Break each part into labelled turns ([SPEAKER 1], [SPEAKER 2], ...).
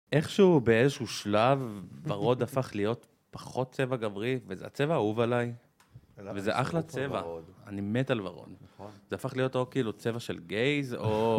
[SPEAKER 1] איכשהו באיזשהו שלב ורוד הפך להיות פחות צבע גברי, וזה הצבע האהוב עליי, וזה אחלה צבע. אני מת על ורוד. זה הפך להיות או כאילו צבע של גייז,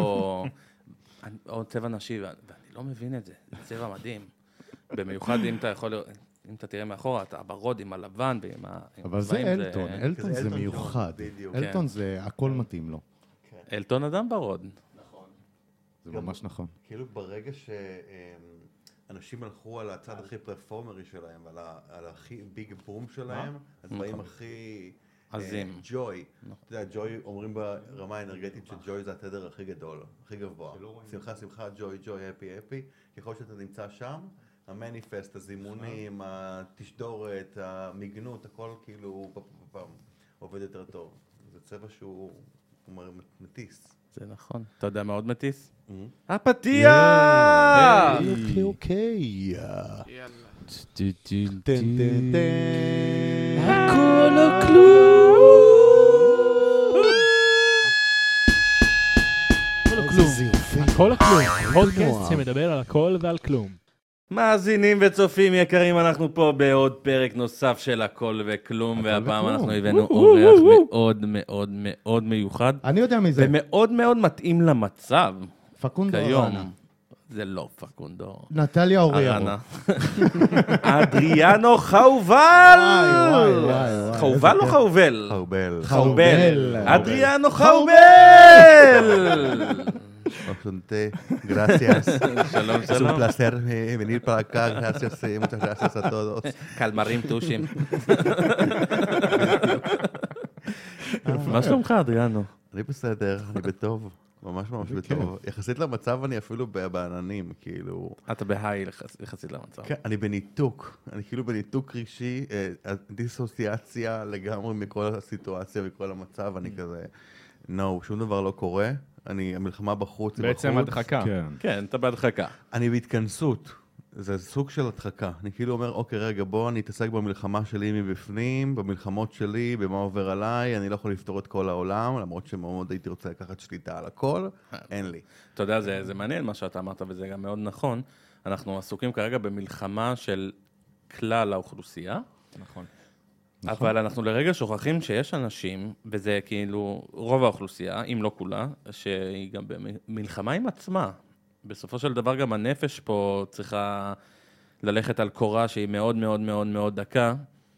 [SPEAKER 1] או צבע נשי, ואני לא מבין את זה. זה צבע מדהים. במיוחד אם אתה יכול לראות, אם אתה תראה מאחורה, אתה ורוד עם הלבן ועם הצבעים.
[SPEAKER 2] אבל זה אלטון, אלטון זה מיוחד. אלטון זה, הכל מתאים לו.
[SPEAKER 1] אלטון אדם ורוד.
[SPEAKER 2] זה ממש נכון.
[SPEAKER 3] כאילו ברגע שאנשים הלכו על הצד הכי פרפורמרי שלהם, על הכי ביג בום שלהם, הדברים הכי
[SPEAKER 1] עזים.
[SPEAKER 3] ג'וי. אתה יודע, ג'וי אומרים ברמה האנרגטית שג'וי זה התדר הכי גדול, הכי גבוה. שמחה, שמחה, ג'וי, ג'וי, הפי, הפי. ככל שאתה נמצא שם, המניפסט, הזימונים, התשדורת, המגנות, הכל כאילו עובד יותר טוב. זה צבע שהוא מטיס.
[SPEAKER 1] זה נכון. אתה יודע מה עוד מטיס? הפתיח!
[SPEAKER 2] אוקיי.
[SPEAKER 1] הכל או כלום!
[SPEAKER 4] הכל או כלום. פודקאסט שמדבר על הכל ועל כלום.
[SPEAKER 1] מאזינים וצופים יקרים, אנחנו פה בעוד פרק נוסף של הכל וכלום, והפעם אנחנו הבאנו אורח מאוד מאוד מאוד מיוחד.
[SPEAKER 2] אני יודע מי זה.
[SPEAKER 1] ומאוד מאוד מתאים למצב.
[SPEAKER 2] פקונדו
[SPEAKER 1] כיום.
[SPEAKER 2] ארנה.
[SPEAKER 1] זה לא פקונדו.
[SPEAKER 2] נטליה אוריירו.
[SPEAKER 1] ארנה. אדריאנו חאובל!
[SPEAKER 2] וואי.
[SPEAKER 1] חאובל או חאובל?
[SPEAKER 3] חאובל.
[SPEAKER 1] חאובל. אדריאנו חאובל!
[SPEAKER 3] Bastante gracias.
[SPEAKER 1] שלום,
[SPEAKER 3] Es un
[SPEAKER 1] שלום.
[SPEAKER 3] placer venir para acá. Gracias, muchas gracias a todos.
[SPEAKER 1] קלמרים טושים. מה שלומך, אדריאנו?
[SPEAKER 3] אני בסדר, אני בטוב. ממש ממש בטוב. יחסית למצב אני אפילו בעננים, כאילו...
[SPEAKER 1] אתה בהיי יחסית למצב.
[SPEAKER 3] כן, אני בניתוק. אני כאילו בניתוק רגשי, דיסוציאציה לגמרי מכל הסיטואציה וכל המצב. אני כזה, שום דבר לא קורה. המלחמה בחוץ.
[SPEAKER 4] בעצם הדחקה.
[SPEAKER 1] כן, אתה בהדחקה.
[SPEAKER 3] אני בהתכנסות. זה סוג של הדחקה. אני כאילו אומר, אוקיי, רגע, בוא אני אתעסק במלחמה שלי מבפנים, במלחמות שלי, במה עובר עליי, אני לא יכול לפתור את כל העולם, למרות שמאוד הייתי רוצה לקחת שליטה על הכל, אין לי.
[SPEAKER 1] אתה יודע, זה מעניין מה שאתה אמרת, וזה גם מאוד נכון. אנחנו עסוקים כרגע במלחמה של כלל האוכלוסייה.
[SPEAKER 4] נכון.
[SPEAKER 1] אבל אנחנו לרגע שוכחים שיש אנשים, וזה כאילו רוב האוכלוסייה, אם לא כולה, שהיא גם במלחמה עם עצמה. בסופו של דבר גם הנפש פה צריכה ללכת על קורה שהיא מאוד מאוד מאוד מאוד דקה,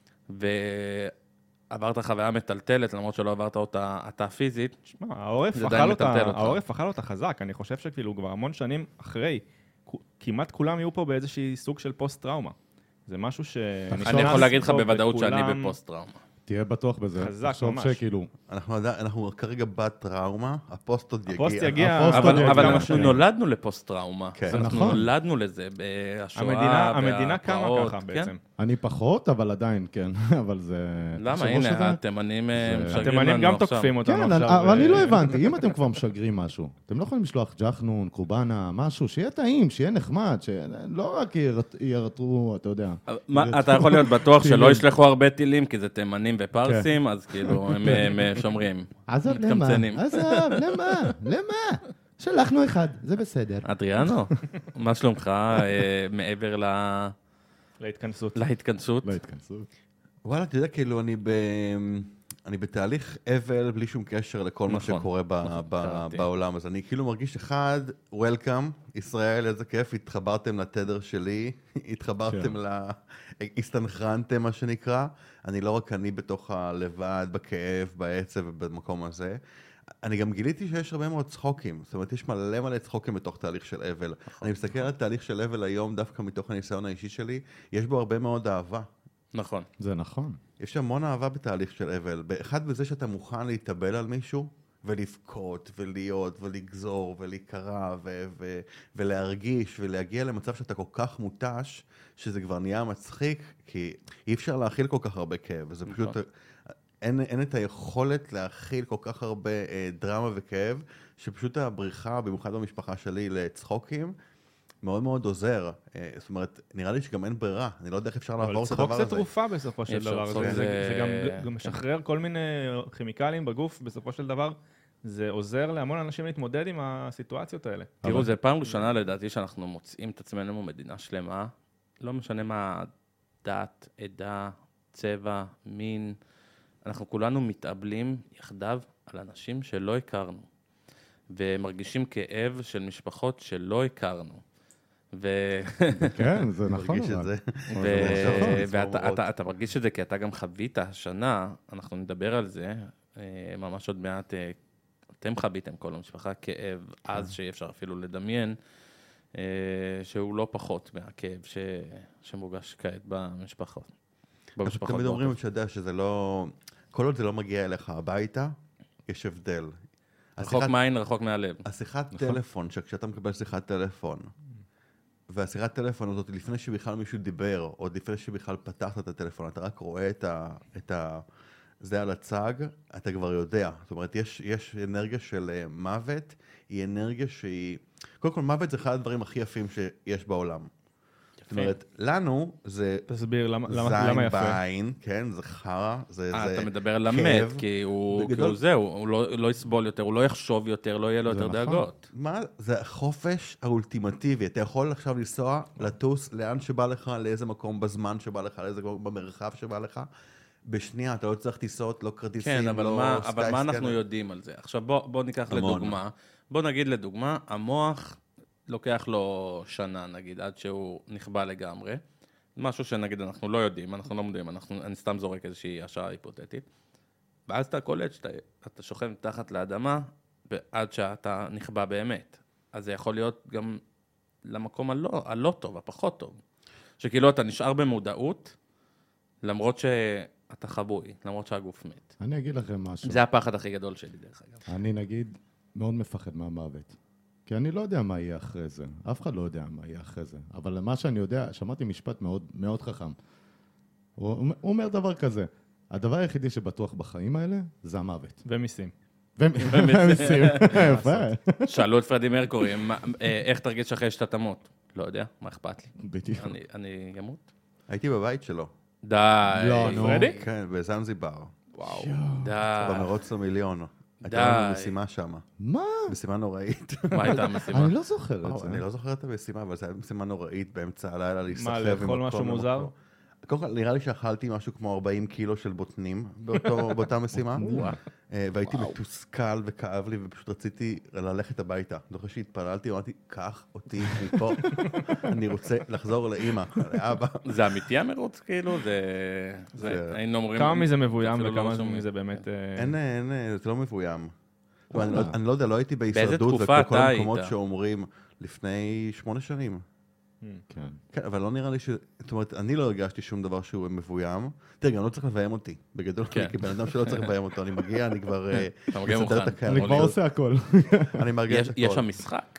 [SPEAKER 1] ועברת חוויה מטלטלת, למרות שלא עברת אותה אתה פיזית.
[SPEAKER 4] שמע, העורף אכל אותה חזק. אני חושב שכאילו כבר המון שנים אחרי, כמעט כולם יהיו פה באיזושהי סוג של פוסט-טראומה. זה משהו ש...
[SPEAKER 1] אני יכול להגיד לך בוודאות שאני בפוסט-טראומה.
[SPEAKER 2] תהיה בטוח בזה.
[SPEAKER 4] חזק ממש.
[SPEAKER 2] שכאילו...
[SPEAKER 3] אנחנו כרגע בטראומה, הפוסט עוד יגיע.
[SPEAKER 4] הפוסט יגיע,
[SPEAKER 1] אבל אנחנו נולדנו לפוסט-טראומה.
[SPEAKER 3] כן.
[SPEAKER 1] אנחנו נולדנו לזה בהשואה.
[SPEAKER 4] המדינה קמה ככה בעצם.
[SPEAKER 2] אני פחות, אבל עדיין, כן. אבל זה...
[SPEAKER 1] למה? הנה, התימנים משגרים לנו עכשיו.
[SPEAKER 4] התימנים גם תוקפים אותנו
[SPEAKER 2] כן,
[SPEAKER 4] עכשיו.
[SPEAKER 2] אבל אני לא הבנתי. אם אתם כבר משגרים משהו, אתם לא יכולים לשלוח ג'חנון, קובאנה, משהו, שיהיה טעים, שיהיה נחמד, שלא רק ירתרו, אתה יודע.
[SPEAKER 1] אתה יכול להיות בטוח שלא ישלחו הרבה טילים, כי זה תימנים ופרסים, אז כאילו הם שומרים.
[SPEAKER 2] עזוב, למה? שלחנו אחד, זה בסדר.
[SPEAKER 1] אדריאנו, מה שלומך מעבר
[SPEAKER 4] להתכנסות.
[SPEAKER 1] להתכנסות?
[SPEAKER 3] וואלה, אתה יודע, כאילו, אני בתהליך אבל בלי שום קשר לכל מה שקורה בעולם, אז אני כאילו מרגיש אחד, וולקאם, ישראל, איזה כיף, התחברתם לתדר שלי, התחברתם הסתנכרנתם, מה שנקרא. אני לא רק אני בתוך הלבד, בכאב, בעצב ובמקום הזה. אני גם גיליתי שיש הרבה מאוד צחוקים, זאת אומרת, יש מלא צחוקים בתוך תהליך של אבל. אני מסתכל על תהליך של אבל היום, דווקא מתוך הניסיון האישי שלי, יש בו הרבה מאוד אהבה.
[SPEAKER 1] נכון.
[SPEAKER 2] זה נכון.
[SPEAKER 3] יש המון אהבה בתהליך של אבל. אחד בזה שאתה מוכן להתאבל על מישהו, ולבכות, ולהיות, ולגזור, ולהיקרא, ולהרגיש, ולהגיע למצב שאתה כל כך מותש, שזה כבר נהיה מצחיק, כי אי אפשר להכיל כל כך הרבה כאב, וזה פשוט... אין את היכולת להכיל כל כך הרבה דרמה וכאב, שפשוט הבריחה, במיוחד במשפחה שלי, לצחוקים, מאוד מאוד עוזר. זאת אומרת, נראה לי שגם אין ברירה. אני לא יודע איך אפשר לעבור את הדבר הזה.
[SPEAKER 4] צחוק זה תרופה בסופו של דבר. זה גם משחרר כל מיני כימיקלים בגוף, בסופו של דבר. זה עוזר להמון אנשים להתמודד עם הסיטואציות האלה.
[SPEAKER 1] תראו, זה פעם ראשונה לדעתי שאנחנו מוצאים את עצמנו מדינה שלמה, לא משנה מה דת, עדה, צבע, מין, אנחנו כולנו מתאבלים יחדיו על אנשים שלא הכרנו, ומרגישים כאב של משפחות שלא הכרנו.
[SPEAKER 2] כן, זה נכון.
[SPEAKER 1] ואתה מרגיש את זה כי אתה גם חווית השנה, אנחנו נדבר על זה, ממש עוד מעט, אתם חוויתם כל המשפחה כאב, אז שאי אפשר אפילו לדמיין, שהוא לא פחות מהכאב שמורגש כעת במשפחות.
[SPEAKER 3] תמיד אומרים שאתה שזה לא, כל עוד זה לא מגיע אליך הביתה, יש הבדל.
[SPEAKER 1] רחוק מהעין, רחוק מהלב.
[SPEAKER 3] השיחת טלפון, שכשאתה מקבל שיחת טלפון, והשיחת טלפון הזאת, לפני שבכלל מישהו דיבר, או לפני שבכלל פתחת את הטלפון, אתה רק רואה זה על הצג, אתה כבר יודע. זאת אומרת, יש אנרגיה של מוות, היא אנרגיה שהיא... קודם כל, מוות זה אחד הדברים הכי יפים שיש בעולם. זאת אומרת, לנו זה...
[SPEAKER 4] תסביר, למה
[SPEAKER 3] זין
[SPEAKER 4] יפה?
[SPEAKER 3] בעין, כן, זה חרא, זה
[SPEAKER 1] אתה מדבר על המת, כי הוא זהו, הוא לא יסבול יותר, הוא לא יחשוב יותר, לא יהיה לו יותר דאגות.
[SPEAKER 3] מה? זה החופש האולטימטיבי. אתה יכול עכשיו לנסוע, לטוס, לאן שבא לך, לאיזה מקום בזמן שבא לך, לאיזה מקום במרחב שבא לך. בשנייה, אתה לא צריך טיסות, לא כרטיסים,
[SPEAKER 1] כן, אבל מה אנחנו יודעים על זה? עכשיו בוא ניקח לדוגמה, בוא נגיד לדוגמה, המוח לוקח לו שנה, נגיד, עד שהוא נכבה לגמרי, משהו שנגיד אנחנו לא יודעים, אנחנו לא מודעים, אני סתם זורק איזושהי השערה היפותטית, ואז אתה קולט שאתה שוכב תחת לאדמה, עד שאתה נכבה באמת. אז זה יכול להיות גם למקום הלא טוב, הפחות טוב. שכאילו אתה נשאר במודעות, למרות שאתה חבוי, למרות שהגוף מת.
[SPEAKER 2] אני אגיד לכם משהו.
[SPEAKER 1] זה הפחד הכי גדול שלי, דרך אגב.
[SPEAKER 2] אני נגיד מאוד מפחד מהמוות. כי אני לא יודע מה יהיה אחרי זה. אף אחד לא יודע מה יהיה אחרי זה. אבל מה שאני יודע, שמעתי משפט מאוד, מאוד חכם. הוא אומר דבר כזה, הדבר היחידי שבטוח בחיים האלה, זה המוות.
[SPEAKER 4] ומיסים.
[SPEAKER 2] ומיסים. יפה.
[SPEAKER 1] שאלו את פרדי מרקורי, איך תרגיש אחרי שאתה תמות? לא יודע, מה אכפת לי?
[SPEAKER 2] בדיוק.
[SPEAKER 1] אני אמות?
[SPEAKER 3] הייתי בבית שלו.
[SPEAKER 1] די.
[SPEAKER 2] לא, נו.
[SPEAKER 4] פרדי?
[SPEAKER 3] כן, בזנזיבר.
[SPEAKER 1] וואו. די.
[SPEAKER 3] במרוץ למיליון.
[SPEAKER 1] די.
[SPEAKER 3] הייתה לנו משימה שם.
[SPEAKER 2] מה?
[SPEAKER 3] משימה נוראית.
[SPEAKER 1] מה הייתה המשימה?
[SPEAKER 2] אני לא זוכר את זה.
[SPEAKER 3] אני לא זוכר את המשימה, אבל זו הייתה משימה נוראית באמצע הלילה להיסחב.
[SPEAKER 4] מה, לאכול משהו מוזר?
[SPEAKER 3] קודם כל, נראה לי שאכלתי משהו כמו 40 קילו של בוטנים באותה משימה, והייתי מתוסכל וכאב לי, ופשוט רציתי ללכת הביתה. אני זוכר שהתפללתי, אמרתי, קח אותי מפה, אני רוצה לחזור לאמא, לאבא.
[SPEAKER 1] זה אמיתי המרוץ, כאילו? היינו אומרים...
[SPEAKER 4] כמה מזה מבוים וכמה מזה באמת...
[SPEAKER 3] אין, זה לא מבוים. אני לא יודע, לא הייתי בהישרדות,
[SPEAKER 1] באיזה תקופה
[SPEAKER 3] וכל
[SPEAKER 1] אתה
[SPEAKER 3] המקומות
[SPEAKER 1] היית?
[SPEAKER 3] שאומרים לפני 8 שנים.
[SPEAKER 2] כן.
[SPEAKER 3] כן, אבל לא נראה לי זאת אומרת, אני לא הרגשתי שום דבר שהוא מבוים. תראה, גם לא צריך לביים אותי. בגדול, כי בן אדם שלא צריך לביים אותו, אני מגיע, אני כבר...
[SPEAKER 1] אתה מגיע מוכן.
[SPEAKER 2] אני כבר עושה הכל.
[SPEAKER 3] אני מרגיש הכל.
[SPEAKER 1] יש שם משחק?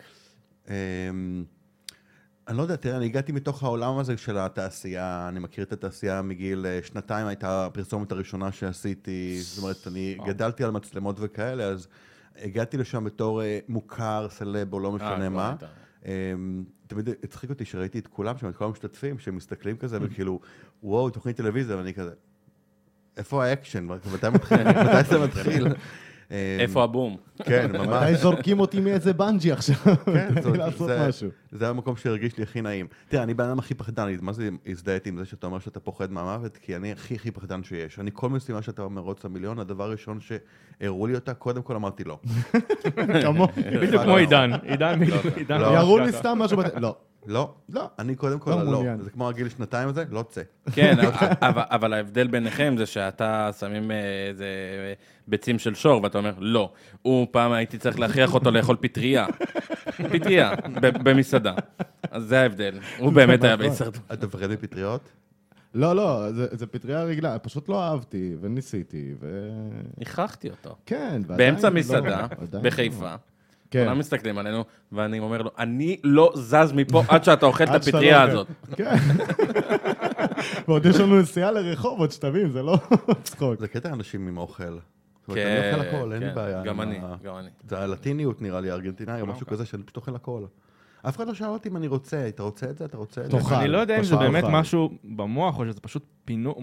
[SPEAKER 3] אני לא יודע, תראה, אני הגעתי מתוך העולם הזה של התעשייה, אני מכיר את התעשייה מגיל 2, הייתה הפרסומת הראשונה שעשיתי, זאת אומרת, אני גדלתי על מצלמות וכאלה, אז הגעתי לשם בתור מוכר, סלב או לא משנה מה. תמיד הצחיק אותי שראיתי את כולם שם, את כל המשתתפים, שמסתכלים כזה, וכאילו, וואו, תוכנית טלוויזיה, ואני כזה, איפה האקשן? מתי זה מתחיל?
[SPEAKER 1] איפה הבום?
[SPEAKER 3] כן, ממש.
[SPEAKER 2] מתי זורקים אותי מאיזה בנג'י עכשיו?
[SPEAKER 3] כן,
[SPEAKER 2] תן לי לעשות משהו.
[SPEAKER 3] זה המקום שהרגיש לי הכי נעים. תראה, אני בן אדם הכי פחדן, מה זה הזדהיתי עם זה שאתה אומר שאתה פוחד מהמוות? כי אני הכי פחדן שיש. אני כל משימה שאתה מרוץ למיליון, הדבר הראשון שהראו לי אותה, קודם כל אמרתי לא.
[SPEAKER 2] כמו?
[SPEAKER 4] בדיוק כמו עידן. עידן.
[SPEAKER 2] יראו לי סתם משהו לא.
[SPEAKER 3] לא, אני קודם כל לא. זה כמו הגיל 2 הזה, לא צא.
[SPEAKER 1] כן, אבל ההבדל ביניכם זה שאתה שמים איזה ביצים של שור, ואתה אומר, לא. הוא פעם הייתי צריך להכריח אותו לאכול פטריה. פטריה, במסעדה. אז זה ההבדל. הוא באמת היה בהישרדות.
[SPEAKER 3] אתה מפחד מפטריות?
[SPEAKER 2] לא, זה פטריה רגילה, פשוט לא אהבתי, וניסיתי,
[SPEAKER 1] הכרחתי אותו.
[SPEAKER 2] כן,
[SPEAKER 1] באמצע מסעדה, בחיפה. כולם מסתכלים עלינו, ואני אומר לו, אני לא זז מפה עד שאתה אוכל את הפטריה הזאת.
[SPEAKER 2] כן. ועוד יש לנו נסיעה לרחובות, שתבין, זה לא צחוק.
[SPEAKER 3] זה קטע אנשים עם אוכל.
[SPEAKER 1] כן,
[SPEAKER 3] אני אוכל הכל, אין לי בעיה.
[SPEAKER 1] גם אני.
[SPEAKER 3] זה הלטיניות נראה לי, ארגנטינאי, או משהו כזה שאני פשוט אוכל הכל. אף אחד לא שאל אותי אם אני רוצה, אתה רוצה את זה, אתה רוצה את זה?
[SPEAKER 2] תאכל.
[SPEAKER 4] אני לא יודע אם זה באמת משהו במוח, או שזה פשוט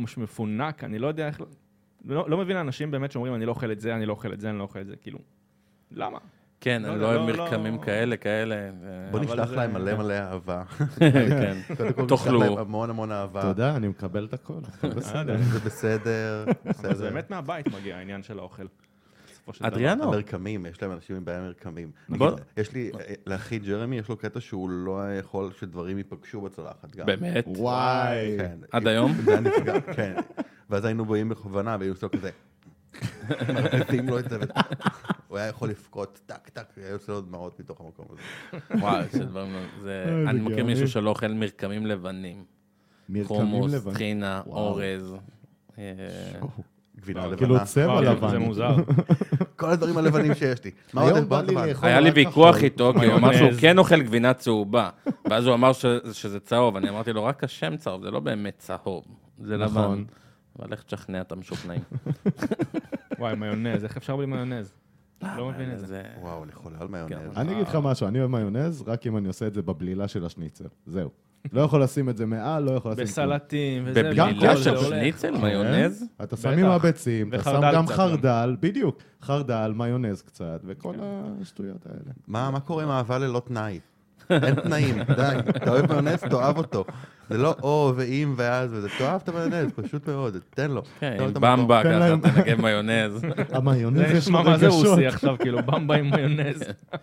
[SPEAKER 4] מפונק, אני לא יודע איך... לא מבין אנשים באמת שאומרים, אני לא אוכל את זה, אני לא אוכל את זה, אני לא אוכל את זה, כאילו... למה?
[SPEAKER 1] כן, אני לא אוהב מרקמים כאלה.
[SPEAKER 3] בוא נשלח להם מלא אהבה.
[SPEAKER 1] כן, תאכלו.
[SPEAKER 3] נשלח להם המון אהבה.
[SPEAKER 2] תודה, אני מקבל את הכל.
[SPEAKER 3] זה בסדר.
[SPEAKER 4] אבל זה באמת מהבית מגיע, העניין של האוכל.
[SPEAKER 1] אדריאנו.
[SPEAKER 3] המרקמים, יש להם אנשים עם בעיה מרקמים. יש לי, לאחי ג'רמי, יש לו קטע שהוא לא יכול שדברים ייפגשו בצלחת גם.
[SPEAKER 1] באמת?
[SPEAKER 2] וואי.
[SPEAKER 1] עד היום?
[SPEAKER 3] זה היה נפגע, כן. ואז היינו באים בכוונה, והיינו עושים כזה. מרקמים לו את זה, הוא היה יכול לפקוט טק, היה עושה לו דמעות מתוך המקום הזה.
[SPEAKER 1] וואי, זה דברים, אני מכיר מישהו שלא אוכל מרקמים לבנים. חומוס, טחינה, אורז.
[SPEAKER 3] גבינה לבנה.
[SPEAKER 2] כאילו צבע לבן.
[SPEAKER 4] זה מוזר.
[SPEAKER 3] כל הדברים הלבנים שיש לי.
[SPEAKER 1] היה לי ויכוח איתו, כי הוא אמר שהוא כן אוכל גבינה צהובה. ואז הוא אמר שזה צהוב. אני אמרתי לו, רק השם צהוב, זה לא באמת צהוב. זה לבן. אבל איך תשכנע את המשוכנעים.
[SPEAKER 4] וואי, מיונז, איך אפשר בלי מיונז? לא מבין את זה.
[SPEAKER 3] וואו, אני חולה על מיונז.
[SPEAKER 2] אני אגיד לך משהו, אני אוהב מיונז רק אם אני עושה את זה בבלילה של השניצל. זהו. לא יכול לשים את זה מעל, לא יכול לשים...
[SPEAKER 4] בסלטים וזה.
[SPEAKER 1] בבלילה של שניצל, מיונז?
[SPEAKER 2] אתה שם עם הביצים, אתה שם גם חרדל, בדיוק. חרדל, מיונז קצת, וכל השטויות האלה.
[SPEAKER 3] מה קורה עם אהבה ללא תנאי? אין תנאים, די. אתה אוהב מיונז, תאהב אותו. זה לא או ואם ואז וזה. תאהב את המיונז, פשוט מאוד. תן לו.
[SPEAKER 1] כן, עם במבה ככה, תנגב מיונז.
[SPEAKER 2] המיונז יש לו
[SPEAKER 4] מה זה
[SPEAKER 2] רגשות.
[SPEAKER 4] רוסי עכשיו, כאילו במבה עם מיונז.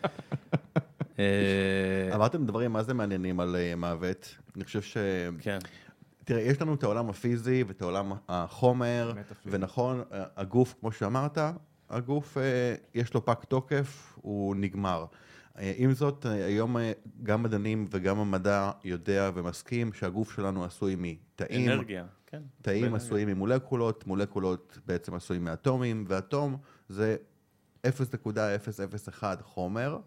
[SPEAKER 3] אמרתם דברים מה זה מעניינים על מוות. אני חושב ש...
[SPEAKER 1] כן.
[SPEAKER 3] תראה, יש לנו את העולם הפיזי ואת העולם החומר, ונכון, הגוף, כמו שאמרת, הגוף יש לו פג תוקף, הוא נגמר. עם זאת, היום גם מדענים וגם המדע יודע ומסכים שהגוף שלנו עשוי מתאים.
[SPEAKER 1] אנרגיה, כן.
[SPEAKER 3] תאים עשויים ממולקולות, מולקולות בעצם עשויים מאטומים, ואטום זה 0.0001 חומר,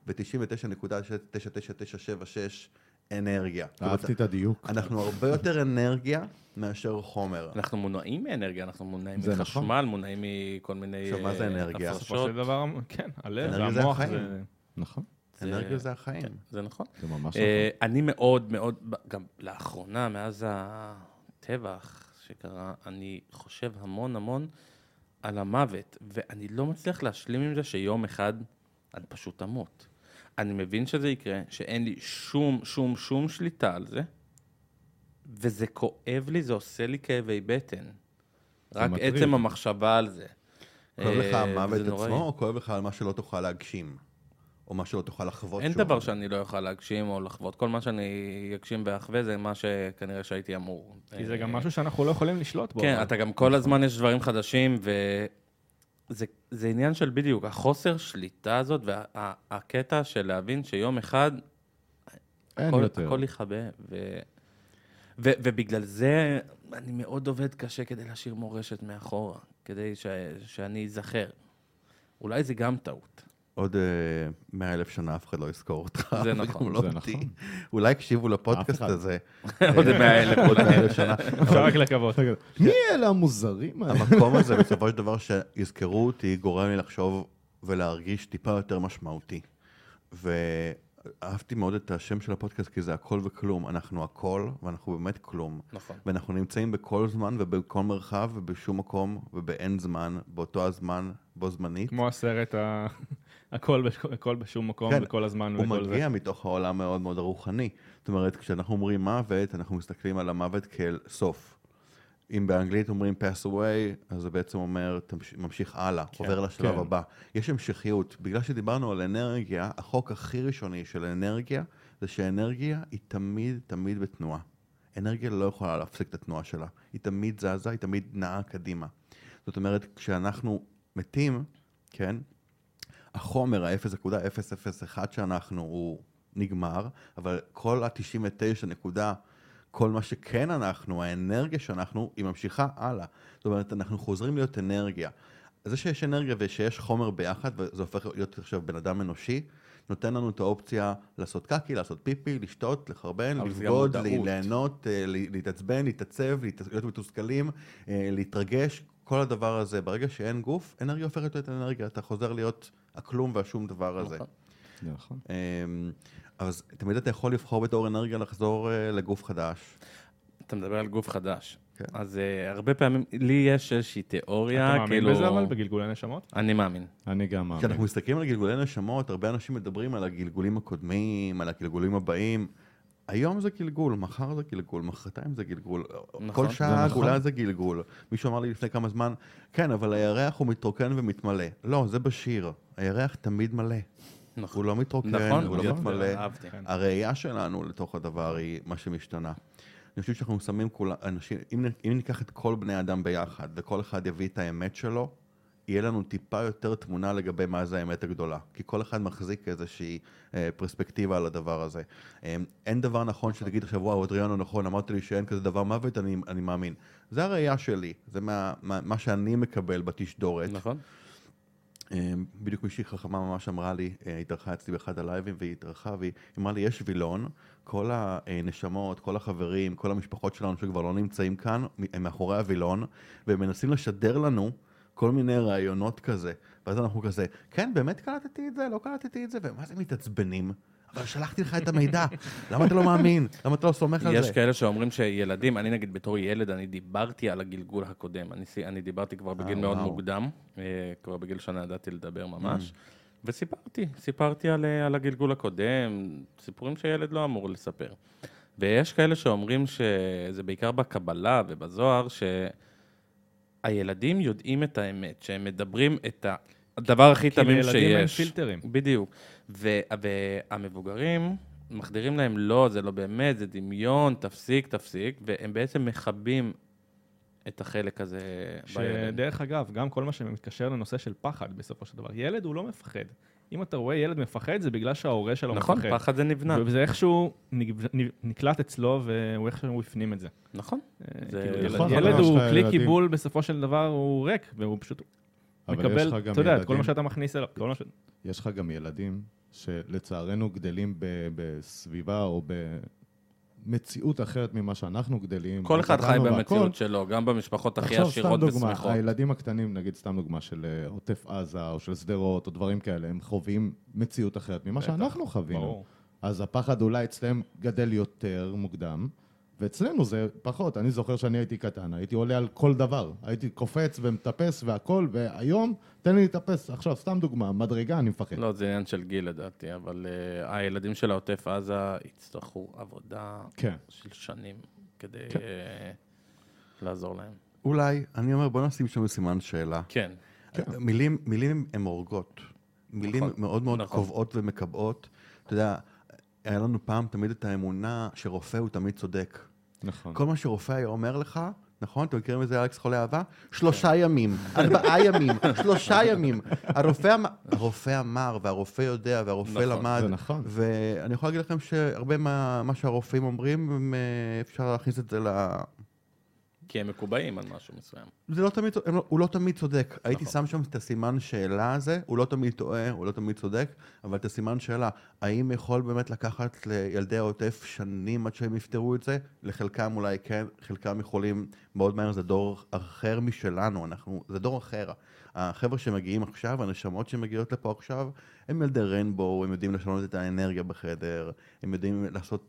[SPEAKER 3] ו-99.99976 אנרגיה.
[SPEAKER 2] אהבתי את הדיוק.
[SPEAKER 3] אנחנו הרבה יותר אנרגיה מאשר חומר.
[SPEAKER 1] אנחנו מונעים מאנרגיה, אנחנו מונעים מחשמל, מונעים מכל מיני
[SPEAKER 3] עכשיו, מה זה אנרגיה?
[SPEAKER 4] בסופו של דבר, כן, הלב,
[SPEAKER 3] אנרגיה זה
[SPEAKER 4] המוח
[SPEAKER 3] החיים.
[SPEAKER 4] זה...
[SPEAKER 2] נכון.
[SPEAKER 3] אנרגיה זה החיים.
[SPEAKER 1] זה נכון.
[SPEAKER 2] זה ממש נכון.
[SPEAKER 1] אני מאוד מאוד, גם לאחרונה, מאז הטבח שקרה, אני חושב המון על המוות, ואני לא מצליח להשלים עם זה שיום אחד אני פשוט אמות. אני מבין שזה יקרה, שאין לי שום שליטה על זה, וזה כואב לי, זה עושה לי כאבי בטן. רק עצם המחשבה על זה.
[SPEAKER 3] כואב לך המוות עצמו, או כואב לך על מה שלא תוכל להגשים? או מה שלא תוכל לחוות?
[SPEAKER 1] אין דבר שאני לא אוכל להגשים או לחוות. כל מה שאני אגשים ואחווה זה מה שכנראה שהייתי אמור.
[SPEAKER 4] כי זה גם משהו שאנחנו לא יכולים לשלוט בו.
[SPEAKER 1] כן, אתה גם כל הזמן יש דברים חדשים, וזה עניין של בדיוק, החוסר שליטה הזאת, והקטע של להבין שיום אחד, הכל יכבה, ובגלל זה אני מאוד עובד קשה כדי להשאיר מורשת מאחורה, כדי שאני אזכר. אולי זה גם טעות.
[SPEAKER 3] עוד 100,000 שנה אף אחד לא יזכור אותך.
[SPEAKER 1] זה נכון,
[SPEAKER 2] זה נכון.
[SPEAKER 3] אולי הקשיבו לפודקאסט הזה.
[SPEAKER 1] עוד 100,000
[SPEAKER 3] שנה.
[SPEAKER 4] אפשר רק לקוות.
[SPEAKER 2] מי אלה המוזרים האלה?
[SPEAKER 3] המקום הזה, בסופו של דבר שיזכרו אותי, גורם לי לחשוב ולהרגיש טיפה יותר משמעותי. ואהבתי מאוד את השם של הפודקאסט, כי זה הכל וכלום. אנחנו הכל, ואנחנו באמת כלום. נכון. ואנחנו נמצאים בכל זמן ובכל מרחב, ובשום מקום, ובאין זמן, באותו הזמן, בו זמנית.
[SPEAKER 4] כמו הסרט, הכל בשום מקום, בכל הזמן
[SPEAKER 3] הוא
[SPEAKER 4] וכל זה.
[SPEAKER 3] מגיע מתוך העולם מאוד מאוד הרוחני. זאת אומרת, כשאנחנו אומרים מוות, אנחנו מסתכלים על המוות כאל סוף. אם באנגלית אומרים pass away, אז זה בעצם אומר, ממשיך הלאה, עובר לשלב הבא. יש המשכיות. בגלל שדיברנו על אנרגיה, החוק הכי ראשוני של אנרגיה, זה שאנרגיה היא תמיד בתנועה. אנרגיה לא יכולה להפסיק את התנועה שלה. היא תמיד זזה, היא תמיד נעה קדימה. זאת אומרת, כשאנחנו מתים, כן, החומר, ה-0.001 שאנחנו, הוא נגמר, אבל כל ה-99 כל מה שכן אנחנו, האנרגיה שאנחנו, היא ממשיכה הלאה. זאת אומרת, אנחנו חוזרים להיות אנרגיה. זה שיש אנרגיה ושיש חומר ביחד, וזה הופך להיות עכשיו בן אדם אנושי, נותן לנו את האופציה לעשות קקי, לעשות פיפי, לשתות, לחרבן, לבגוד, ליהנות, להתעצבן, להתעצב, להיות מתוסכלים, להתרגש, כל הדבר הזה. ברגע שאין גוף, אנרגיה הופכת להיות אנרגיה, אתה חוזר להיות הכלום והשום דבר הזה.
[SPEAKER 2] נכון.
[SPEAKER 3] אז תמיד אתה יכול לבחור בתור אנרגיה לחזור לגוף חדש.
[SPEAKER 1] אתה מדבר על גוף חדש. אז הרבה פעמים, לי יש איזושהי תיאוריה,
[SPEAKER 4] אתה מאמין בזה אבל, בגלגולי נשמות?
[SPEAKER 1] אני מאמין.
[SPEAKER 2] אני גם מאמין.
[SPEAKER 3] כשאנחנו מסתכלים על גלגולי נשמות, הרבה אנשים מדברים על הגלגולים הקודמים, על הגלגולים הבאים. היום זה גלגול, מחר זה גלגול, מחרתיים זה גלגול. כל שעה גולה זה גלגול. מישהו אמר לי לפני כמה זמן, כן, אבל הירח הוא מתרוקן ומתמלא. לא, זה בשיר. הירח תמיד מלא. הוא לא מתרוקן, הוא לא מתמלא. הראייה שלנו לתוך הדבר היא מה שמשתנה. אני חושב שאנחנו שמים אנשים, אם ניקח את כל בני אדם ביחד, וכל אחד יביא את האמת שלו, יהיה לנו טיפה יותר תמונה לגבי מה זה האמת הגדולה. כי כל אחד מחזיק איזושהי פרספקטיבה על הדבר הזה. אין דבר נכון שתגיד עכשיו, וואו, אדריאנו נכון, אמרתי לי שאין כזה דבר מוות, אני מאמין. זה הראייה שלי, זה מה שאני מקבל בתשדורת.
[SPEAKER 1] נכון.
[SPEAKER 3] בדיוק מישהי חכמה ממש אמרה לי, התארחה אצלי באחד הלייבים, והיא התארחה, והיא אמרה לי, יש וילון, כל הנשמות, כל החברים, כל המשפחות שלנו שכבר לא נמצאים כאן, הם מאחורי הוילון, והם מנסים לשדר לנו כל מיני רעיונות כזה. ואז אנחנו כזה, כן, באמת קלטתי את זה, לא קלטתי את זה, ומה זה מתעצבנים? אבל שלחתי לך את המידע, למה אתה לא מאמין? למה אתה לא סומך על זה?
[SPEAKER 1] יש כאלה שאומרים שילדים, אני נגיד בתור ילד, אני דיברתי על הגלגול הקודם, אני דיברתי כבר בגיל מאוד מוקדם, כבר בגיל שנה ידעתי לדבר ממש, וסיפרתי על הגלגול הקודם, סיפורים שילד לא אמור לספר. ויש כאלה שאומרים שזה בעיקר בקבלה ובזוהר, שהילדים יודעים את האמת, שהם מדברים את הדבר הכי תמים שיש.
[SPEAKER 4] כי לילדים אין פילטרים.
[SPEAKER 1] בדיוק. והמבוגרים מחדירים להם, לא, זה לא באמת, זה דמיון, תפסיק, והם בעצם מכבים את החלק הזה בילד.
[SPEAKER 4] שדרך אגב, גם כל מה שמתקשר לנושא של פחד בסופו של דבר. ילד הוא לא מפחד. אם אתה רואה ילד מפחד, זה בגלל שההורה שלו מפחד.
[SPEAKER 1] נכון, פחד זה נבנה.
[SPEAKER 4] וזה איכשהו נקלט אצלו, והוא איכשהו הפנים את זה.
[SPEAKER 1] נכון.
[SPEAKER 4] ילד הוא כלי קיבול בסופו של דבר, הוא ריק, והוא פשוט מקבל, אתה יודע, את כל מה שאתה מכניס אליו.
[SPEAKER 2] יש לך גם ילדים שלצערנו גדלים בסביבה או במציאות אחרת ממה שאנחנו גדלים.
[SPEAKER 1] כל אחד חי במציאות שלו, גם במשפחות הכי עשירות ושמחות.
[SPEAKER 2] הילדים הקטנים, נגיד סתם דוגמה של עוטף עזה או של סדרות או דברים כאלה, הם חווים מציאות אחרת ממה שאנחנו חווינו. אז הפחד אולי אצלם גדל יותר מוקדם, ואצלנו זה פחות. אני זוכר שאני הייתי קטן, הייתי עולה על כל דבר. הייתי קופץ ומטפס והכל, והיום תן לי לטפס. עכשיו, סתם דוגמה, מדרגה, אני מפחד.
[SPEAKER 1] לא, זה עניין של גיל לדעתי, אבל הילדים של העוטף עזה יצטרכו עבודה של שנים כדי לעזור להם.
[SPEAKER 3] אולי, אני אומר, בוא נשים שם סימן שאלה.
[SPEAKER 1] כן.
[SPEAKER 3] מילים הן הורגות. מילים מאוד מאוד קובעות ומקבעות. אתה יודע, היה לנו פעם תמיד את האמונה שרופא הוא תמיד צודק.
[SPEAKER 2] נכון.
[SPEAKER 3] כל מה שרופא היה אומר לך, נכון? אתם מכירים את זה, אלכס חולה אהבה? 3 ימים, 4 ימים, 3 ימים. הרופא אמר, והרופא יודע, והרופא למד.
[SPEAKER 2] זה נכון.
[SPEAKER 3] ואני יכול להגיד לכם שהרבה מה שהרופאים אומרים, אפשר להכניס את זה
[SPEAKER 1] כי הם מקובעים על משהו מסוים.
[SPEAKER 3] הוא לא תמיד צודק. הייתי שם שם את הסימן שאלה הזה, הוא לא תמיד טועה, הוא לא תמיד צודק, אבל את הסימן שאלה, האם יכול באמת לקחת לילדי העוטף שנים עד שהם יפתרו את זה? לחלקם אולי כן, חלקם יכולים מאוד מהר, זה דור אחר משלנו, זה דור אחר. החבר'ה שמגיעים עכשיו, הנשמות שמגיעות לפה עכשיו, הם ילדי ריינבו, הם יודעים לשנות את האנרגיה בחדר, הם יודעים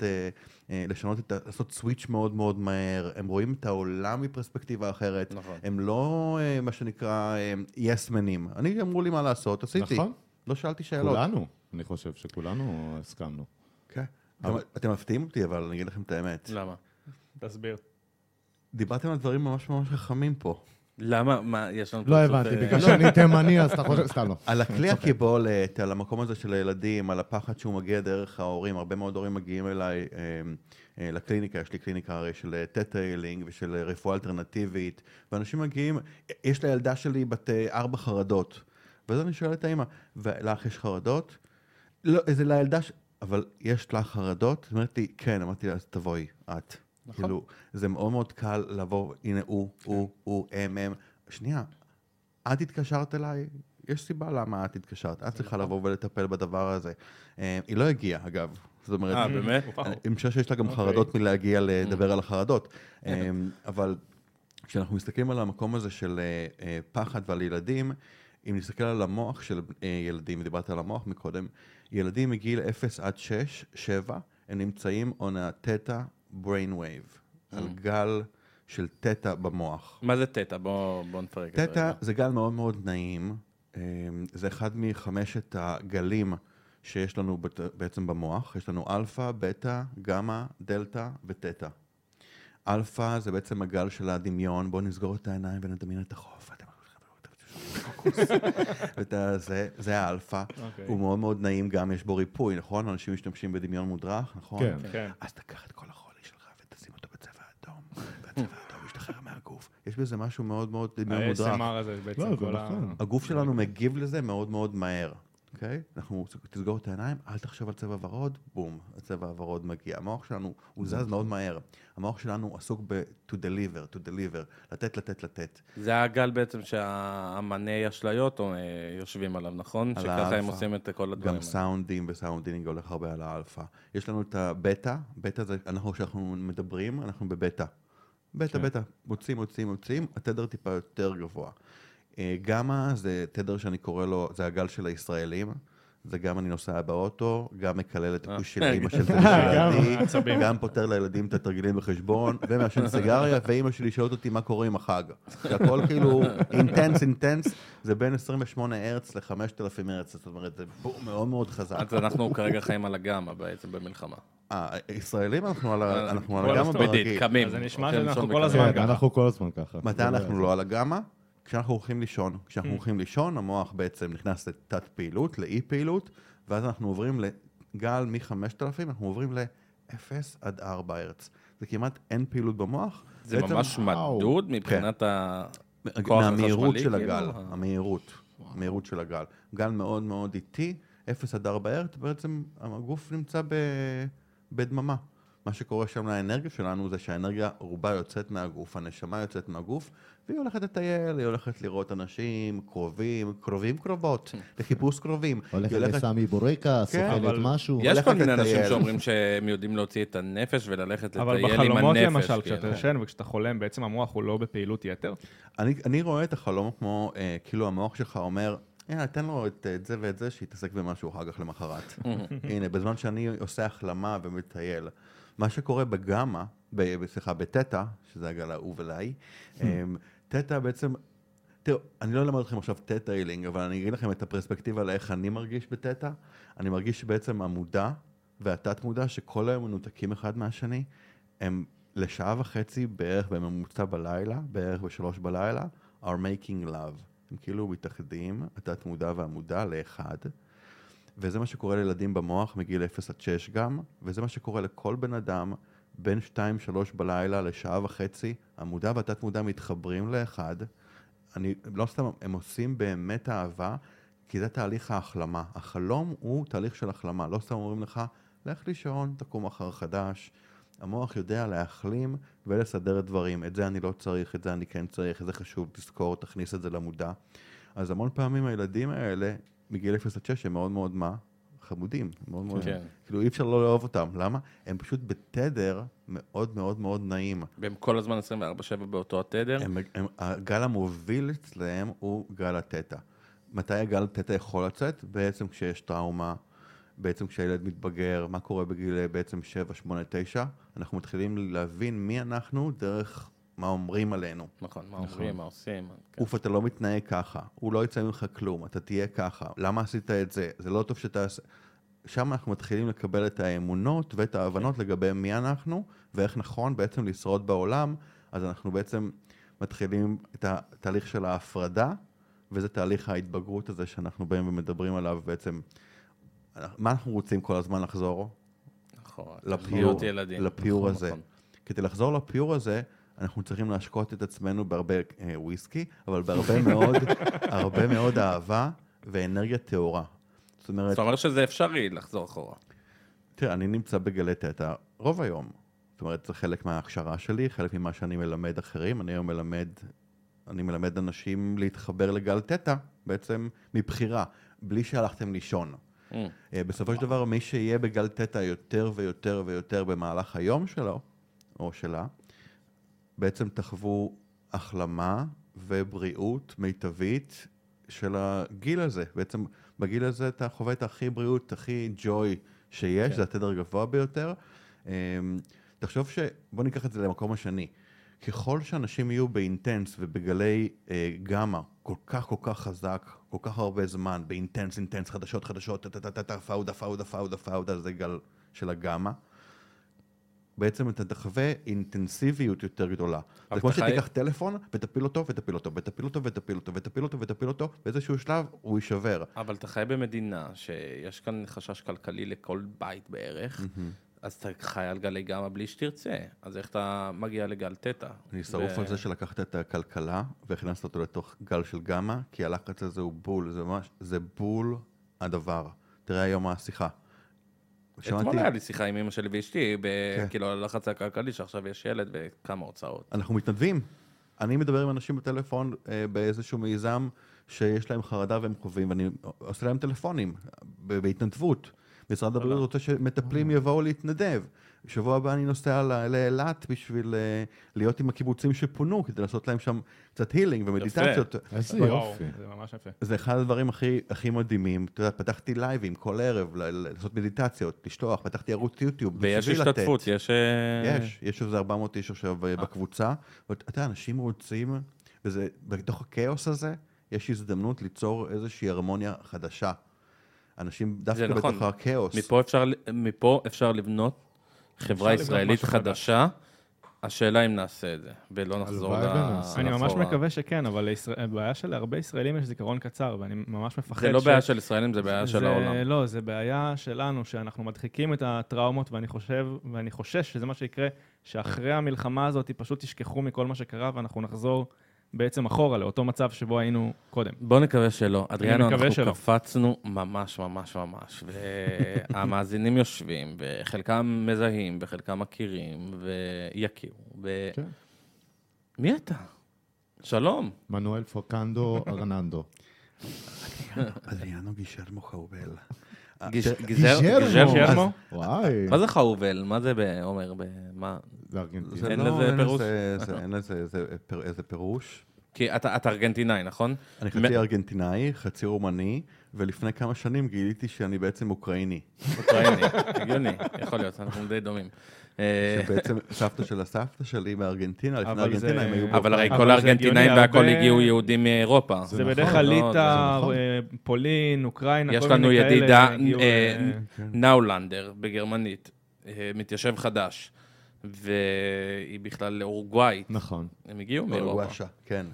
[SPEAKER 3] לעשות סוויץ' מאוד מאוד מהר, הם רואים את העולם מפרספקטיבה אחרת,
[SPEAKER 1] נכון.
[SPEAKER 3] הם לא מה שנקרא יסמנים. אני אמרו לי מה לעשות, עשיתי.
[SPEAKER 2] נכון.
[SPEAKER 3] לא שאלתי שאלות.
[SPEAKER 2] כולנו, אני חושב שכולנו הסכמנו.
[SPEAKER 3] כן. אתם מפתיעים אותי, אבל אני אגיד לכם את האמת.
[SPEAKER 1] למה?
[SPEAKER 4] תסביר.
[SPEAKER 3] דיברתם על דברים ממש ממש חכמים פה.
[SPEAKER 1] למה? מה, יש לנו...
[SPEAKER 2] לא הבנתי, בגלל שאני תימני, אז אתה חושב... סתם לא.
[SPEAKER 3] על הכלי הקיבולת, על המקום הזה של הילדים, על הפחד שהוא מגיע דרך ההורים, הרבה מאוד הורים מגיעים אליי לקליניקה, יש לי קליניקה הרי של טטריילינג ושל רפואה אלטרנטיבית, ואנשים מגיעים, יש לילדה שלי בת 4 חרדות, ואז אני שואל את האמא, ולך יש חרדות? לא, זה לילדה אבל יש לך חרדות? היא אומרת לי, כן, אמרתי לה, אז תבואי, את. כאילו, זה מאוד מאוד קל לבוא, הנה הוא, הם. שנייה, את התקשרת אליי, יש סיבה למה את התקשרת, את צריכה לבוא ולטפל בדבר הזה. היא לא הגיעה, אגב. זאת אומרת,
[SPEAKER 1] באמת?
[SPEAKER 3] אני חושב שיש לה גם חרדות מלהגיע לדבר על החרדות. אבל כשאנחנו מסתכלים על המקום הזה של פחד ועל ילדים, אם נסתכל על המוח של ילדים, דיברת על המוח מקודם, ילדים מגיל 0 עד 6, 7, הם נמצאים on a theta brain wave, על גל של תטא במוח.
[SPEAKER 1] מה זה תטא? בוא נפרק.
[SPEAKER 3] תטא זה גל מאוד מאוד נעים, זה אחד מחמשת הגלים שיש לנו בעצם במוח, יש לנו אלפא, בטא, גמא, דלתא ותטא. אלפא זה בעצם הגל של הדמיון, בואו נסגור את העיניים ונדמיין את החוף. זה האלפא, הוא מאוד מאוד נעים, גם יש בו ריפוי, נכון? אנשים משתמשים בדמיון מודרך, נכון?
[SPEAKER 2] כן.
[SPEAKER 3] אז תקח את כל החולי שלך ותשים אותו בצבע אדום, והצבע האדום ישתחרר מהגוף. יש בזה משהו מאוד מאוד דמיון מודרך.
[SPEAKER 4] ה-SMR הזה בעצם כל
[SPEAKER 3] הגוף שלנו מגיב לזה מאוד מאוד מהר. אוקיי? אנחנו תסגור את העיניים, אל תחשוב על צבע ורוד, בום, הצבע הוורוד מגיע. המוח שלנו, הוא זז מאוד מהר. המוח שלנו עסוק to deliver, לתת.
[SPEAKER 1] זה הגל בעצם שהאמני אשליות יושבים עליו, נכון? שככה הם עושים את כל הדברים.
[SPEAKER 3] גם סאונדים וסאונדינג הולך הרבה על האלפא. יש לנו את הבטא, בטא זה, כשאנחנו מדברים, אנחנו בבטא. בטא, מוצאים, התדר טיפה יותר גבוה. גמא זה תדר שאני קורא לו, זה הגל של הישראלים, זה גם אני נוסע באוטו, גם מקלל את הכוש של אמא של ילדי, גם פותר לילדים את התרגילים בחשבון, ומעשן סיגריה, ואמא שלי שואלת אותי מה קורה עם החג. שהכל כאילו אינטנס, זה בין 28 הרץ ל-5,000 הרץ, זאת אומרת, זה מאוד מאוד חזק.
[SPEAKER 1] אז אנחנו כרגע חיים על הגמא בעצם במלחמה.
[SPEAKER 3] ישראלים אנחנו על הגמא ברגיל.
[SPEAKER 4] אז זה נשמע שאנחנו כל הזמן ככה.
[SPEAKER 2] אנחנו כל הזמן ככה.
[SPEAKER 3] מתי אנחנו לא על הגמא? כשאנחנו הולכים לישון, המוח בעצם נכנס לתת פעילות, לאי פעילות, ואז אנחנו עוברים לגל מ-5,000, אנחנו עוברים ל-0 עד 4 הרץ. זה כמעט אין פעילות במוח.
[SPEAKER 1] זה ממש מדוד מבחינת הכוח
[SPEAKER 3] מהמהירות של הגל, המהירות של הגל. גל מאוד מאוד איטי, 0 עד 4 הרץ, בעצם הגוף נמצא בדממה. מה שקורה שם לאנרגיה שלנו זה שהאנרגיה רובה יוצאת מהגוף, הנשמה יוצאת מהגוף, והיא הולכת לטייל, היא הולכת לראות אנשים קרובות, לחיפוש קרובים.
[SPEAKER 2] הולכת לסמי בורקה, סוכלת משהו.
[SPEAKER 1] יש כל מיני אנשים שאומרים שהם יודעים להוציא את הנפש וללכת לטייל עם הנפש.
[SPEAKER 4] אבל בחלומות למשל, כשאתה ישן וכשאתה חולם, בעצם המוח הוא לא בפעילות יתר?
[SPEAKER 3] אני רואה את החלום כמו, כאילו המוח שלך אומר, תן לו את זה ואת זה, שיתעסק במשהו אחר כך למחרת. הנה, בזמן שאני עושה החלמה ומטייל, מה שקורה בגמא, בתטא, שזה הגל האהוב עליי, תטא בעצם, תראו, אני לא אלמד אתכם עכשיו תטא הילינג, אבל אני אגיד לכם את הפרספקטיבה על איך אני מרגיש בתטא. אני מרגיש שבעצם המודע והתת מודע, שכל היום מנותקים אחד מהשני, הם לשעה וחצי בערך בממוצע בלילה, בערך ב3 בלילה, are making love. הם כאילו מתאחדים, התת מודע והמודע לאחד, וזה מה שקורה לילדים במוח מגיל 0 עד 6 גם, וזה מה שקורה לכל בן אדם בין 2-3 בלילה לשעה וחצי, המודע והתת מודע מתחברים לאחד, לא סתם, הם עושים באמת אהבה, כי זה תהליך ההחלמה. החלום הוא תהליך של החלמה, לא סתם אומרים לך, לך לישון, תקום אחר חדש. המוח יודע להחלים ולסדר את דברים. את זה אני לא צריך, את זה אני כן צריך, זה חשוב, תזכור, תכניס את זה למודע. אז המון פעמים הילדים האלה, מגיל 0 עד 6, הם מאוד מאוד חמודים, מאוד מאוד, כאילו אי אפשר לא לאהוב אותם. למה? הם פשוט בתדר מאוד מאוד מאוד נעים.
[SPEAKER 1] והם כל הזמן 24/7 באותו התדר?
[SPEAKER 3] הגל המוביל אצלהם הוא גל התטא. מתי הגל התטא יכול לצאת? בעצם כשיש טראומה, בעצם כשהילד מתבגר, מה קורה בגיל בעצם 7, 8, 9, אנחנו מתחילים להבין מי אנחנו דרך מה אומרים עלינו.
[SPEAKER 1] נכון, מה אומרים, מה עושים.
[SPEAKER 3] אוף, אתה לא מתנהג ככה, הוא לא יצא ממך כלום, אתה תהיה ככה, למה עשית את זה? זה לא טוב שתעשה. שם אנחנו מתחילים לקבל את האמונות ואת ההבנות לגבי מי אנחנו, ואיך נכון בעצם לשרוד בעולם, אז אנחנו בעצם מתחילים את התהליך של ההפרדה, וזה תהליך ההתבגרות הזה שאנחנו באים ומדברים עליו בעצם. מה אנחנו רוצים כל הזמן לחזור?
[SPEAKER 1] נכון,
[SPEAKER 3] לפיור הזה. כדי לחזור לפיור הזה, אנחנו צריכים להשקות את עצמנו בהרבה וויסקי, אבל בהרבה מאוד אהבה ואנרגיה טהורה.
[SPEAKER 1] זאת אומרת שזה אפשרי לחזור אחורה.
[SPEAKER 3] תראה, אני נמצא בגלי תטא רוב היום. זאת אומרת, זה חלק מההכשרה שלי, חלק ממה שאני מלמד אחרים. אני היום מלמד אנשים להתחבר לגל תטא, בעצם מבחירה, בלי שהלכתם לישון. בסופו של דבר, מי שיהיה בגל תטא יותר ויותר ויותר במהלך היום שלו, או שלה, בעצם תחוו החלמה ובריאות מיטבית של הגיל הזה. בעצם בגיל הזה אתה חווה את הכי בריאות, הכי ג'וי שיש, זה התדר גבוה ביותר. תחשוב בוא ניקח את זה למקום השני. ככל שאנשים יהיו באינטנס ובגלי גמא כל כך חזק, כל כך הרבה זמן, באינטנס, חדשות, פאודה, זה גל של הגמא, בעצם אתה תחווה אינטנסיביות יותר גדולה. זה כמו שתיקח טלפון ותפיל אותו, באיזשהו שלב הוא יישבר.
[SPEAKER 1] אבל אתה חי במדינה שיש כאן חשש כלכלי לכל בית בערך, אז אתה חי על גלי גמא בלי שתרצה. אז איך אתה מגיע לגל תטא?
[SPEAKER 3] אני שרוף על זה שלקחת את הכלכלה והכנסת אותו לתוך גל של גמא, כי הלחץ הזה הוא בול, זה בול הדבר. תראה היום השיחה.
[SPEAKER 1] אתמול היה לי שיחה עם אמא שלי ואשתי, כאילו על הלחץ הכלכלי שעכשיו יש ילד וכמה הוצאות.
[SPEAKER 3] אנחנו מתנדבים. אני מדבר עם אנשים בטלפון באיזשהו מיזם שיש להם חרדה והם חווים, ואני עושה להם טלפונים בהתנדבות. משרד הבריאות רוצה שמטפלים יבואו להתנדב. בשבוע הבא אני נוסע לאילת בשביל להיות עם הקיבוצים שפונו, כדי לעשות להם שם קצת הילינג ומדיטציות.
[SPEAKER 2] איזה יופי.
[SPEAKER 4] זה ממש יפה.
[SPEAKER 3] זה אחד הדברים הכי מדהימים. אתה יודע, פתחתי לייבים כל ערב, לעשות מדיטציות, לשלוח, פתחתי ערוץ יוטיוב.
[SPEAKER 1] ויש השתתפות,
[SPEAKER 3] יש איזה 400 איש עכשיו בקבוצה. אתה יודע, אנשים רוצים, ובתוך הכאוס הזה, יש הזדמנות ליצור איזושהי הרמוניה חדשה. אנשים דווקא בתוך הכאוס.
[SPEAKER 1] מפה אפשר לבנות חברה ישראלית חדשה, השאלה אם נעשה את זה, ולא נחזור
[SPEAKER 4] אני ממש מקווה שכן, אבל הבעיה של הרבה ישראלים יש זיכרון קצר, ואני ממש מפחד
[SPEAKER 1] זה לא בעיה של ישראלים, זה בעיה של העולם.
[SPEAKER 4] לא, זה בעיה שלנו, שאנחנו מדחיקים את הטראומות, ואני חושש שזה מה שיקרה, שאחרי המלחמה הזאת פשוט תשכחו מכל מה שקרה, ואנחנו נחזור בעצם אחורה לאותו מצב שבו היינו קודם.
[SPEAKER 1] בוא נקווה שלא. אדריאנו, אנחנו קפצנו ממש, והמאזינים יושבים, וחלקם מזהים, וחלקם מכירים, ויקירו. מי אתה? שלום.
[SPEAKER 2] מנואל פוקנדו ארננדו.
[SPEAKER 3] אדריאנו גישרמו חאובל.
[SPEAKER 1] גישרמו?
[SPEAKER 2] וואי.
[SPEAKER 1] מה זה חאובל? מה זה אומר?
[SPEAKER 2] זה ארגנטינה.
[SPEAKER 1] אין לזה פירוש?
[SPEAKER 3] אין לזה איזה פירוש.
[SPEAKER 1] כי אתה ארגנטינאי, נכון?
[SPEAKER 3] אני חצי ארגנטינאי, חצי רומני, ולפני כמה שנים גיליתי שאני בעצם אוקראיני.
[SPEAKER 1] אוקראיני, הגיוני, יכול להיות, אנחנו די דומים.
[SPEAKER 3] שבעצם סבתא של הסבתא שלי מארגנטינה, לפני ארגנטינה הם היו...
[SPEAKER 1] אבל הרי כל הארגנטינאים והכל הגיעו יהודים מאירופה.
[SPEAKER 4] זה בדרך כלל ליטא, פולין, אוקראינה,
[SPEAKER 1] יש לנו ידידה נאולנדר בגרמנית, מתיישב חדש. והיא בכלל אורוגוואית.
[SPEAKER 2] נכון.
[SPEAKER 1] הם הגיעו מאירופה.
[SPEAKER 3] אורוגוואשה, כן.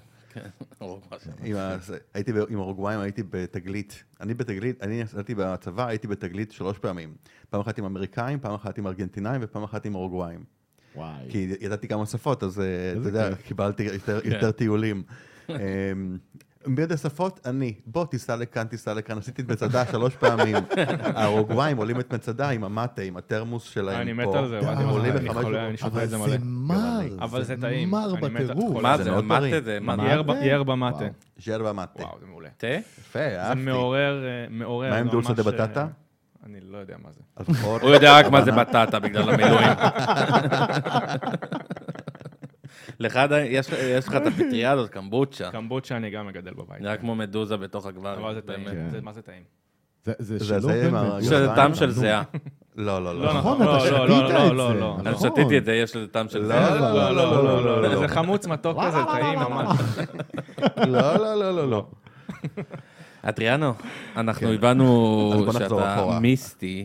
[SPEAKER 3] עם אורוגוואים הייתי בתגלית. אני נסעתי בצבא, הייתי בתגלית 3 פעמים. פעם אחת עם אמריקאים, פעם אחת עם ארגנטינאים, ופעם אחת עם אורוגוואים.
[SPEAKER 2] וואי.
[SPEAKER 3] כי ידעתי כמה שפות, אז אתה יודע, קיבלתי יותר טיולים. בידי שפות, בוא תיסע לכאן, עשיתי את מצדה 3 פעמים. האורוגוואים עולים את מצדה עם המטה, עם התרמוס שלהם.
[SPEAKER 4] אני מת על זה, אני שותה את זה מלא. אבל זה טעים.
[SPEAKER 2] מר בטירוף.
[SPEAKER 1] מה זה? מטה זה?
[SPEAKER 4] ירבה מטה.
[SPEAKER 3] ירבה מטה.
[SPEAKER 4] וואו, זה מעולה.
[SPEAKER 1] תה?
[SPEAKER 3] יפה, אהבתי.
[SPEAKER 4] זה מעורר.
[SPEAKER 3] מה עם דולסה דה בטטה?
[SPEAKER 4] אני לא יודע מה זה.
[SPEAKER 1] הוא יודע רק מה זה בטטה בגלל המילואים. לך יש לך את הפטריה הזאת, קמבוצ'ה.
[SPEAKER 4] קמבוצ'ה אני גם מגדל בבית.
[SPEAKER 1] נראה כמו מדוזה בתוך הגבר.
[SPEAKER 4] אבל זה טעים. מה זה טעים?
[SPEAKER 2] זה שילוב באמת.
[SPEAKER 1] זה טעם של זהה.
[SPEAKER 3] לא.
[SPEAKER 2] נכון, אתה שתית את זה.
[SPEAKER 1] אני שתיתי את זה, יש לזה טעם של זהה.
[SPEAKER 4] לא. זה חמוץ מתוק כזה, טעים ממש.
[SPEAKER 3] לא.
[SPEAKER 1] אדריאנו, אנחנו הבנו שאתה מיסטי,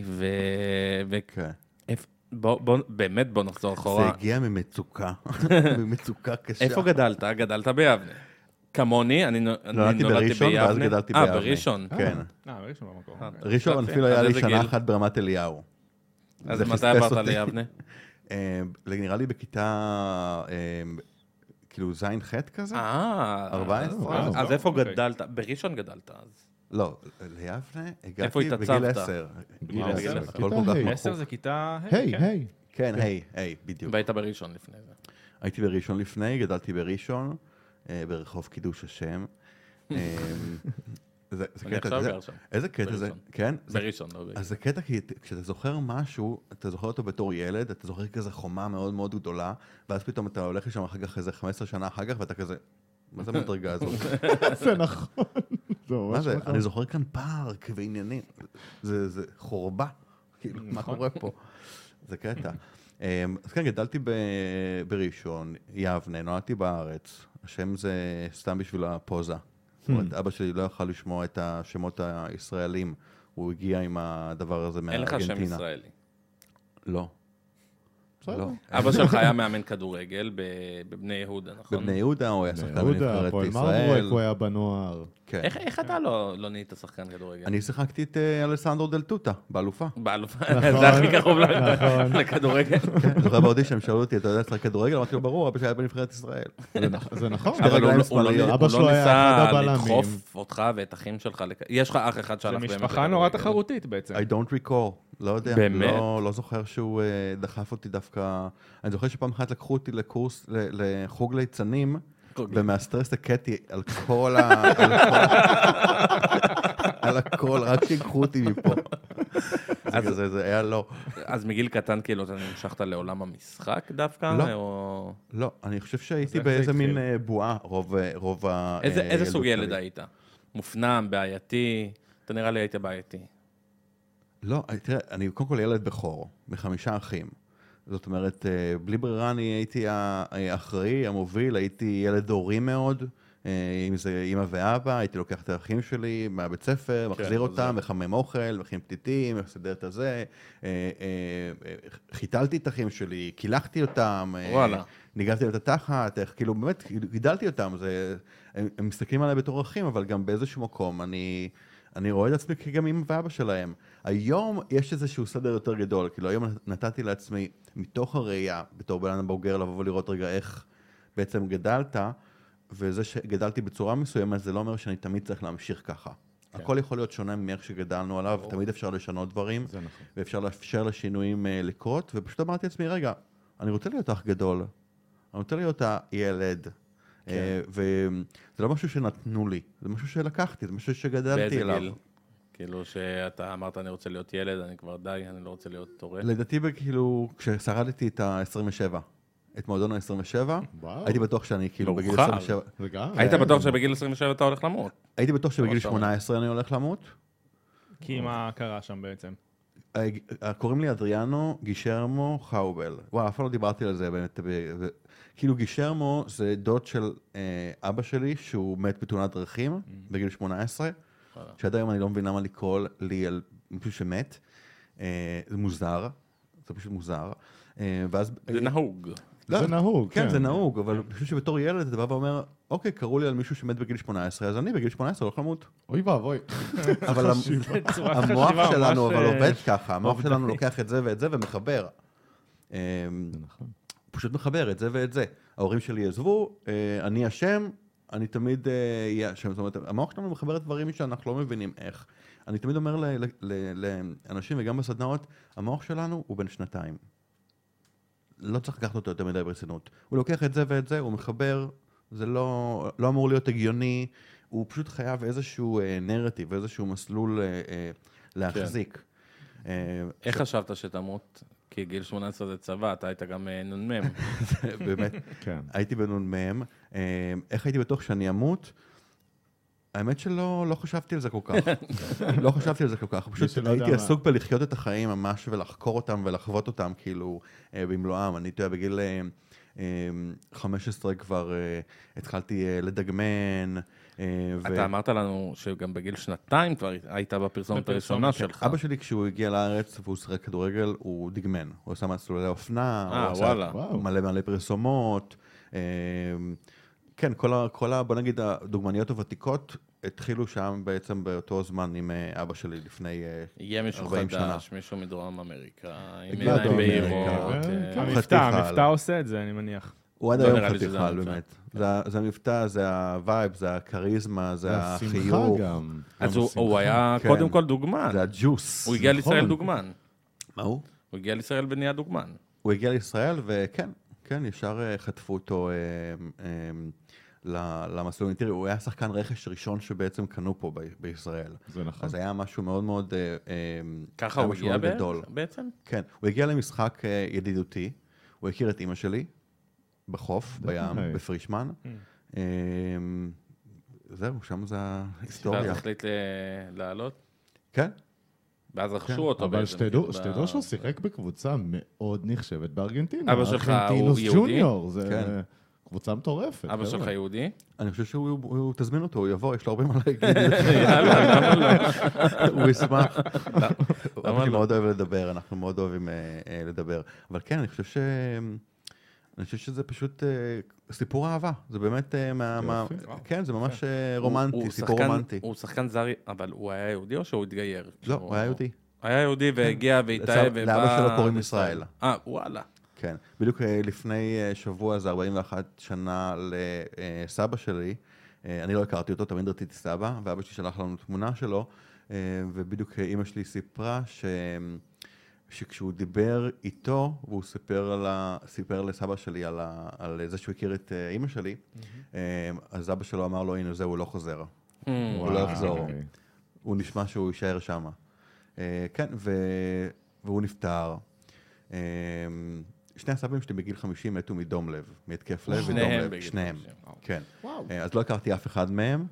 [SPEAKER 1] באמת בוא נחזור אחורה.
[SPEAKER 3] זה הגיע ממצוקה קשה.
[SPEAKER 1] איפה גדלת? גדלת ביבנה. כמוני, אני נולדתי
[SPEAKER 3] בראשון, ואז
[SPEAKER 1] ביבנה.
[SPEAKER 3] גדלתי ביבנה.
[SPEAKER 1] בראשון.
[SPEAKER 3] כן.
[SPEAKER 4] בראשון במקום.
[SPEAKER 3] ראשון אפילו היה לי שנה אחת ברמת אליהו.
[SPEAKER 1] אז מתי עברת ליבנה?
[SPEAKER 3] נראה לי בכיתה, כאילו זין ח' כזה? 14.
[SPEAKER 1] אז איפה גדלת? בראשון גדלת אז.
[SPEAKER 3] לא, ליבנה הגעתי בגיל 10.
[SPEAKER 1] גיל 10.
[SPEAKER 4] 10 זה כיתה
[SPEAKER 2] היי.
[SPEAKER 3] כן, היי, בדיוק.
[SPEAKER 1] והיית בראשון לפני זה.
[SPEAKER 3] הייתי בראשון לפני, גדלתי בראשון, ברחוב קידוש השם.
[SPEAKER 1] אני עכשיו גר שם.
[SPEAKER 3] איזה קטע זה? כן?
[SPEAKER 1] בראשון, לא בראשון.
[SPEAKER 3] אז זה קטע, כי כשאתה זוכר משהו, אתה זוכר אותו בתור ילד, אתה זוכר כזה חומה מאוד מאוד גדולה, ואז פתאום אתה הולך לשם אחר כך איזה 15 שנה אחר כך, ואתה כזה, מה זה המדרגה הזאת?
[SPEAKER 2] זה נכון.
[SPEAKER 3] מה זה? אני זוכר כאן פארק ועניינים. זה חורבה. כאילו, מה קורה פה? זה קטע. אז כן, גדלתי בראשון, יבנה, נולדתי בארץ. השם זה סתם בשביל הפוזה. זאת אומרת, אבא שלי לא יכל לשמוע את השמות הישראלים. הוא הגיע עם הדבר הזה מארגנטינה.
[SPEAKER 1] אין לך שם ישראלי.
[SPEAKER 3] לא. לא.
[SPEAKER 1] אבא שלך היה מאמן כדורגל בבני יהודה, נכון?
[SPEAKER 3] בבני יהודה הוא היה שחקן
[SPEAKER 2] יהודה,
[SPEAKER 3] בנבחרת
[SPEAKER 2] פועל
[SPEAKER 3] ישראל.
[SPEAKER 2] מרמורק, הוא היה בנוער.
[SPEAKER 3] כן.
[SPEAKER 1] איך אתה לא נהיית שחקן כדורגל?
[SPEAKER 3] אני שיחקתי את אלסנדרו דל טוטה, באלופה.
[SPEAKER 1] באלופה, זה הכי קרוב לכדורגל.
[SPEAKER 3] כן, זוכר באודישן, שאלו אותי, אתה יודע לשחק כדורגל? אמרתי לו, ברור, אבא שלי היה בנבחרת ישראל.
[SPEAKER 2] זה נכון.
[SPEAKER 1] אבל הוא
[SPEAKER 2] אבא שלו
[SPEAKER 1] לא
[SPEAKER 2] היה אחד
[SPEAKER 1] ניסה
[SPEAKER 2] הבלמים.
[SPEAKER 1] לדחוף אותך ואת אחים שלך. יש לך אח אחד
[SPEAKER 4] זו
[SPEAKER 1] שהלך באמת
[SPEAKER 4] משפחה נורא תחרותית בעצם.
[SPEAKER 3] I don't recall, לא יודע.
[SPEAKER 1] באמת?
[SPEAKER 3] לא זוכר שהוא דחף אותי דווקא. אני זוכר שפעם אחת לקחו אותי לקורס, לחוג ליצנים, ומהסטרס הקטי על כל על הכל, רק שיקחו אותי מפה. זה היה לא.
[SPEAKER 1] אז מגיל קטן כאילו אתה נמשכת לעולם המשחק דווקא?
[SPEAKER 3] לא. לא, אני חושב שהייתי באיזה מין בועה רוב הילדות שלי.
[SPEAKER 1] איזה סוג ילד היית? מופנם, בעייתי? אתה נראה לי היית בעייתי.
[SPEAKER 3] לא, תראה, אני קודם כל ילד בכור, מ5 אחים. זאת אומרת, בלי ברירה אני הייתי האחראי, המוביל, הייתי ילד הורי מאוד, אם זה אמא ואבא, הייתי לוקח את האחים שלי מהבית ספר, מחזיר אותם, מחמם אוכל, מכין פתיתים, מסדר את הזה, חיתלתי את האחים שלי, קילחתי אותם, ניגלתי להם את התחת, כאילו באמת גידלתי אותם, הם מסתכלים עליי בתור אחים, אבל גם באיזשהו מקום אני רואה את עצמי כגם אמא ואבא שלהם. היום יש איזשהו סדר יותר גדול, כאילו היום נתתי לעצמי מתוך הראייה, בתור בן בוגר, לבוא ולראות רגע איך בעצם גדלת, וזה שגדלתי בצורה מסוימת, זה לא אומר שאני תמיד צריך להמשיך ככה. כן. הכל יכול להיות שונה מאיך שגדלנו עליו, תמיד אפשר לשנות דברים, ואפשר לאפשר לשינויים לקרות, ופשוט אמרתי לעצמי, רגע, אני רוצה להיות אח גדול, אני רוצה להיות הילד, וזה לא משהו שנתנו לי, זה משהו שלקחתי, זה משהו שגדלתי אליו.
[SPEAKER 1] באיזה גיל? כאילו שאתה אמרת אני רוצה להיות ילד, אני כבר די, אני לא רוצה להיות תורה.
[SPEAKER 3] לדעתי כאילו, כששרדתי את ה-27, את מועדון ה-27, הייתי בטוח שאני כאילו בגיל 27.
[SPEAKER 1] היית בטוח שבגיל 27 אתה הולך למות?
[SPEAKER 3] הייתי בטוח שבגיל 18 אני הולך למות.
[SPEAKER 4] כי מה קרה שם בעצם?
[SPEAKER 3] קוראים לי אדריאנו גישרמו חאובל. וואו, אף פעם לא דיברתי על זה באמת. כאילו גישרמו זה דוד של אבא שלי, שהוא מת בתאונת דרכים בגיל 18, שעד היום אני לא מבין למה לקרוא לי על מישהו שמת. זה מוזר, זה פשוט מוזר.
[SPEAKER 1] זה נהוג.
[SPEAKER 2] זה נהוג,
[SPEAKER 3] כן. זה נהוג, אבל אני חושב שבתור ילד אתה בא ואומר, אוקיי, קראו לי על מישהו שמת בגיל 18, אז אני בגיל 18 הולך למות.
[SPEAKER 2] אוי ואבוי.
[SPEAKER 3] אבל המוח שלנו אבל עובד ככה, המוח שלנו לוקח את זה ואת זה ומחבר.
[SPEAKER 2] זה נכון.
[SPEAKER 3] פשוט מחבר את זה ואת זה. ההורים שלי עזבו, אני אשם, אני תמיד אהיה אשם. זאת אומרת, המוח שלנו מחבר את דברים שאנחנו לא מבינים איך. אני תמיד אומר לאנשים וגם בסדנאות, המוח שלנו הוא בן 2. לא צריך לקחת אותו יותר מדי ברצינות. הוא לוקח את זה ואת זה, הוא מחבר, זה לא אמור להיות הגיוני, הוא פשוט חייב איזשהו נרטיב, איזשהו מסלול להחזיק.
[SPEAKER 1] איך חשבת שתמות? כי גיל 18 זה צבא, אתה היית גם נ"מ.
[SPEAKER 3] באמת, הייתי בנ"מ. איך הייתי בטוח שאני אמות? האמת שלא חשבתי על זה כל כך. לא חשבתי על זה כל כך. פשוט הייתי עסוק בלחיות את החיים ממש ולחקור אותם ולחוות אותם כאילו במלואם. אני יודע, בגיל 15 כבר התחלתי לדגמן.
[SPEAKER 1] אתה אמרת לנו שגם בגיל 2 כבר היית בפרסומת הראשונה שלך.
[SPEAKER 3] אבא שלי כשהוא הגיע לארץ והוא שחק כדורגל, הוא דגמן. הוא עשה מסלולי אופנה, הוא עשה מלא פרסומות. כן, בוא נגיד, הדוגמניות הוותיקות התחילו שם בעצם באותו זמן עם אבא שלי לפני 40 שנה.
[SPEAKER 1] יהיה מישהו חדש, מישהו מדרום אמריקה, עם עיניים בהירות.
[SPEAKER 4] המבטא עושה את זה, אני מניח.
[SPEAKER 3] הוא עד היום חתיכה, באמת. זה המבטא, זה הווייב, זה הכריזמה, זה החיוך.
[SPEAKER 1] אז הוא היה קודם כל דוגמן.
[SPEAKER 3] זה הג'וס.
[SPEAKER 1] הוא הגיע לישראל דוגמן.
[SPEAKER 3] מה הוא?
[SPEAKER 1] הוא הגיע לישראל ונהיה דוגמן.
[SPEAKER 3] הוא הגיע לישראל, וכן, כן, ישר חטפו אותו למסלול. תראי, הוא היה שחקן רכש ראשון שבעצם קנו פה בישראל.
[SPEAKER 2] זה נכון.
[SPEAKER 3] אז היה משהו מאוד מאוד
[SPEAKER 1] ככה הוא הגיע בעצם?
[SPEAKER 3] כן, הוא הגיע למשחק ידידותי, הוא הכיר את אמא שלי בחוף, בים, בפרישמן. זהו, שם זה ההיסטוריה.
[SPEAKER 1] ואז החליט לעלות?
[SPEAKER 3] כן.
[SPEAKER 1] ואז רכשו אותו.
[SPEAKER 2] אבל שתדעו שהוא שיחק בקבוצה מאוד נחשבת בארגנטינה.
[SPEAKER 1] אבא שלך הוא
[SPEAKER 2] ארגנטינוס
[SPEAKER 1] יהודי?
[SPEAKER 2] ג'וניור, זה קבוצה מטורפת.
[SPEAKER 1] אבא שלך יהודי?
[SPEAKER 3] אני חושב שהוא תזמין אותו, הוא יבוא, יש לו הרבה מה להגיד.
[SPEAKER 1] יאללה, למה לא?
[SPEAKER 3] הוא ישמח.
[SPEAKER 1] למה
[SPEAKER 3] אני
[SPEAKER 1] לא?
[SPEAKER 3] מאוד אוהב לדבר, אנחנו מאוד אוהבים לדבר. אבל כן, אני חושב שזה פשוט סיפור אהבה. זה באמת, כן, זה ממש רומנטי, סיפור רומנטי.
[SPEAKER 1] הוא שחקן זר, אבל הוא היה יהודי או שהוא התגייר?
[SPEAKER 3] לא, הוא היה יהודי.
[SPEAKER 1] היה יהודי והגיע והתאהב ובא...
[SPEAKER 3] לאבא שלו קוראים ישראל.
[SPEAKER 1] וואלה.
[SPEAKER 3] כן, בדיוק לפני שבוע, זה 41 שנה לסבא שלי, אני לא הכרתי אותו, תמיד רציתי סבא, ואבא שלי שלח לנו תמונה שלו, ובדיוק אמא שלי סיפרה שכשהוא דיבר איתו, והוא סיפר לסבא שלי על זה שהוא הכיר את אמא שלי, אז אבא שלו אמר לו, הנה זה, הוא לא חוזר, הוא לא יחזור, הוא נשמע שהוא יישאר שם. כן, והוא נפטר. שני הסבים שלי בגיל 50 מתו מדום לב, מהתקף לב ודום לב, שניהם. כן. אז לא הכרתי אף אחד מהם,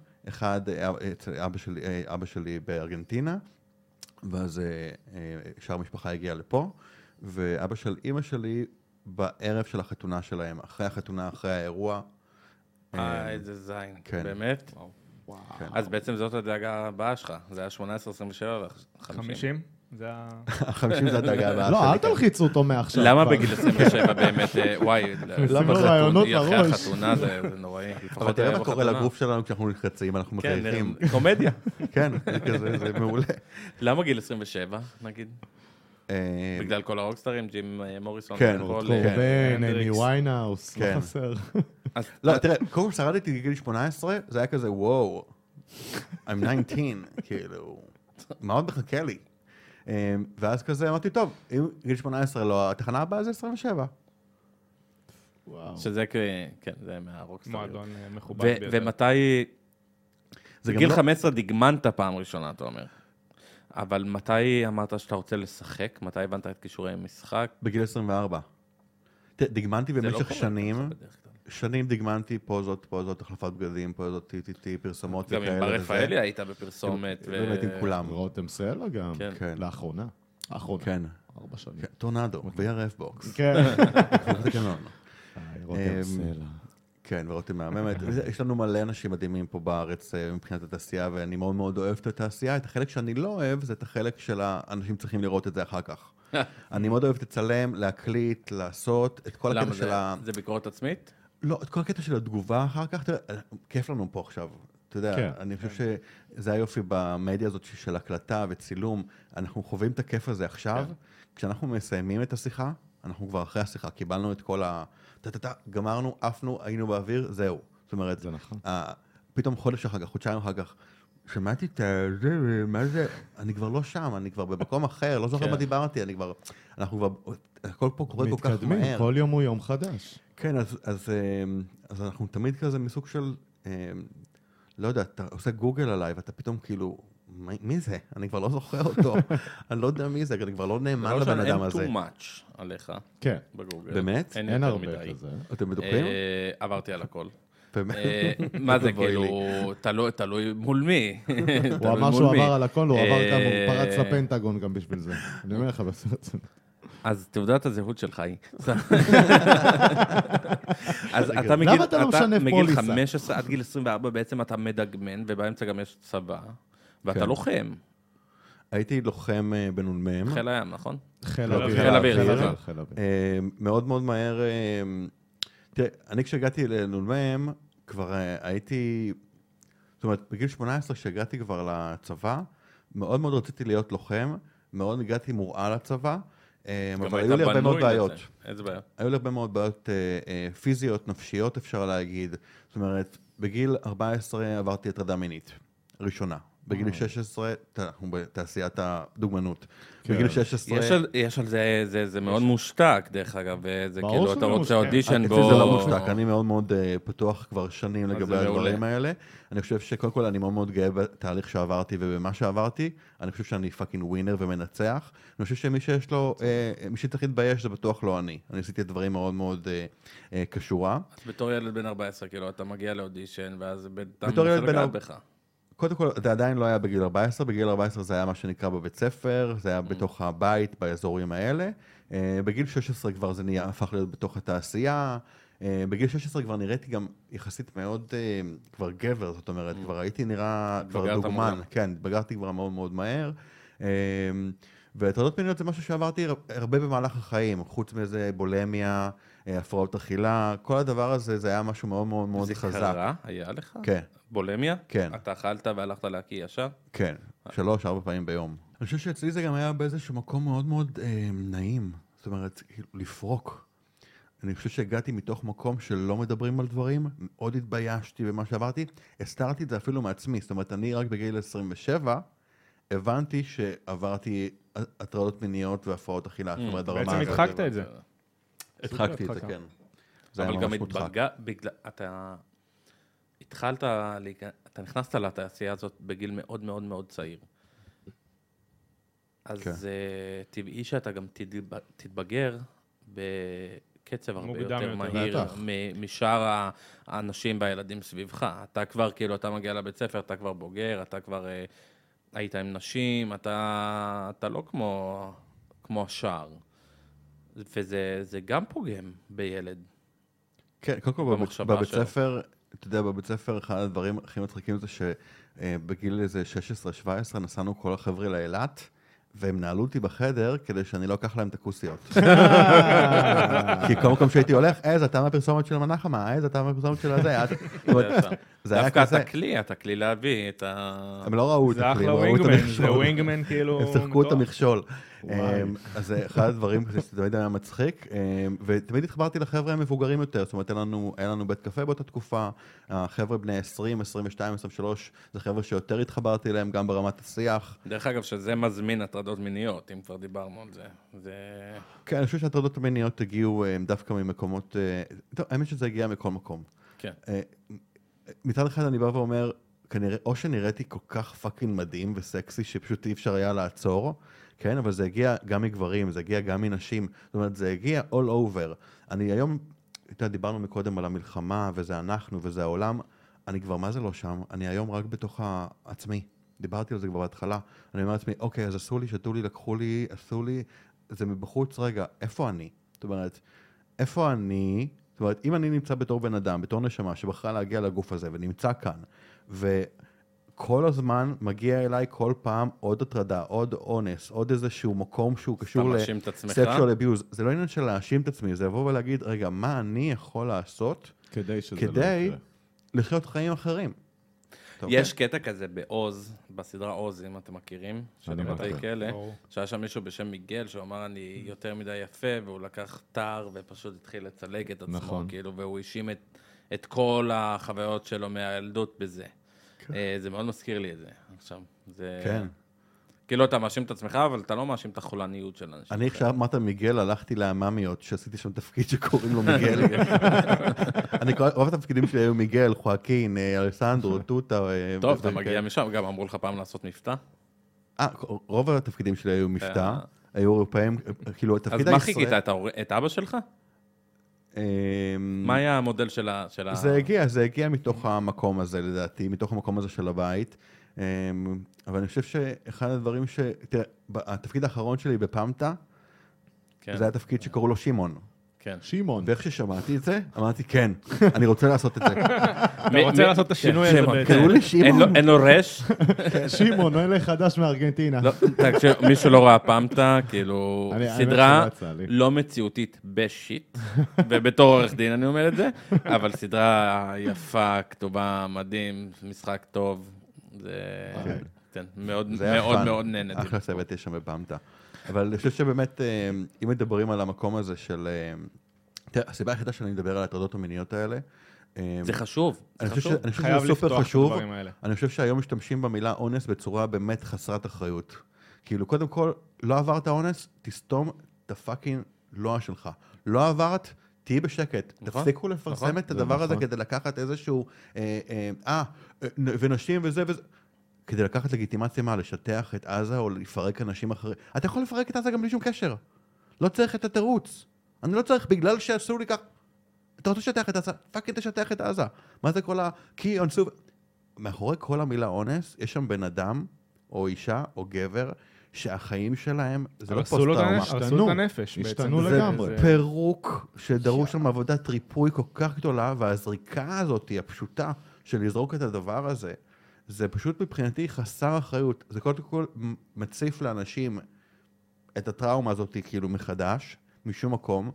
[SPEAKER 3] אבא שלי בארגנטינה, ואז שאר המשפחה הגיעה לפה, ואבא של אמא שלי בערב של החתונה שלהם, אחרי החתונה, אחרי האירוע.
[SPEAKER 1] איזה זין, באמת? אז בעצם זאת הדאגה הבאה שלך, זה היה 18, 27 ו-50.
[SPEAKER 4] 50? זה ה...
[SPEAKER 3] 50 זה הדאגה הבאה.
[SPEAKER 2] לא, אל תלחיצו אותו מעכשיו.
[SPEAKER 1] למה בגיל 27 באמת, וואי,
[SPEAKER 2] למה רעיונות
[SPEAKER 1] אחרי
[SPEAKER 2] לראש?
[SPEAKER 1] החתונה זה נוראי.
[SPEAKER 3] אבל תראה מה קורה לגוף שלנו כשאנחנו נלחצים, אנחנו מחייכים.
[SPEAKER 1] כן, קומדיה.
[SPEAKER 3] כן, זה מעולה.
[SPEAKER 1] למה גיל 27, נגיד? בגלל כל הרוקסטרים, ג'ים מוריסון,
[SPEAKER 3] כן,
[SPEAKER 2] קורבן, אמי ויינהאוס, לא חסר.
[SPEAKER 3] לא, תראה, קודם כל שרדתי בגיל 18, זה היה כזה, וואו, I'm 19, כאילו, מאוד מחכה לי. ואז כזה אמרתי, טוב, אם גיל 18 לא, התחנה הבאה זה 27.
[SPEAKER 1] שזה כן, זה מהרוקסטרים.
[SPEAKER 4] מועדון מכובד ביותר.
[SPEAKER 1] ומתי, בגיל 15 דגמנת פעם ראשונה, אתה אומר. אבל מתי אמרת שאתה רוצה לשחק? מתי הבנת את כישורי המשחק?
[SPEAKER 3] בגיל 24. דגמנתי במשך שנים דגמנתי פוזות, החלפת בגדים, פוזות, טיטי, פרסומות
[SPEAKER 1] וכאלה. גם עם בר רפאלי היית בפרסומת.
[SPEAKER 3] באמת עם כולם.
[SPEAKER 2] רותם סלע גם,
[SPEAKER 3] כן.
[SPEAKER 2] לאחרונה.
[SPEAKER 3] כן.
[SPEAKER 2] 4 שנים.
[SPEAKER 3] טורנדו, ו-RF בוקס.
[SPEAKER 2] כן.
[SPEAKER 3] רותם סלע. כן, ורותם מהממת. יש לנו מלא אנשים מדהימים פה בארץ מבחינת התעשייה, ואני מאוד מאוד אוהב את התעשייה. את החלק שאני לא אוהב, זה את החלק של האנשים צריכים לראות את זה אחר כך. אני מאוד אוהב לצלם, להקליט, לעשות את כל הקטע של ה...
[SPEAKER 1] למה זה ביקורת עצמית?
[SPEAKER 3] לא, את כל הקטע של התגובה אחר כך, תראה, כיף לנו פה עכשיו. אתה יודע, אני חושב שזה היופי במדיה הזאת של הקלטה וצילום, אנחנו חווים את הכיף הזה עכשיו, כשאנחנו מסיימים את השיחה, אנחנו כבר אחרי השיחה, קיבלנו את כל ה... גמרנו, עפנו, היינו באוויר, זהו. זאת אומרת,
[SPEAKER 2] זה נכון.
[SPEAKER 3] פתאום חודש אחר כך, חודשיים אחר כך, שמעתי את זה, מה זה? אני כבר לא שם, אני כבר במקום אחר, לא זוכר מה דיברתי, אנחנו כבר, הכל פה קורה כל כך מהר.
[SPEAKER 2] מתקדמים, כל יום הוא יום חדש.
[SPEAKER 3] כן, אז אנחנו תמיד כזה מסוג של, לא יודע, אתה עושה גוגל עליי, ואתה פתאום כאילו, מי זה? אני כבר לא זוכר אותו. אני לא יודע מי זה, אני כבר לא נאמן לבן אדם הזה.
[SPEAKER 1] אין too much עליך
[SPEAKER 2] כן.
[SPEAKER 1] בגוגל.
[SPEAKER 3] באמת?
[SPEAKER 2] אין הרבה כזה.
[SPEAKER 3] אתם בטוחים?
[SPEAKER 1] עברתי על הכל.
[SPEAKER 3] באמת?
[SPEAKER 1] מה זה כאילו, תלוי מול מי.
[SPEAKER 2] הוא אמר שהוא עבר על הכל, הוא עבר גם, הוא פרץ לפנטגון גם בשביל זה. אני אומר לך בסרט.
[SPEAKER 1] אז תעודת הזהות שלך היא. אז
[SPEAKER 2] למה אתה לא משנה
[SPEAKER 1] מגיל
[SPEAKER 2] פוליסה?
[SPEAKER 1] 15 עד גיל 24 בעצם אתה מדגמן, ובאמצע גם יש צבא, ואתה לוחם.
[SPEAKER 3] הייתי לוחם בנ"מ.
[SPEAKER 1] חיל הים, נכון?
[SPEAKER 2] חיל
[SPEAKER 1] אוויר.
[SPEAKER 3] מאוד מאוד מהר. תראה, אני כשהגעתי לנ"מ, כבר הייתי, זאת אומרת, בגיל 18 כשהגעתי כבר לצבא, מאוד מאוד רציתי להיות לוחם, מאוד הגעתי מוראה לצבא, אבל היו לי הרבה מאוד בעיות.
[SPEAKER 1] איזה בעיות?
[SPEAKER 3] היו לי הרבה מאוד בעיות פיזיות, נפשיות אפשר להגיד. זאת אומרת, בגיל 14 עברתי הטרדה מינית, ראשונה. בגיל 16, אנחנו בתעשיית הדוגמנות. בגיל 16...
[SPEAKER 1] יש על זה, זה מאוד מושתק, דרך אגב, זה כאילו, אתה רוצה אודישן בו...
[SPEAKER 3] זה לא מושתק, אני מאוד מאוד פתוח כבר שנים לגבי הדברים האלה. אני חושב שקודם כל אני מאוד מאוד גאה בתהליך שעברתי ובמה שעברתי. אני חושב שאני פאקינג ווינר ומנצח. אני חושב שמי שיש לו, מי שצריך להתבייש זה בטוח לא אני. אני עשיתי דברים מאוד מאוד כשורה.
[SPEAKER 1] אז בתור ילד בן 14, כאילו, אתה מגיע לאודישן, ואז אתה מנסה לגעת בך.
[SPEAKER 3] קודם כל, זה עדיין לא היה בגיל 14, בגיל 14 זה היה מה שנקרא בבית ספר, זה היה בתוך הבית, באזורים האלה. בגיל 16 כבר זה הפך להיות בתוך התעשייה. בגיל 16 כבר נראיתי גם יחסית מאוד כבר גבר, זאת אומרת, כבר הייתי נראה כבר דוגמן. כן, התבגרתי כבר מאוד מאוד מהר. והטרדות מיניות זה משהו שעברתי הרבה במהלך החיים, חוץ מזה בולמיה, הפרעות אכילה, כל הדבר הזה זה היה משהו מאוד מאוד מאוד חזק.
[SPEAKER 1] זה קרה? היה לך?
[SPEAKER 3] כן.
[SPEAKER 1] בולמיה?
[SPEAKER 3] כן.
[SPEAKER 1] אתה אכלת והלכת להקיא ישר?
[SPEAKER 3] כן, 3-4 פעמים ביום. אני חושב שאצלי זה גם היה באיזשהו מקום מאוד מאוד נעים, זאת אומרת, לפרוק. אני חושב שהגעתי מתוך מקום שלא מדברים על דברים, מאוד התביישתי במה שעברתי, הסתרתי את זה אפילו מעצמי, זאת אומרת, אני רק בגיל 27, הבנתי שעברתי הטרדות מיניות והפרעות אכילה, זאת אומרת,
[SPEAKER 4] בעצם הדחקת את זה.
[SPEAKER 3] הדחקתי את זה, כן.
[SPEAKER 1] אבל גם אתה התחלת, אתה נכנסת לתעשייה הזאת בגיל מאוד מאוד מאוד צעיר. אז טבעי שאתה גם תתבגר בקצב הרבה יותר מהיר משאר האנשים והילדים סביבך. אתה כבר, כאילו, אתה מגיע לבית ספר, אתה כבר בוגר, אתה כבר היית עם נשים, אתה לא כמו השאר. וזה גם פוגם בילד.
[SPEAKER 3] כן, קודם כל בבית ספר, אתה יודע, בבית ספר אחד הדברים הכי מצחיקים זה שבגיל איזה 16-17 נסענו כל החבר'ה לאילת, והם נעלו אותי בחדר כדי שאני לא אקח להם את הכוסיות. כי כל מקום שהייתי הולך, זה אתה מהפרסומת של מנחמה, זה אתה מהפרסומת של הזה.
[SPEAKER 1] דווקא אתה כלי להביא את ה...
[SPEAKER 3] הם לא ראו את הכלי,
[SPEAKER 4] זה אחלה ווינגמן, זה ווינגמן כאילו...
[SPEAKER 3] הם שחקו את המכשול. אז זה אחד הדברים שתמיד היה מצחיק, ותמיד התחברתי לחבר'ה המבוגרים יותר, זאת אומרת, היה לנו בית קפה באותה תקופה, החבר'ה בני 20, 22, 23, זה חבר'ה שיותר התחברתי אליהם, גם ברמת השיח.
[SPEAKER 1] דרך אגב, שזה מזמין הטרדות מיניות, אם כבר דיברנו על זה.
[SPEAKER 3] כן, אני חושב שהטרדות המיניות הגיעו דווקא ממקומות, טוב, האמת שזה הגיע מכל מקום.
[SPEAKER 1] כן.
[SPEAKER 3] מצד אחד אני בא ואומר, כנראה, או שנראיתי כל כך פאקינג מדהים וסקסי, שפשוט אי אפשר היה לעצור, כן, אבל זה הגיע גם מגברים, זה הגיע גם מנשים, זאת אומרת, זה הגיע all over. אני היום, דיברנו מקודם על המלחמה, וזה אנחנו, וזה העולם, אני כבר מה זה לא שם, אני היום רק בתוך עצמי. דיברתי על זה כבר בהתחלה, אני אומר לעצמי, אוקיי, אז עשו לי, שתו לי, לקחו לי, עשו לי, זה מבחוץ, רגע, איפה אני? זאת אומרת, איפה אני? זאת אומרת, אם אני נמצא בתור בן אדם, בתור נשמה, שבחרה להגיע לגוף הזה, ונמצא כאן, כל הזמן מגיע אליי כל פעם עוד הטרדה, עוד אונס, עוד איזשהו מקום שהוא קשור ל-sexual abuse. זה לא עניין של להאשים את עצמי, זה לבוא ולהגיד, רגע, מה אני יכול לעשות כדי לחיות חיים אחרים?
[SPEAKER 1] יש קטע כזה בעוז, בסדרה עוז, אם אתם מכירים, של בתי כלא, שהיה שם מישהו בשם מיגל, שהוא אמר, אני יותר מדי יפה, והוא לקח טר ופשוט התחיל לצלג את עצמו, כאילו, והוא האשים את כל החוויות שלו מהילדות בזה. זה מאוד מזכיר לי את זה. עכשיו, זה... כן. כאילו, אתה מאשים את עצמך, אבל אתה לא מאשים את החולניות של אנשים.
[SPEAKER 3] אני עכשיו אמרת מיגל, הלכתי לאממיות, שעשיתי שם תפקיד שקוראים לו מיגל. רוב התפקידים שלי היו מיגל, חואקין, אלסנדרו, טוטה.
[SPEAKER 1] טוב, אתה מגיע משם, גם אמרו לך פעם לעשות מבטא?
[SPEAKER 3] רוב התפקידים שלי היו מבטא, היו אירופאים, כאילו, התפקיד
[SPEAKER 1] הישראל... אז מה חיכית, את אבא שלך? מה היה המודל של ה...
[SPEAKER 3] זה הגיע מתוך המקום הזה, לדעתי, מתוך המקום הזה של הבית. אבל אני חושב שאחד הדברים תראה, התפקיד האחרון שלי בפמטה, זה היה תפקיד שקראו לו שימון.
[SPEAKER 1] כן.
[SPEAKER 2] שימון.
[SPEAKER 3] ואיך ששמעתי את זה, אמרתי, כן, אני רוצה לעשות את זה.
[SPEAKER 4] אתה רוצה לעשות את השינוי הזה בעצם.
[SPEAKER 3] קראו לי שימון.
[SPEAKER 1] אין לו רש?
[SPEAKER 2] שימון, אין לי חדש מארגנטינה.
[SPEAKER 1] מישהו לא ראה פמטה, כאילו, סדרה לא מציאותית בשיט, ובתור עורך דין אני אומר את זה, אבל סדרה יפה, כתובה, מדהים, משחק טוב, זה מאוד מאוד נהנתי.
[SPEAKER 3] אחלה צוות יש שם בפמטה. אבל אני חושב שבאמת, אם מדברים על המקום הזה של... תראה, הסיבה היחידה שאני מדבר על הטרדות המיניות האלה...
[SPEAKER 1] זה חשוב,
[SPEAKER 3] אני חושב שזה סופר חשוב. אני חושב שהיום משתמשים במילה אונס בצורה באמת חסרת אחריות. כאילו, קודם כל, לא עברת אונס, תסתום את הפאקינג לוע שלך. לא עברת, תהי בשקט. תפסיקו לפרסם את הדבר הזה כדי לקחת איזשהו... ונשים וזה וזה... כדי לקחת לגיטימציה מה, לשטח את עזה או לפרק אנשים אחרים. אתה יכול לפרק את עזה גם בלי שום קשר. לא צריך את התירוץ. אני לא צריך, בגלל שעשו לי כך... אתה רוצה לשטח את עזה? פאקינג תשטח את עזה. מה זה כל כי אנסו... מאחורי כל המילה אונס, יש שם בן אדם, או אישה, או גבר, שהחיים שלהם, זה לא פוסט-טראומה.
[SPEAKER 4] הרסו את הנפש.
[SPEAKER 2] השתנו לגמרי.
[SPEAKER 3] זה פירוק שדרוש שם עבודת ריפוי כל כך גדולה, והזריקה הזאת, הפשוטה, של לזרוק את הדבר הזה, זה פשוט מבחינתי חסר אחריות. זה קודם כל מציף לאנשים את הטראומה הזאת כאילו מחדש, משום מקום,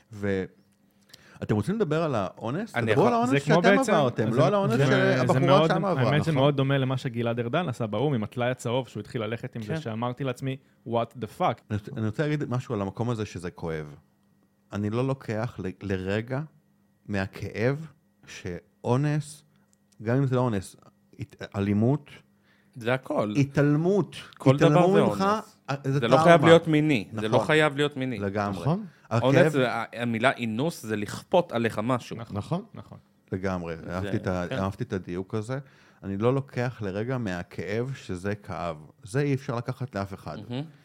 [SPEAKER 3] אתם רוצים לדבר על האונס? תדברו על האונס שאתם עברתם, לא על האונס שהבחורה שם עברה.
[SPEAKER 4] האמת זה מאוד דומה למה שגלעד ארדן עשה באום, עם הטלאי הצהוב, שהוא התחיל ללכת עם זה, שאמרתי לעצמי, what the fuck.
[SPEAKER 3] אני רוצה להגיד משהו על המקום הזה שזה כואב. אני לא לוקח לרגע מהכאב שאונס, גם אם זה לא אונס, אלימות,
[SPEAKER 1] זה הכל.
[SPEAKER 3] התעלמות.
[SPEAKER 1] כל דבר זה אונס. זה לא חייב להיות מיני. זה לא חייב להיות מיני.
[SPEAKER 3] לגמרי.
[SPEAKER 2] נכון.
[SPEAKER 1] אונס, המילה אינוס זה לכפות עליך משהו.
[SPEAKER 2] נכון.
[SPEAKER 3] לגמרי. אהבתי את הדיוק הזה. אני לא לוקח לרגע מהכאב שזה כאב. זה אי אפשר לקחת לאף אחד.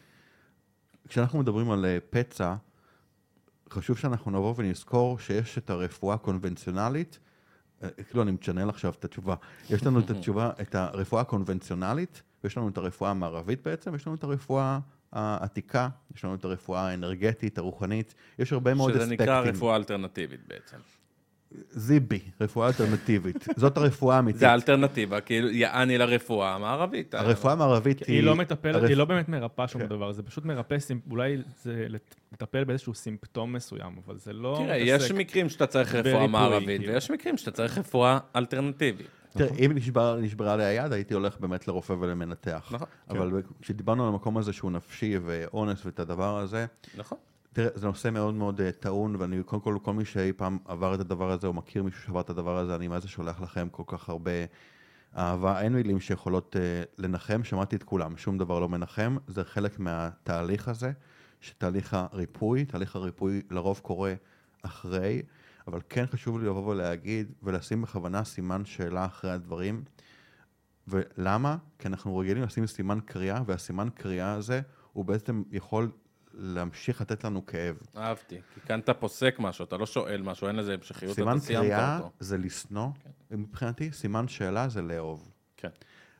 [SPEAKER 3] כשאנחנו מדברים על פצע, חשוב שאנחנו נבוא ונזכור שיש את הרפואה הקונבנציונלית, כאילו אני מצ'נל עכשיו את התשובה. יש לנו את התשובה, את הרפואה הקונבנציונלית, ויש לנו את הרפואה המערבית בעצם, ויש לנו את הרפואה העתיקה, יש לנו את הרפואה האנרגטית, הרוחנית, יש הרבה מאוד אספקטים.
[SPEAKER 1] שזה נקרא רפואה אלטרנטיבית בעצם.
[SPEAKER 3] זיבי, רפואה אלטרנטיבית. זאת הרפואה האמיתית.
[SPEAKER 1] זה האלטרנטיבה, כאילו יעני לרפואה המערבית.
[SPEAKER 3] הרפואה המערבית
[SPEAKER 4] היא לא מטפלת, היא לא באמת מרפאה שום דבר, זה פשוט מרפא, אולי זה לטפל באיזשהו סימפטום מסוים, אבל זה לא...
[SPEAKER 1] תראה, יש מקרים שאתה צריך רפואה מערבית, ויש מקרים שאתה צריך רפואה אלטרנטיבית.
[SPEAKER 3] תראה, אם נשברה לי היד, הייתי הולך באמת לרופא ולמנתח. אבל כשדיברנו על המקום הזה שהוא נפשי ואונס ואת הדבר הזה,
[SPEAKER 1] נכון.
[SPEAKER 3] תראה, זה נושא מאוד מאוד טעון, ואני קודם כל מי שאי פעם עבר את הדבר הזה, או מכיר מישהו שעבר את הדבר הזה, אני מה זה שולח לכם כל כך הרבה אהבה. אין מילים שיכולות לנחם, שמעתי את כולם, שום דבר לא מנחם, זה חלק מהתהליך הזה, שתהליך הריפוי, תהליך הריפוי לרוב קורה אחרי, אבל כן חשוב לי לבוא ולהגיד, ולשים בכוונה סימן שאלה אחרי הדברים, ולמה? כי אנחנו רגילים לשים סימן קריאה, והסימן קריאה הזה הוא בעצם יכול להמשיך לתת לנו כאב.
[SPEAKER 1] אהבתי, כי כאן אתה פוסק משהו, אתה לא שואל משהו, אין לזה המשכיות, אתה סיימת אותו.
[SPEAKER 3] סימן קריאה זה לשנוא, מבחינתי, סימן שאלה זה לאהוב.
[SPEAKER 1] כן.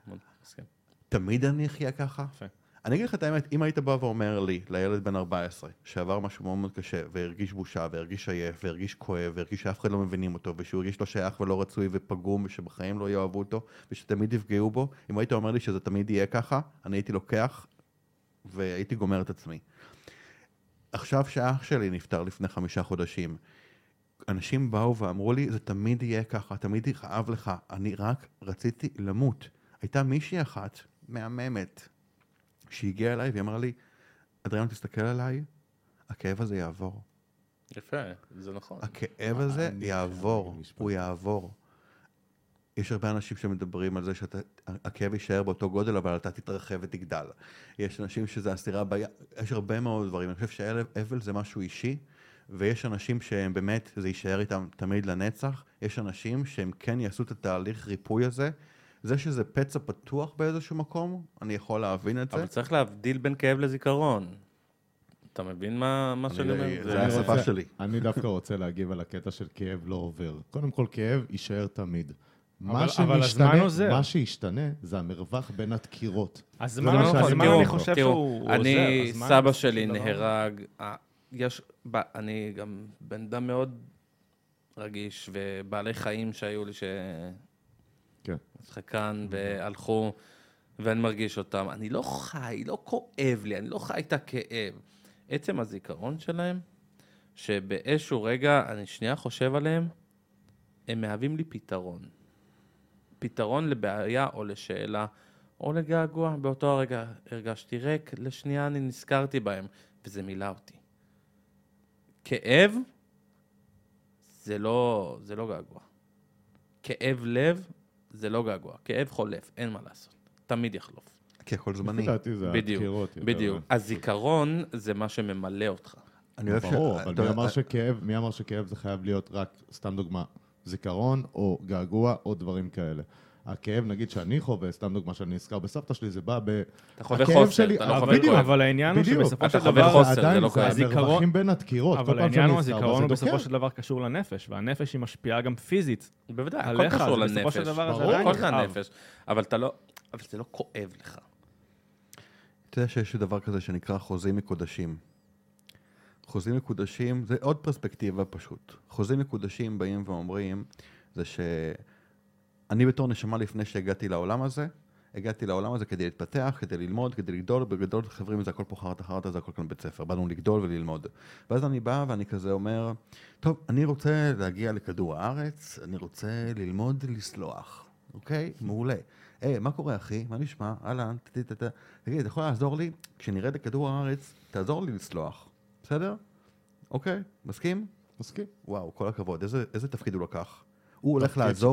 [SPEAKER 3] תמיד אני אחיה ככה? אני אגיד לך את האמת, אם היית בא ואומר לי, לילד בן 14, שעבר משהו מאוד מאוד קשה, והרגיש בושה, והרגיש עייף, והרגיש כואב, והרגיש שאף אחד לא מבינים אותו, ושהוא הרגיש לא שייך ולא רצוי ופגום, ושבחיים לא יאהבו אותו, ושתמיד יפגעו בו, אם היית אומר לי שזה תמיד יהיה ככה, אני הייתי לוקח, והייתי גומר את עצמי. עכשיו שאח שלי נפטר לפני 5 חודשים, אנשים באו ואמרו לי, זה תמיד יהיה ככה, תמיד יכאב לך, אני רק רציתי למות. הייתה מישהי אחת, מהממת, שהגיעה אליי והיא אמרה לי, אדריאן, תסתכל עליי, הכאב הזה יעבור.
[SPEAKER 1] יפה, זה נכון.
[SPEAKER 3] הכאב הזה יעבור, הוא יעבור. יש הרבה אנשים שמדברים על זה שהכאב יישאר באותו גודל, אבל אתה תתרחב ותגדל. יש אנשים שזה הסירה הבאה, יש הרבה מאוד דברים. אני חושב שהאבל זה משהו אישי, ויש אנשים שהם באמת, זה יישאר איתם תמיד לנצח. יש אנשים שהם כן יעשו את התהליך ריפוי הזה. זה שזה פצע פתוח באיזשהו מקום, אני יכול להבין את זה.
[SPEAKER 1] אבל צריך להבדיל בין כאב לזיכרון. אתה מבין מה שאני אומר?
[SPEAKER 3] זה השפה שלי.
[SPEAKER 2] אני דווקא רוצה להגיב על הקטע של כאב לא עובר. קודם כל, כאב יישאר תמיד. מה שישתנה זה המרווח בין הדקירות.
[SPEAKER 4] אז מה אני חושב שהוא עוזר?
[SPEAKER 1] אני, סבא שלי נהרג, אני גם בן אדם מאוד רגיש, ובעלי חיים שהיו לי שחקן והלכו, ואני מרגיש אותם. אני לא חי, לא כואב לי, אני לא חי את הכאב. עצם הזיכרון שלהם, שבאיזשהו רגע אני שנייה חושב עליהם, הם מהווים לי פתרון. פתרון לבעיה או לשאלה, או לגעגוע. באותו הרגע הרגשתי ריק, לשנייה אני נזכרתי בהם, וזה מילא אותי. כאב, זה לא געגוע. כאב לב, זה לא געגוע. כאב חולף, אין מה לעשות. תמיד יחלוף.
[SPEAKER 3] כי הכל זמני.
[SPEAKER 1] בדיוק. הזיכרון זה מה שממלא אותך.
[SPEAKER 2] ברור, אבל מי אמר שכאב זה חייב להיות רק, סתם דוגמה, זיכרון או געגוע או דברים כאלה. הכאב, נגיד שאני חווה, סתם דוגמה שאני נזכר בסבתא שלי, זה בא
[SPEAKER 1] אתה חווה חוסר, אתה לא חווה כואב.
[SPEAKER 4] אבל העניין הוא שבסופו של
[SPEAKER 1] אתה חווה
[SPEAKER 4] דבר,
[SPEAKER 1] חוסר, זה
[SPEAKER 2] עדיין
[SPEAKER 1] לא כואב.
[SPEAKER 2] זה המרווחים בין הדקירות.
[SPEAKER 4] אבל העניין הוא, הזיכרון הוא בסופו של דבר קשור לנפש, והנפש היא משפיעה גם פיזית.
[SPEAKER 1] בוודאי, הכל
[SPEAKER 4] עליך,
[SPEAKER 1] קשור
[SPEAKER 4] אז בסופו של
[SPEAKER 1] לנפש.
[SPEAKER 4] דבר זה
[SPEAKER 1] ברור,
[SPEAKER 4] עדיין
[SPEAKER 1] הכל זה
[SPEAKER 4] יכאב.
[SPEAKER 1] הנפש. אבל זה לא כואב לך.
[SPEAKER 3] אתה יודע שיש דבר כזה שנקרא חוזים מקודשים. חוזים מקודשים, זה עוד פרספקטיבה פשוט. חוזים מקודשים באים ואומרים, זה שאני בתור נשמה לפני שהגעתי לעולם הזה, הגעתי לעולם הזה כדי להתפתח, כדי ללמוד, כדי לגדול, בגדול חברים, זה הכל פה חרטה, זה הכל כאן בית ספר, באנו לגדול וללמוד. ואז אני בא ואני כזה אומר, טוב, אני רוצה להגיע לכדור הארץ, אני רוצה ללמוד לסלוח, אוקיי? מעולה. מה קורה אחי? מה נשמע? אהלן, תגיד, אתה יכול לעזור לי? כשנרד לכדור הארץ, תעזור לי לסלוח. בסדר? אוקיי, מסכים?
[SPEAKER 2] מסכים.
[SPEAKER 3] וואו, כל הכבוד. איזה תפקיד הוא לקח? הוא הולך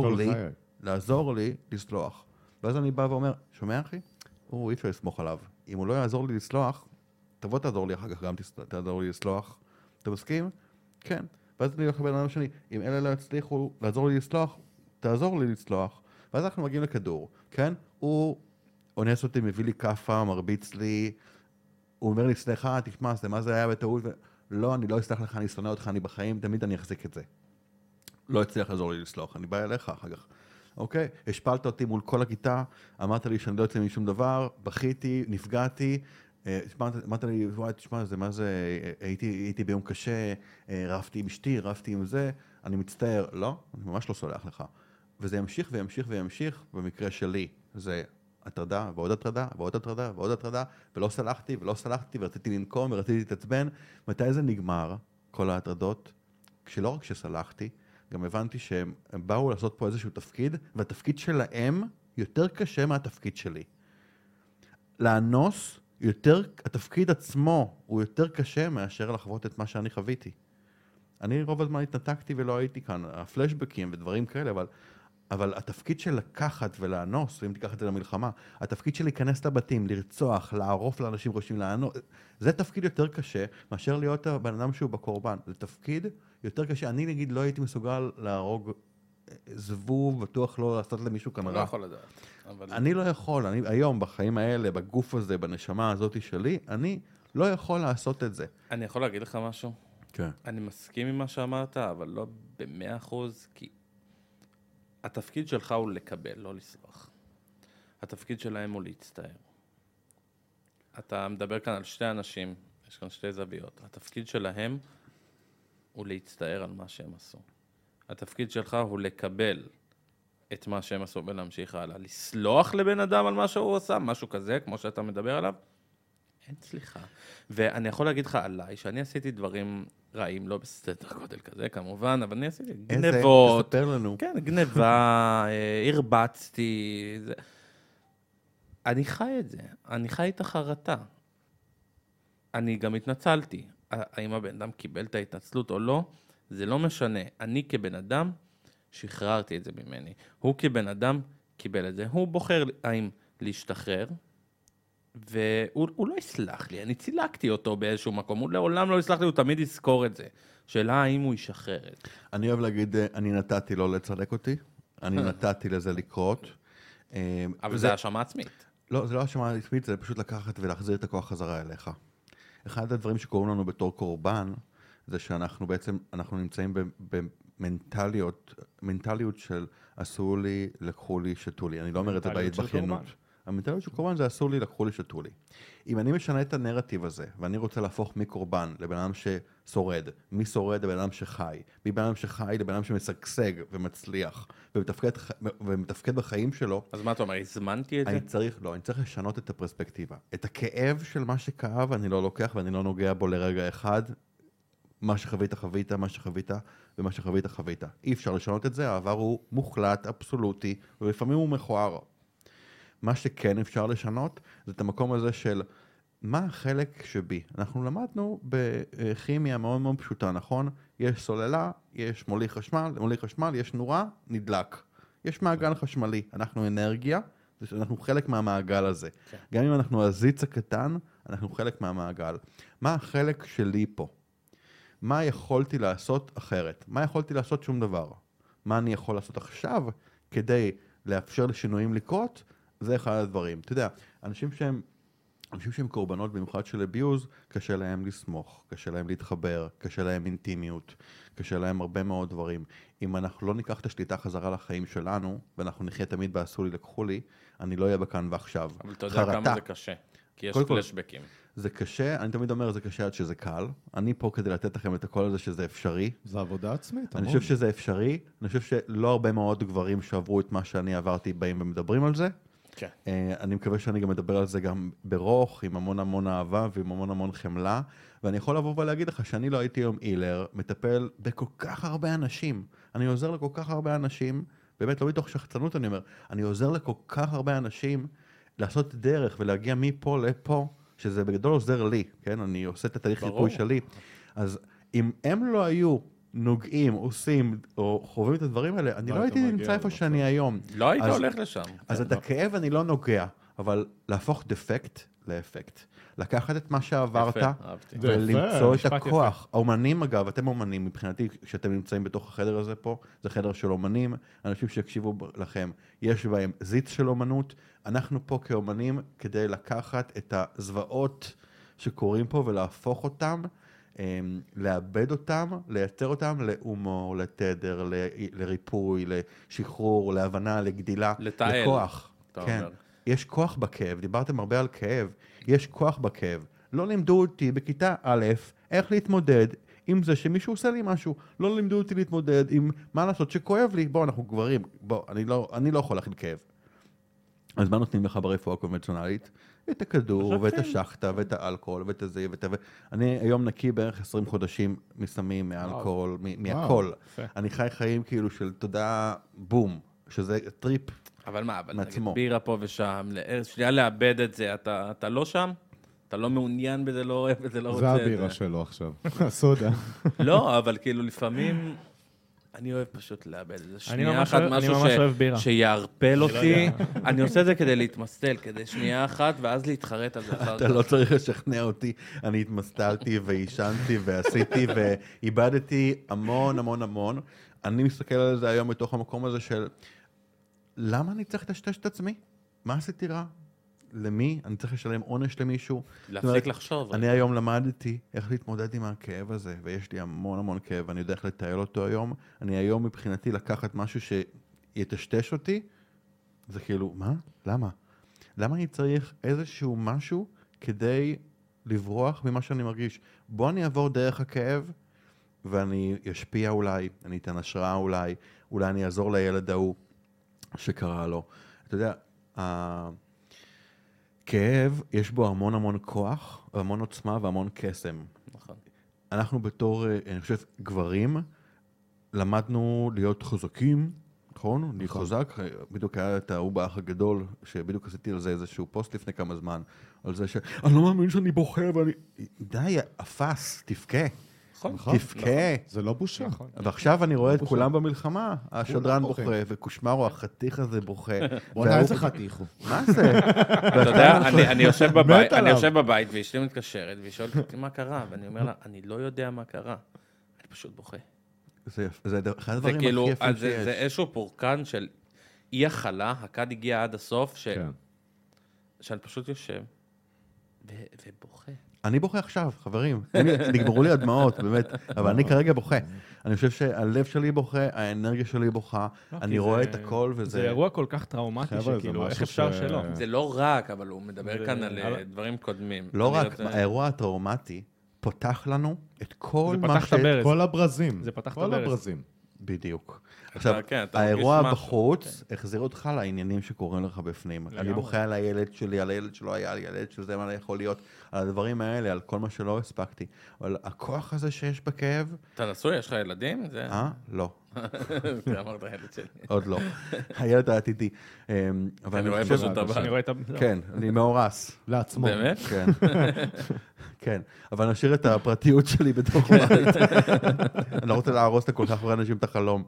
[SPEAKER 3] לעזור לי לסלוח. ואז אני בא ואומר, שומע אחי? אי אפשר לסמוך עליו. אם הוא לא יעזור לי לסלוח, תבוא תעזור לי אחר כך גם תעזור לי לסלוח. אתה מסכים? כן. ואז אני הולך לבן אדם שני, אם אלה לא יצליחו לעזור לי לסלוח, תעזור לי לסלוח. ואז אנחנו מגיעים לכדור, כן? הוא אונס אותי, מביא לי קפה, מרביץ לי, הוא אומר לי, סליחה, תשמע, מה זה היה בטעות? לא, אני לא אסלח לך, אני שונא אותך, אני בחיים, תמיד אני אחזיק את זה. לא הצליח לעזור לי לסלוח, אני בא אליך אחר כך. אוקיי? השפלת אותי מול כל הכיתה, אמרת לי שאני לא יוצא משום דבר, בכיתי, נפגעתי, אמרת לי, וואי, תשמע, מה זה, הייתי ביום קשה, רבתי עם אשתי, רבתי עם זה, אני מצטער, לא, אני ממש לא סולח לך. וזה ימשיך וימשיך וימשיך, במקרה שלי, זה הטרדה ועוד הטרדה ועוד הטרדה ועוד הטרדה, ולא סלחתי ולא סלחתי, ורציתי לנקום ורציתי להתעצבן. מתי זה נגמר, כל ההטרדות? כשלא רק שסלחתי, גם הבנתי שהם באו לעשות פה איזשהו תפקיד, והתפקיד שלהם יותר קשה מהתפקיד שלי. לאנוס, התפקיד עצמו הוא יותר קשה מאשר לחוות את מה שאני חוויתי. אני רוב הזמן התנתקתי ולא הייתי כאן, הפלשבקים ודברים כאלה, אבל התפקיד של לקחת ולאנוס, אם תיקח את זה למלחמה, התפקיד של להיכנס לבתים, לרצוח, לערוף לאנשים חושבים, לאנוס, זה תפקיד יותר קשה מאשר להיות הבן אדם שהוא בקורבן. זה תפקיד יותר קשה. אני נגיד לא הייתי מסוגל להרוג זבוב, בטוח לא לעשות למישהו כאן רע.
[SPEAKER 1] לא יכול לדעת.
[SPEAKER 3] אני לא יכול, היום בחיים האלה, בגוף הזה, בנשמה הזאת שלי, אני לא יכול לעשות את זה.
[SPEAKER 1] אני יכול להגיד לך משהו?
[SPEAKER 3] כן.
[SPEAKER 1] אני מסכים עם מה שאמרת, אבל לא ב100%, כי התפקיד שלך הוא לקבל, לא לסלוח. התפקיד שלהם הוא להצטער. אתה מדבר כאן על שתי אנשים, יש כאן שתי זוויות. התפקיד שלהם הוא להצטער על מה שהם עשו. התפקיד שלך הוא לקבל את מה שהם עשו ולהמשיך הלאה. לסלוח לבן אדם על מה שהוא עשה, משהו כזה, כמו שאתה מדבר עליו, אין סליחה. ואני יכול להגיד לך עליי, שאני עשיתי דברים רעים, לא בסדר גודל כזה כמובן, אבל אני עשיתי גנבות.
[SPEAKER 3] תספר לנו.
[SPEAKER 1] כן, גנבה, הרבצתי. אני חי את זה, אני חי את החרטה. אני גם התנצלתי. האם הבן אדם קיבל את ההתנצלות או לא, זה לא משנה. אני כבן אדם שחררתי את זה ממני. הוא כבן אדם קיבל את זה. הוא בוחר האם להשתחרר, והוא לא יסלח לי, אני צילקתי אותו באיזשהו מקום, הוא לעולם לא יסלח לי, הוא תמיד יזכור את זה. שאלה האם הוא ישחרר את זה.
[SPEAKER 3] אני אוהב להגיד, אני נתתי לו לצלק אותי, אני נתתי לזה לקרות.
[SPEAKER 1] אבל זה האשמה עצמית. לא,
[SPEAKER 3] זה לא האשמה עצמית, זה פשוט לקחת ולהחזיר את הכוח חזרה אליך. אחד הדברים שקוראים לנו בתור קורבן, זה שאנחנו בעצם, אנחנו נמצאים במנטליות של עשו לי, לקחו לי, שתו לי. אני לא אומר את זה בהתבכיינות. המנטליות של קורבן זה עשו לי, לקחו לי, שתו לי. אם אני משנה את הנרטיב הזה, ואני רוצה להפוך מקורבן לבן אדם ששורד, מי שורד לבן אדם שחי, מבן אדם שחי לבן אדם שמשגשג ומצליח, ומתפקד בחיים שלו.
[SPEAKER 1] אז מה אתה אומר, הזמנתי את זה?
[SPEAKER 3] אני צריך לשנות את הפרספקטיבה. את הכאב של מה שכאב אני לא לוקח ואני לא נוגע בו לרגע אחד. מה שחווית, חווית, מה שחווית ומה שחווית, חווית. אי אפשר לשנות את זה, העבר הוא מוחלט, אבסולוטי, ולפעמים הוא מכוער. מה שכן אפשר לשנות, זה את המקום הזה של מה החלק שבי. אנחנו למדנו בכימיה מאוד מאוד פשוטה, נכון? יש סוללה, יש מוליך חשמל, יש נורה, נדלק. יש מעגל חשמלי, אנחנו אנרגיה, אנחנו חלק מהמעגל הזה. כן. גם אם אנחנו הזיץ הקטן, אנחנו חלק מהמעגל. מה החלק שלי פה? מה יכולתי לעשות אחרת? מה יכולתי לעשות שום דבר? מה אני יכול לעשות עכשיו כדי לאפשר לשינויים לקרות, זה אחד הדברים. אתה יודע, אנשים שהם קורבנות, במיוחד של אביוז, קשה להם לסמוך, קשה להם להתחבר, קשה להם אינטימיות, קשה להם הרבה מאוד דברים. אם אנחנו לא ניקח את השליטה חזרה לחיים שלנו, ואנחנו נחיה תמיד בעשו לי, לקחו לי, אני לא אהיה בכאן ועכשיו.
[SPEAKER 1] אבל אתה יודע כמה זה קשה, כי יש פלשבקים.
[SPEAKER 3] זה קשה, אני תמיד אומר, זה קשה עד שזה קל. אני פה כדי לתת לכם את הכל הזה שזה אפשרי.
[SPEAKER 2] זה עבודה עצמית.
[SPEAKER 3] אני חושב שזה אפשרי. אני חושב שלא הרבה מאוד גברים שעברו את מה שאני עברתי באים ומדברים על זה.
[SPEAKER 1] כן.
[SPEAKER 3] אני מקווה שאני גם מדבר על זה גם ברוך, עם המון המון אהבה ועם המון המון חמלה. ואני יכול לבוא ולהגיד לך שאני לא הייתי היום אילר, מטפל בכל כך הרבה אנשים. אני עוזר לכל כך הרבה אנשים, באמת לא מתוך שחצנות אני אומר, אני עוזר לכל כך הרבה אנשים לעשות דרך ולהגיע מפה לפה, שזה בגדול עוזר לי, כן? אני עושה את התהליך ריפוי שלי. אז אם הם לא היו נוגעים, עושים, או חווים את הדברים האלה, אני לא הייתי נמצא איפה שאני היום.
[SPEAKER 1] לא היית הולך לשם.
[SPEAKER 3] אז את הכאב אני לא נוגע, אבל להפוך דפקט לאפקט. לקחת את מה שעברת, ולמצוא את הכוח. האומנים, אגב, אתם אומנים מבחינתי, כשאתם נמצאים בתוך החדר הזה פה, זה חדר של אומנים, אנשים שיקשיבו לכם, יש בהם זיץ של אומנות, אנחנו פה כאומנים כדי לקחת את הזוועות שקורים פה ולהפוך אותם, לאבד אותם, לייצר אותם להומור, לתדר, לריפוי, לשחרור, להבנה, לגדילה, לכוח. כן. יש כוח בכאב, דיברתם הרבה על כאב, יש כוח בכאב. לא לימדו אותי בכיתה א' איך להתמודד עם זה שמישהו עושה לי משהו. לא לימדו אותי להתמודד עם מה לעשות שכואב לי. בוא, אנחנו גברים, בוא, אני לא יכול להכיל כאב. אז מה נותנים לך ברפואה הקונבנציונלית? את הכדור, ואת השחטה, ואת האלכוהול, ואת הזה, אני היום נקי בערך 20 חודשים מסמים, מאלכוהול, מהכל. אני חי חיים כאילו של תודה בום, שזה טריפ.
[SPEAKER 1] אבל מה, אבל נגיד בירה פה ושם, שנייה לאבד את זה, אתה לא שם? אתה לא מעוניין בזה, לא אוהב בזה, לא רוצה את זה.
[SPEAKER 2] זה הבירה שלו עכשיו, הסודה.
[SPEAKER 1] לא, אבל כאילו לפעמים, אני אוהב פשוט לאבד את זה. שנייה אחת משהו שיערפל אותי, אני עושה את זה כדי להתמסטל, כדי שנייה אחת, ואז להתחרט על זה אחר כך.
[SPEAKER 3] אתה לא צריך לשכנע אותי, אני התמסטלתי ועישנתי ועשיתי ואיבדתי המון המון המון. אני מסתכל על זה היום בתוך המקום הזה של למה אני צריך לטשטש את עצמי? מה עשיתי רע? למי? אני צריך לשלם עונש למישהו?
[SPEAKER 1] להפסיק לחשוב.
[SPEAKER 3] אני היום למדתי איך להתמודד עם הכאב הזה, ויש לי המון המון כאב, ואני יודע איך לתאר אותו היום. אני היום מבחינתי לקחת משהו שיטשטש אותי, זה כאילו, מה? למה? למה אני צריך איזשהו משהו כדי לברוח ממה שאני מרגיש? בוא אני אעבור דרך הכאב, ואני אשפיע אולי, אני אתן השראה אולי אני אעזור לילד ההוא שקרה לו. אתה יודע, כאב, יש בו המון המון כוח, המון עוצמה והמון קסם.
[SPEAKER 1] נכון.
[SPEAKER 3] אנחנו בתור, אני חושב, גברים, למדנו להיות חזקים, נכון? אני חזק, בדיוק היה את ההוא באח הגדול, שבדיוק עשיתי על זה איזשהו פוסט לפני כמה זמן, על זה אני לא מאמין שאני בוכה, ואני... די, אפס, תבכה. תבכה.
[SPEAKER 2] זה לא בושה.
[SPEAKER 3] ועכשיו אני רואה את כולם במלחמה, השדרן בוכה, וקושמרו, החתיך הזה בוכה.
[SPEAKER 2] בוא'נה, איזה חתיך הוא.
[SPEAKER 3] מה זה?
[SPEAKER 1] אתה יודע, אני יושב בבית, ואשתי מתקשרת, והיא שואלת אותי מה קרה, ואני אומר לה, אני לא יודע מה קרה, אני פשוט בוכה.
[SPEAKER 3] זה אחד הדברים הכי יפים שיש.
[SPEAKER 1] זה איזשהו פורקן של אי החלה, הכד הגיע עד הסוף, שאני פשוט יושב ובוכה.
[SPEAKER 3] אני בוכה עכשיו, חברים. נגמרו לי הדמעות, באמת. אבל אני כרגע בוכה. אני חושב שהלב שלי בוכה, האנרגיה שלי בוכה, אני רואה את הכל וזה...
[SPEAKER 4] זה אירוע כל כך טראומטי שכאילו, איך אפשר שלא?
[SPEAKER 1] זה לא רק, אבל הוא מדבר כאן על דברים קודמים.
[SPEAKER 3] לא רק, האירוע הטראומטי פותח לנו את כל מה ש...
[SPEAKER 2] כל הברזים.
[SPEAKER 4] זה פתח את
[SPEAKER 2] כל
[SPEAKER 4] הברז.
[SPEAKER 2] הברזים.
[SPEAKER 3] בדיוק. עכשיו, האירוע בחוץ החזיר אותך לעניינים שקורים לך בפנים. אני בוכה על הילד שלי, על הילד שלא היה, על הילד של זה מה יכול להיות, על הדברים האלה, על כל מה שלא הספקתי. אבל הכוח הזה שיש בכאב...
[SPEAKER 1] אתה נשוי? יש לך ילדים?
[SPEAKER 3] לא.
[SPEAKER 1] זה אמרת הילד שלי.
[SPEAKER 3] עוד לא. הילד העתידי.
[SPEAKER 1] אני רואה פשוט הבא.
[SPEAKER 3] כן, אני מאורס.
[SPEAKER 2] לעצמו.
[SPEAKER 1] באמת?
[SPEAKER 3] כן. כן, אבל נשאיר את הפרטיות שלי בתוך בית. אני לא רוצה להרוס לכל כך הרבה אנשים את החלום.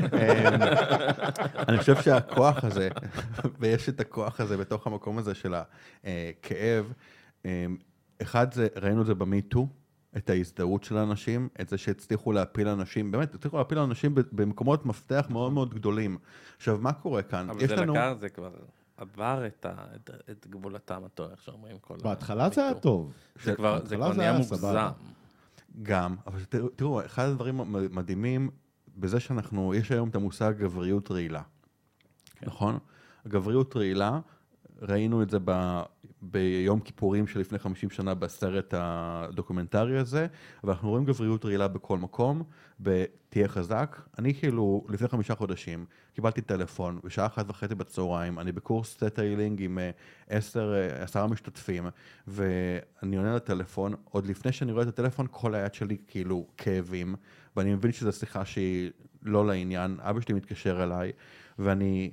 [SPEAKER 3] אני חושב שהכוח הזה, ויש את הכוח הזה בתוך המקום הזה של הכאב, אחד זה, ראינו את זה במיטו, את ההזדהות של האנשים, את זה שהצליחו להפיל אנשים, באמת, הצליחו להפיל אנשים במקומות מפתח מאוד מאוד גדולים. עכשיו, מה קורה כאן?
[SPEAKER 1] אבל זה לקח, זה כבר עבר את גבולתם הטוב, איך שאומרים כל...
[SPEAKER 2] בהתחלה זה היה טוב.
[SPEAKER 1] זה כבר נהיה מוגזם.
[SPEAKER 3] גם, אבל תראו, אחד הדברים מדהימים, בזה יש היום את המושג גבריות רעילה. נכון? הגבריות רעילה, ראינו את זה ביום כיפורים של לפני 50 שנה בסרט הדוקומנטרי הזה, ואנחנו רואים גבריות רעילה בכל מקום, בתהיה חזק. אני כאילו, לפני 5 חודשים, קיבלתי טלפון, בשעה 1:30 בצהריים, אני בקורס סטטיילינג עם 10 משתתפים, ואני עונה לטלפון, עוד לפני שאני רואה את הטלפון, כל היד שלי כאילו כאבים, ואני מבין שזו שיחה שהיא לא לעניין, אבא שלי מתקשר אליי, ואני...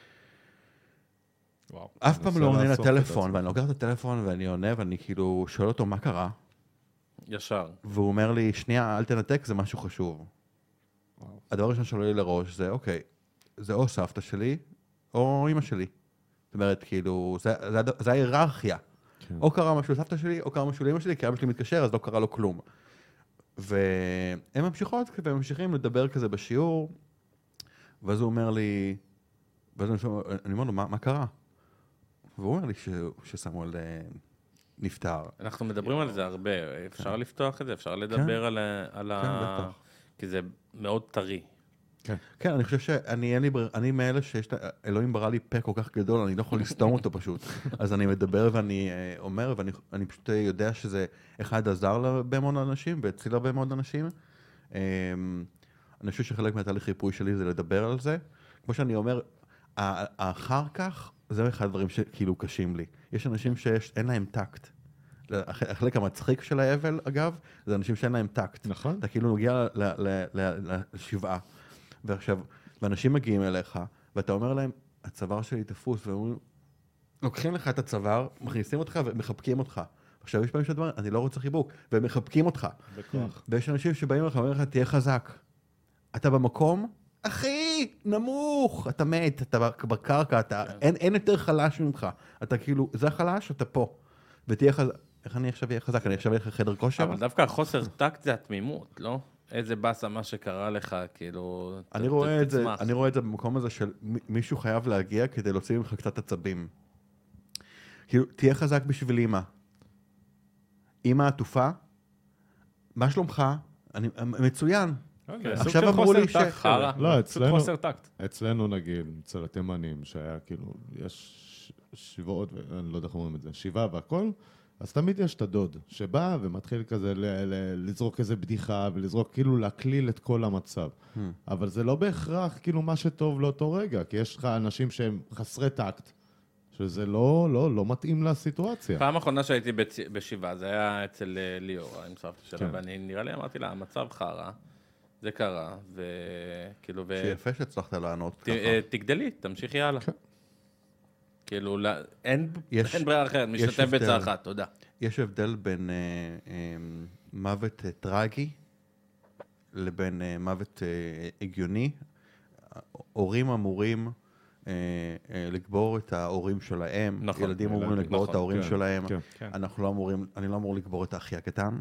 [SPEAKER 3] אף פעם לא עונה לטלפון, ואני לוקח את הטלפון ואני עונה, ואני כאילו שואל אותו מה קרה.
[SPEAKER 1] ישר.
[SPEAKER 3] והוא אומר לי, שנייה, אל תנתק, זה משהו חשוב. הדבר הראשון שעולה לי לראש זה, אוקיי, זה או סבתא שלי, או אמא שלי. זאת אומרת, כאילו, זה ההיררכיה. או קרה משהו לסבתא שלי, או קרה משהו לאמא שלי, כי אבא שלי מתקשר, אז לא קרה לו כלום. והם ממשיכות, והם ממשיכים לדבר כזה בשיעור, ואז הוא אומר לי, ואז אני אומר לו, מה קרה? והוא אומר לי שסמואל נפטר.
[SPEAKER 1] אנחנו מדברים על זה הרבה, אפשר לפתוח את זה, אפשר לדבר על ה... כי זה מאוד טרי.
[SPEAKER 3] כן, אני חושב שאני מאלה שיש, אלוהים ברא לי פה כל כך גדול, אני לא יכול לסתום אותו פשוט. אז אני מדבר ואני אומר, ואני פשוט יודע שזה אחד עזר להרבה מאוד אנשים, והציל הרבה מאוד אנשים. אני חושב שחלק מהתהליך ריפוי שלי זה לדבר על זה. כמו שאני אומר, אחר כך, זה אחד הדברים שכאילו קשים לי. יש אנשים שאין להם טקט. החלק המצחיק של האבל, אגב, זה אנשים שאין להם טקט.
[SPEAKER 2] נכון.
[SPEAKER 3] אתה כאילו מגיע לשבעה. ועכשיו, ואנשים מגיעים אליך, ואתה אומר להם, הצוואר שלי תפוס, והם לוקחים לך את הצוואר, מכניסים אותך ומחבקים אותך. עכשיו, יש פעמים שאתה אומר, אני לא רוצה חיבוק, והם מחבקים אותך.
[SPEAKER 2] בכוח.
[SPEAKER 3] ויש אנשים שבאים לך, אומרים לך, תהיה חזק. אתה במקום, אחי, נמוך, אתה מת, אתה בקרקע, אין יותר חלש ממך. אתה כאילו, זה החלש, אתה פה. ותהיה חזק. איך אני עכשיו אהיה חזק? אני עכשיו אהיה חדר כושר?
[SPEAKER 1] אבל דווקא החוסר טקט זה התמימות, לא? איזה באסה מה שקרה לך, כאילו...
[SPEAKER 3] אני רואה את זה במקום הזה של מישהו חייב להגיע כדי להוציא ממך קצת עצבים. כאילו, תהיה חזק בשביל אמא. אמא עטופה, מה שלומך? מצוין. עכשיו אמרו לי ש...
[SPEAKER 2] לא,
[SPEAKER 4] חוסר טקט.
[SPEAKER 2] אצלנו נגיד, אצל התימנים, שהיה כאילו, יש שבעות, אני לא יודע איך אומרים את זה, 7 והכל, אז תמיד יש את הדוד שבא ומתחיל כזה לזרוק איזה בדיחה ולזרוק כאילו להקליל את כל המצב. אבל זה לא בהכרח כאילו מה שטוב לאותו רגע, כי יש לך אנשים שהם חסרי טקט, שזה לא מתאים לסיטואציה.
[SPEAKER 1] פעם האחרונה שהייתי בשבעה, זה היה אצל ליאור, עם סבתא שלה, ואני נראה לי אמרתי לה, המצב חרה, זה קרה, וכאילו...
[SPEAKER 3] שיפה שהצלחת לענות ככה.
[SPEAKER 1] תגדלי, תמשיכי הלאה. כאילו, אין ברירה אחרת, משתתף בצעה אחת, תודה.
[SPEAKER 3] יש הבדל בין מוות טרגי לבין מוות הגיוני. הורים אמורים לקבור את ההורים שלהם, ילדים אמורים לקבור את ההורים שלהם. אני לא אמור לקבור את האחי הקטן.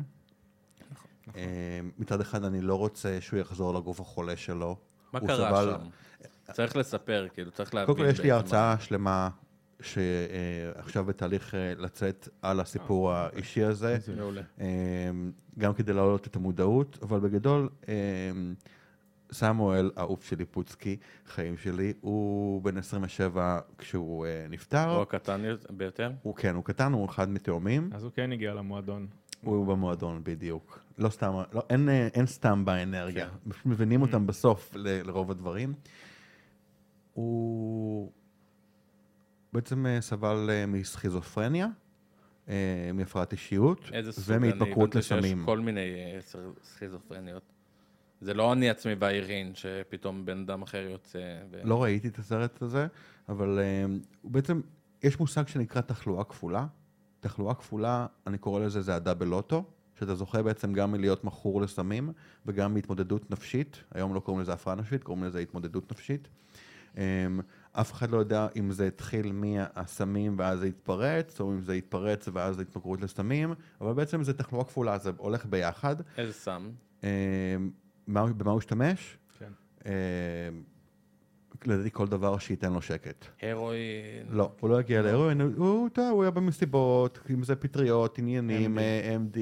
[SPEAKER 3] מצד אחד אני לא רוצה שהוא יחזור לגוף החולה שלו.
[SPEAKER 1] מה קרה שם? צריך לספר, כאילו, צריך להבין.
[SPEAKER 3] קודם כל יש לי הרצאה שלמה שעכשיו בתהליך לצאת על הסיפור האישי הזה, גם כדי להעלות את המודעות, אבל בגדול, סמואל, האהוב שלי פוצקי, חיים שלי, הוא בן 27 כשהוא נפטר.
[SPEAKER 1] הוא הקטן ביותר?
[SPEAKER 3] הוא כן, הוא קטן, הוא אחד מתאומים.
[SPEAKER 4] אז הוא כן הגיע למועדון.
[SPEAKER 3] הוא במועדון, בדיוק. לא סתם, אין סתם באנרגיה. מבינים אותם בסוף לרוב הדברים. הוא בעצם סבל מסכיזופרניה, מהפרעת אישיות, ומהתמכרות לסמים.
[SPEAKER 1] יש כל מיני סכיזופרניות. זה לא אני עצמי והאירין, שפתאום בן אדם אחר יוצא.
[SPEAKER 3] לא ראיתי את הסרט הזה, אבל בעצם יש מושג שנקרא תחלואה כפולה. תחלואה כפולה, אני קורא לזה, זה הדאבל לוטו, שאתה זוכה בעצם גם מלהיות מכור לסמים, וגם מהתמודדות נפשית. היום לא קוראים לזה הפרעה נפשית, קוראים לזה התמודדות נפשית. אף אחד לא יודע אם זה התחיל מהסמים ואז זה התפרץ, או אם זה התפרץ ואז זה התמכרות לסמים, אבל בעצם זה תחלואה כפולה, זה הולך ביחד.
[SPEAKER 1] איזה סם?
[SPEAKER 3] במה הוא השתמש?
[SPEAKER 4] כן.
[SPEAKER 3] לדעתי כל דבר שייתן לו שקט.
[SPEAKER 1] הרואין?
[SPEAKER 3] לא, הוא לא הגיע להרואין, הוא היה במסיבות, אם זה פטריות, עניינים, MD,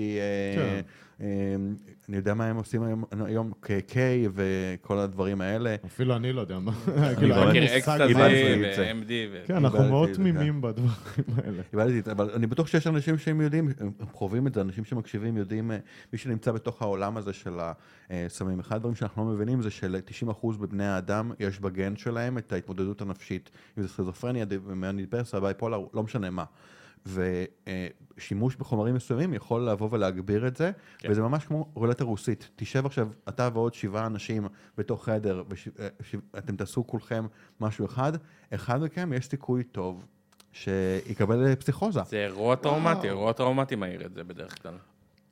[SPEAKER 3] אני יודע מה הם עושים היום, KK וכל הדברים האלה.
[SPEAKER 2] אפילו אני לא יודע מה.
[SPEAKER 1] אני מכיר אקסטזי ו-MD.
[SPEAKER 2] כן, אנחנו מאוד תמימים בדברים האלה.
[SPEAKER 3] אבל אני בטוח שיש אנשים שהם יודעים, הם חווים את זה, אנשים שמקשיבים יודעים, מי שנמצא בתוך העולם הזה של הסמים. אחד הדברים שאנחנו לא מבינים זה של-90% בבני האדם יש בגן שלהם את ההתמודדות הנפשית. אם זה סכיזופרניה, מאניפרסיה, בייפולר, לא משנה מה. ושימוש בחומרים מסוימים יכול לבוא ולהגביר את זה, וזה ממש כמו רולטה רוסית. תשב עכשיו, אתה ועוד 7 אנשים בתוך חדר, ואתם תעשו כולכם משהו אחד מכם יש סיכוי טוב שיקבל פסיכוזה.
[SPEAKER 1] זה אירוע טראומטי, אירוע טראומטי מהיר את זה בדרך כלל.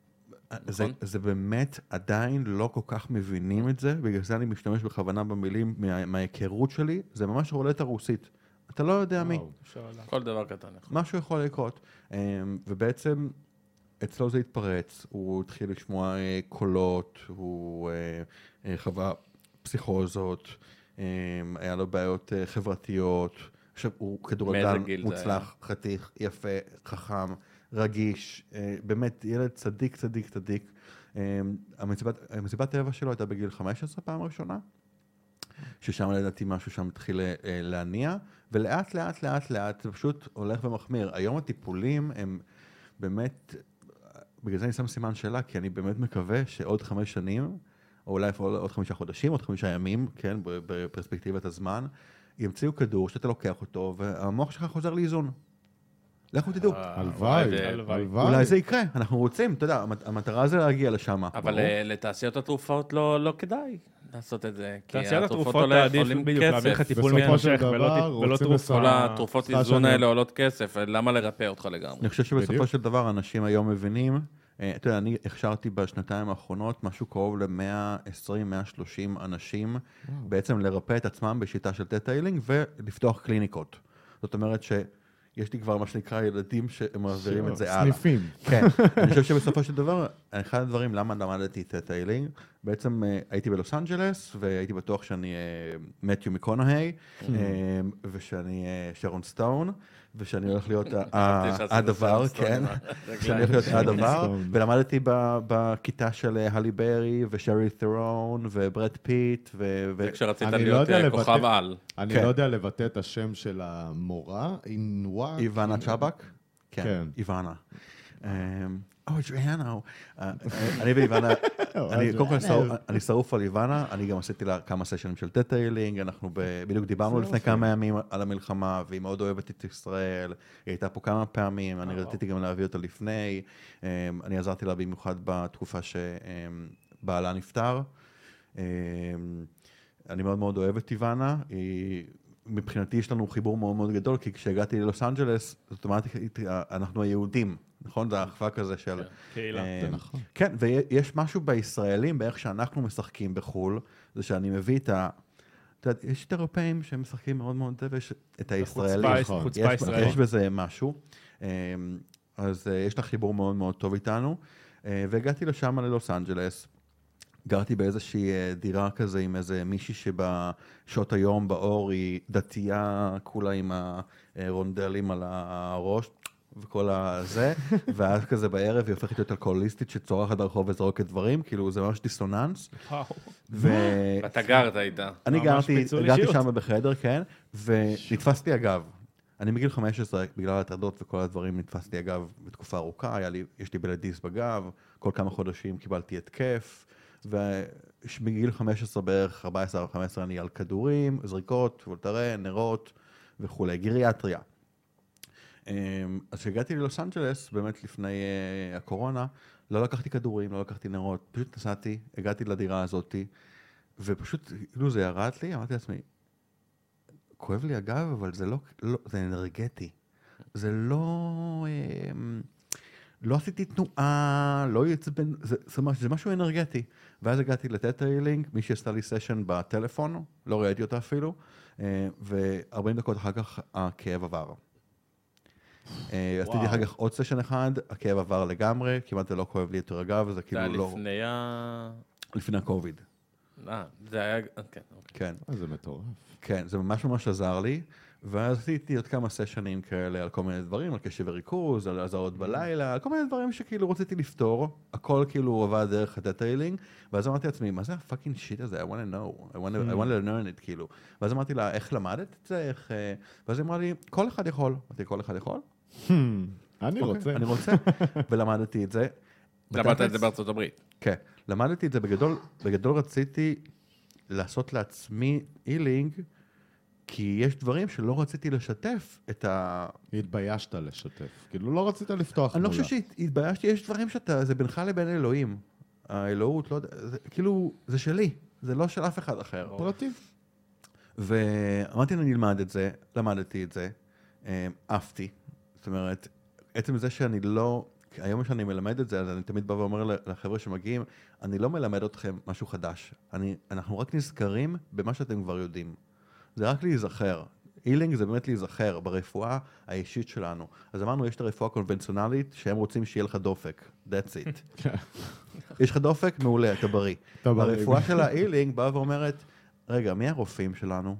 [SPEAKER 3] זה באמת עדיין לא כל כך מבינים את זה, בגלל זה אני משתמש בכוונה במילים מההיכרות שלי, זה ממש רולטה רוסית. אתה לא יודע מי.
[SPEAKER 1] כל דבר קטן.
[SPEAKER 3] משהו יכול לקרות. ובעצם אצלו זה התפרץ, הוא התחיל לשמוע קולות, הוא חווה פסיכוזות, היה לו בעיות חברתיות, עכשיו הוא כדורגלן מוצלח, חתיך, יפה, חכם, רגיש, באמת ילד צדיק, צדיק, צדיק. המסיבת טבע שלו הייתה בגיל 15 פעם ראשונה, ששם לדעתי משהו שם התחיל להניע, ולאט לאט לאט לאט זה פשוט הולך ומחמיר. היום הטיפולים הם באמת, בגלל זה אני שם סימן שאלה, כי אני באמת מקווה שעוד 5 שנים, או אולי עוד 5 חודשים, עוד 5 ימים, כן, בפרספקטיבת הזמן, ימציאו כדור שאתה לוקח אותו, והמוח שלך חוזר לאיזון. לכו תדעו.
[SPEAKER 2] הלוואי.
[SPEAKER 3] אולי זה יקרה, אנחנו רוצים, אתה יודע, המטרה זה להגיע לשם.
[SPEAKER 1] אבל לתעשיות התרופות לא כדאי לעשות את זה.
[SPEAKER 4] תעשיית התרופות עולים בדיוק, להביא לך טיפול מתמשך ולא תרופה.
[SPEAKER 1] כל התרופות איזון האלה עולות כסף, למה לרפא אותך לגמרי?
[SPEAKER 3] אני חושב שבסופו של דבר אנשים היום מבינים, אתה יודע, אני הכשרתי בשנתיים האחרונות משהו קרוב ל-120-130 אנשים, בעצם לרפא את עצמם בשיטה של טטאילינג ולפתוח קליניקות. זאת אומרת יש לי כבר מה שנקרא ילדים שהם מעבירים את זה הלאה.
[SPEAKER 2] סניפים.
[SPEAKER 3] כן, אני חושב שבסופו של דבר, אחד הדברים למה למדתי טטאילינג, בעצם הייתי בלוס אנג'לס, והייתי בטוח שאני מתיו מקונהי, ושאני שרון סטון, ושאני הולך להיות הדבר, כן, שאני הולך להיות הדבר, ולמדתי בכיתה של הלי ברי, ושרי ת'רון, וברד פיט,
[SPEAKER 1] וכשרצית להיות כוכב על.
[SPEAKER 2] אני לא יודע לבטא את השם של המורה,
[SPEAKER 3] איוונה צ'אבק? כן, איוונה. ג'ריאנה. אני ואיוונה, אני שרוף על איוונה, אני גם עשיתי לה כמה סשנים של טטאילינג, אנחנו בדיוק דיברנו לפני כמה ימים על המלחמה, והיא מאוד אוהבת את ישראל, היא הייתה פה כמה פעמים, אני רציתי גם להביא אותה לפני, אני עזרתי לה במיוחד בתקופה שבעלה נפטר, אני מאוד מאוד אוהב את איוונה, מבחינתי יש לנו חיבור מאוד מאוד גדול, כי כשהגעתי ללוס אנג'לס, זאת אומרת, אנחנו היהודים, נכון? זה האחווה כזה של...
[SPEAKER 4] קהילה,
[SPEAKER 2] זה נכון.
[SPEAKER 3] כן, ויש משהו בישראלים, באיך שאנחנו משחקים בחול, זה שאני מביא את ה... אתה יודע, יש את האירופאים שהם משחקים מאוד מאוד טוב, ויש את הישראלים.
[SPEAKER 4] חוצפה ישראלית.
[SPEAKER 3] יש בזה משהו. אז יש לה חיבור מאוד מאוד טוב איתנו, והגעתי לשם ללוס אנג'לס, גרתי באיזושהי דירה כזה עם איזה מישהי שבשעות היום באור היא דתייה, כולה עם הרונדלים על הראש וכל הזה, ואז כזה בערב היא הופכת להיות אלכוהוליסטית שצורחת ברחוב וזרוקת דברים, כאילו זה ממש דיסוננס.
[SPEAKER 1] ואתה גרת איתה.
[SPEAKER 3] אני גרתי שם בחדר, כן, ונתפסתי אגב. אני מגיל 15, בגלל ההטרדות וכל הדברים, נתפסתי אגב בתקופה ארוכה, יש לי בלדיס בגב, כל כמה חודשים קיבלתי התקף, ובגיל 15 בערך, 14 או 15 אני על כדורים, זריקות, וולטרן, נרות וכולי, גריאטריה. אז כשהגעתי ללוס אנג'לס, באמת לפני הקורונה, לא לקחתי כדורים, לא לקחתי נרות, פשוט נסעתי, הגעתי לדירה הזאת, ופשוט, כאילו זה ירד לי, אמרתי לעצמי, כואב לי הגב, אבל זה לא, זה אנרגטי. זה לא, לא עשיתי תנועה, לא יצבן, זה משהו אנרגטי. ואז הגעתי לטטה הילינג, מי שעשתה לי סשן בטלפון, לא ראיתי אותה אפילו, ו-40 דקות אחר כך הכאב עבר. עשיתי אחר כך עוד סשן אחד, הכאב עבר לגמרי, כמעט זה לא כואב לי יותר הגב, וזה כאילו לא...
[SPEAKER 1] זה היה
[SPEAKER 3] לפני הקוביד.
[SPEAKER 1] זה היה... כן.
[SPEAKER 2] זה מטורף.
[SPEAKER 3] כן, זה ממש עזר לי, ואז עשיתי עוד כמה סשנים כאלה על כל מיני דברים, על קשב וריכוז, על הזעות בלילה, על כל מיני דברים שכאילו רציתי לפתור, הכל כאילו עבד דרך הטטה הילינג, ואז אמרתי לעצמי, מה זה הפאקינג שיט הזה? I want to know, I want to learn it, כאילו. ואז אמרתי לה, איך למדת את זה? ואז היא אמרה לי, כל אחד יכול. אמרתי, כל אחד יכול?
[SPEAKER 2] אני רוצה.
[SPEAKER 3] אני רוצה, ולמדתי את זה.
[SPEAKER 1] למדת את זה בארצות הברית.
[SPEAKER 3] כן, למדתי את זה בגדול רציתי לעשות לעצמי הילינג, כי יש דברים שלא רציתי לשתף את ה...
[SPEAKER 2] התביישת לשתף. כאילו לא רצית לפתוח
[SPEAKER 3] אני
[SPEAKER 2] מולה.
[SPEAKER 3] לא חושב שהתביישתי, יש דברים שאתה, זה בינך לבין אלוהים. האלוהות, לא יודע, כאילו, זה שלי, זה לא של אף אחד אחר.
[SPEAKER 2] פרטי.
[SPEAKER 3] ואמרתי, אני אלמד את זה, למדתי את זה, עפתי. זאת אומרת, עצם זה שאני לא... היום שאני מלמד את זה, אז אני תמיד בא ואומר לחבר'ה שמגיעים, אני לא מלמד אתכם משהו חדש. אנחנו רק נזכרים במה שאתם כבר יודעים. זה רק להיזכר. הילינג זה באמת להיזכר ברפואה האישית שלנו. אז אמרנו, יש את הרפואה הקונבנציונלית, שהם רוצים שיהיה לך דופק. That's it. יש לך דופק? מעולה, אתה בריא. הרפואה של ההילינג באה ואומרת, רגע, מי הרופאים שלנו?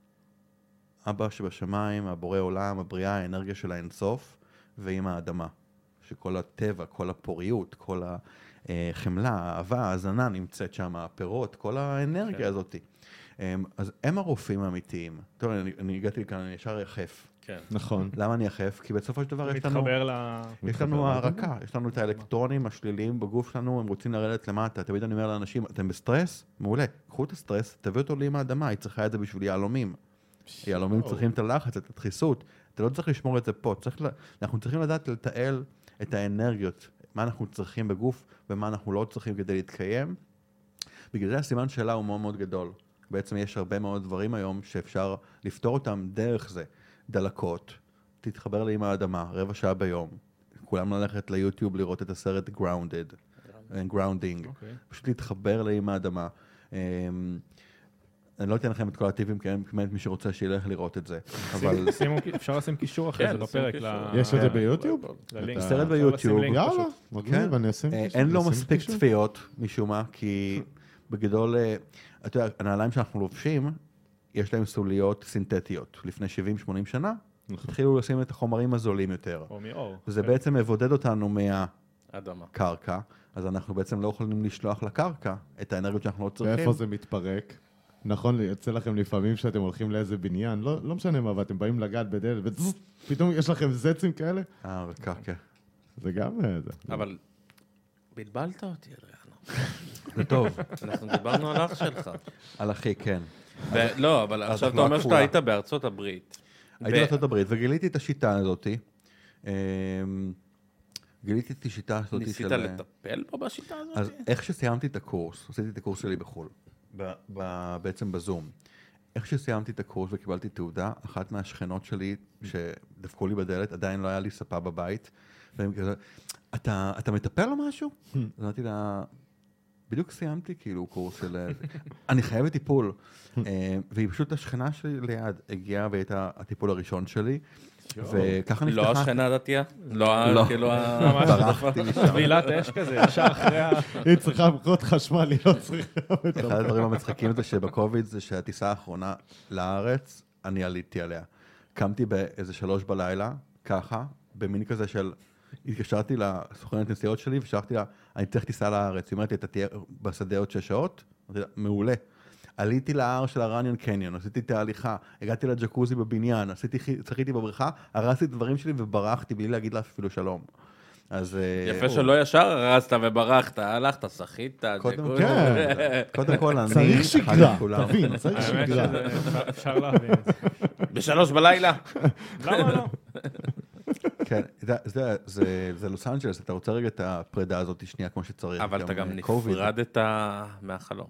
[SPEAKER 3] אבא שבשמיים, הבורא עולם, הבריאה, האנרגיה של האינסוף, ועם האדמה. שכל הטבע, כל הפוריות, כל החמלה, האהבה, ההזנה נמצאת שם, הפירות, כל האנרגיה הזאת. אז הם הרופאים האמיתיים. טוב, אני הגעתי לכאן, אני ישר יחף.
[SPEAKER 1] כן.
[SPEAKER 2] נכון.
[SPEAKER 3] למה אני יחף? כי בסופו של דבר יש לנו הערקה, יש לנו את האלקטרונים השליליים בגוף שלנו, הם רוצים לרדת למטה. תמיד אני אומר לאנשים, אתם בסטרס? מעולה. קחו את הסטרס, תביאו אותו לאמא האדמה, היא צריכה את זה בשביל יהלומים. יהלומים צריכים את הלחץ, את הדחיסות. אתה לא צריך לשמור את זה פה. אנחנו צריכים לדעת לתעל את האנרגיות, מה אנחנו צריכים בגוף ומה אנחנו לא צריכים כדי להתקיים. בגלל זה הסימן שאלה הוא מאוד מאוד גדול. בעצם יש הרבה מאוד דברים היום שאפשר לפתור אותם דרך זה. דלקות, תתחבר לאמא האדמה, 15 שעה ביום. כולם ללכת ליוטיוב לראות את הסרט Grounding. פשוט להתחבר לאמא האדמה. אני לא אתן לכם את כל הטיפים, כי באמת מי שרוצה שילך לראות את זה. אבל...
[SPEAKER 4] אפשר לשים קישור אחרי זה בפרק.
[SPEAKER 2] יש את זה ביוטיוב?
[SPEAKER 3] סרט ביוטיוב.
[SPEAKER 2] יאללה, מגניב, אני אשים קישור.
[SPEAKER 3] אין לו מספיק צפיות, משום מה, כי בגדול, אתה יודע, הנעליים שאנחנו לובשים, יש להם סוליות סינתטיות. לפני 70-80 שנה, התחילו לשים את החומרים הזולים יותר.
[SPEAKER 4] או מאור.
[SPEAKER 3] זה בעצם מבודד אותנו מהקרקע, אז אנחנו בעצם לא יכולים לשלוח לקרקע את האנרגיות שאנחנו לא צריכים.
[SPEAKER 2] ואיפה זה מתפרק? נכון, יוצא לכם לפעמים שאתם הולכים לאיזה בניין, לא משנה מה, ואתם באים לגעת בדלת, ופתאום יש לכם זצים כאלה?
[SPEAKER 3] כן.
[SPEAKER 2] זה גם זה.
[SPEAKER 1] אבל בלבלת אותי, אדריאנו.
[SPEAKER 3] זה טוב.
[SPEAKER 1] אנחנו דיברנו על אח שלך.
[SPEAKER 3] על אחי, כן.
[SPEAKER 1] לא, אבל עכשיו אתה אומר שאתה היית בארצות הברית.
[SPEAKER 3] הייתי בארצות הברית, וגיליתי את השיטה הזאת. גיליתי את השיטה הזאת של...
[SPEAKER 1] ניסית לטפל פה בשיטה הזאת?
[SPEAKER 3] אז איך שסיימתי את הקורס, עשיתי את הקורס שלי בחול. בעצם בזום. איך שסיימתי את הקורס וקיבלתי תעודה, אחת מהשכנות שלי שדפקו לי בדלת, עדיין לא היה לי ספה בבית, והם כזה, אתה מטפל או משהו? אז אמרתי לה, בדיוק סיימתי כאילו קורס של... אני חייבת טיפול. והיא פשוט השכנה שלי ליד הגיעה והייתה הטיפול הראשון שלי, וככה נפתחה...
[SPEAKER 1] לא השכנה דתייה? לא, כאילו...
[SPEAKER 3] ברחתי משם.
[SPEAKER 4] טבילת אש כזה, ישר אחרי ה...
[SPEAKER 2] היא צריכה מקרות חשמל, היא לא צריכה...
[SPEAKER 3] אחד הדברים המצחיקים זה שבקוביד זה שהטיסה האחרונה לארץ, אני עליתי עליה. קמתי באיזה 3 בלילה, ככה, במין כזה של... התקשרתי לסוכנת נסיעות שלי ושלחתי לה, אני צריך טיסה לארץ. היא אומרת לי, אתה תהיה בשדה עוד 6 שעות? אמרתי לה, מעולה. עליתי להר של הרניון קניון, עשיתי את ההליכה, הגעתי לג'קוזי בבניין, צחיתי בבריכה, הרסתי את הדברים שלי וברחתי בלי להגיד לה אפילו שלום. אז...
[SPEAKER 1] יפה שלא ישר הרסת וברחת, הלכת, שחית,
[SPEAKER 3] קודם כל, אני...
[SPEAKER 2] צריך שגרה, תבין, צריך שגרה.
[SPEAKER 4] אפשר להבין את זה.
[SPEAKER 1] ב3 בלילה.
[SPEAKER 4] למה לא?
[SPEAKER 3] כן, זה לוס אנג'לס, אתה רוצה רגע את הפרידה הזאת שנייה כמו שצריך.
[SPEAKER 1] אבל אתה גם נפרדת מהחלום.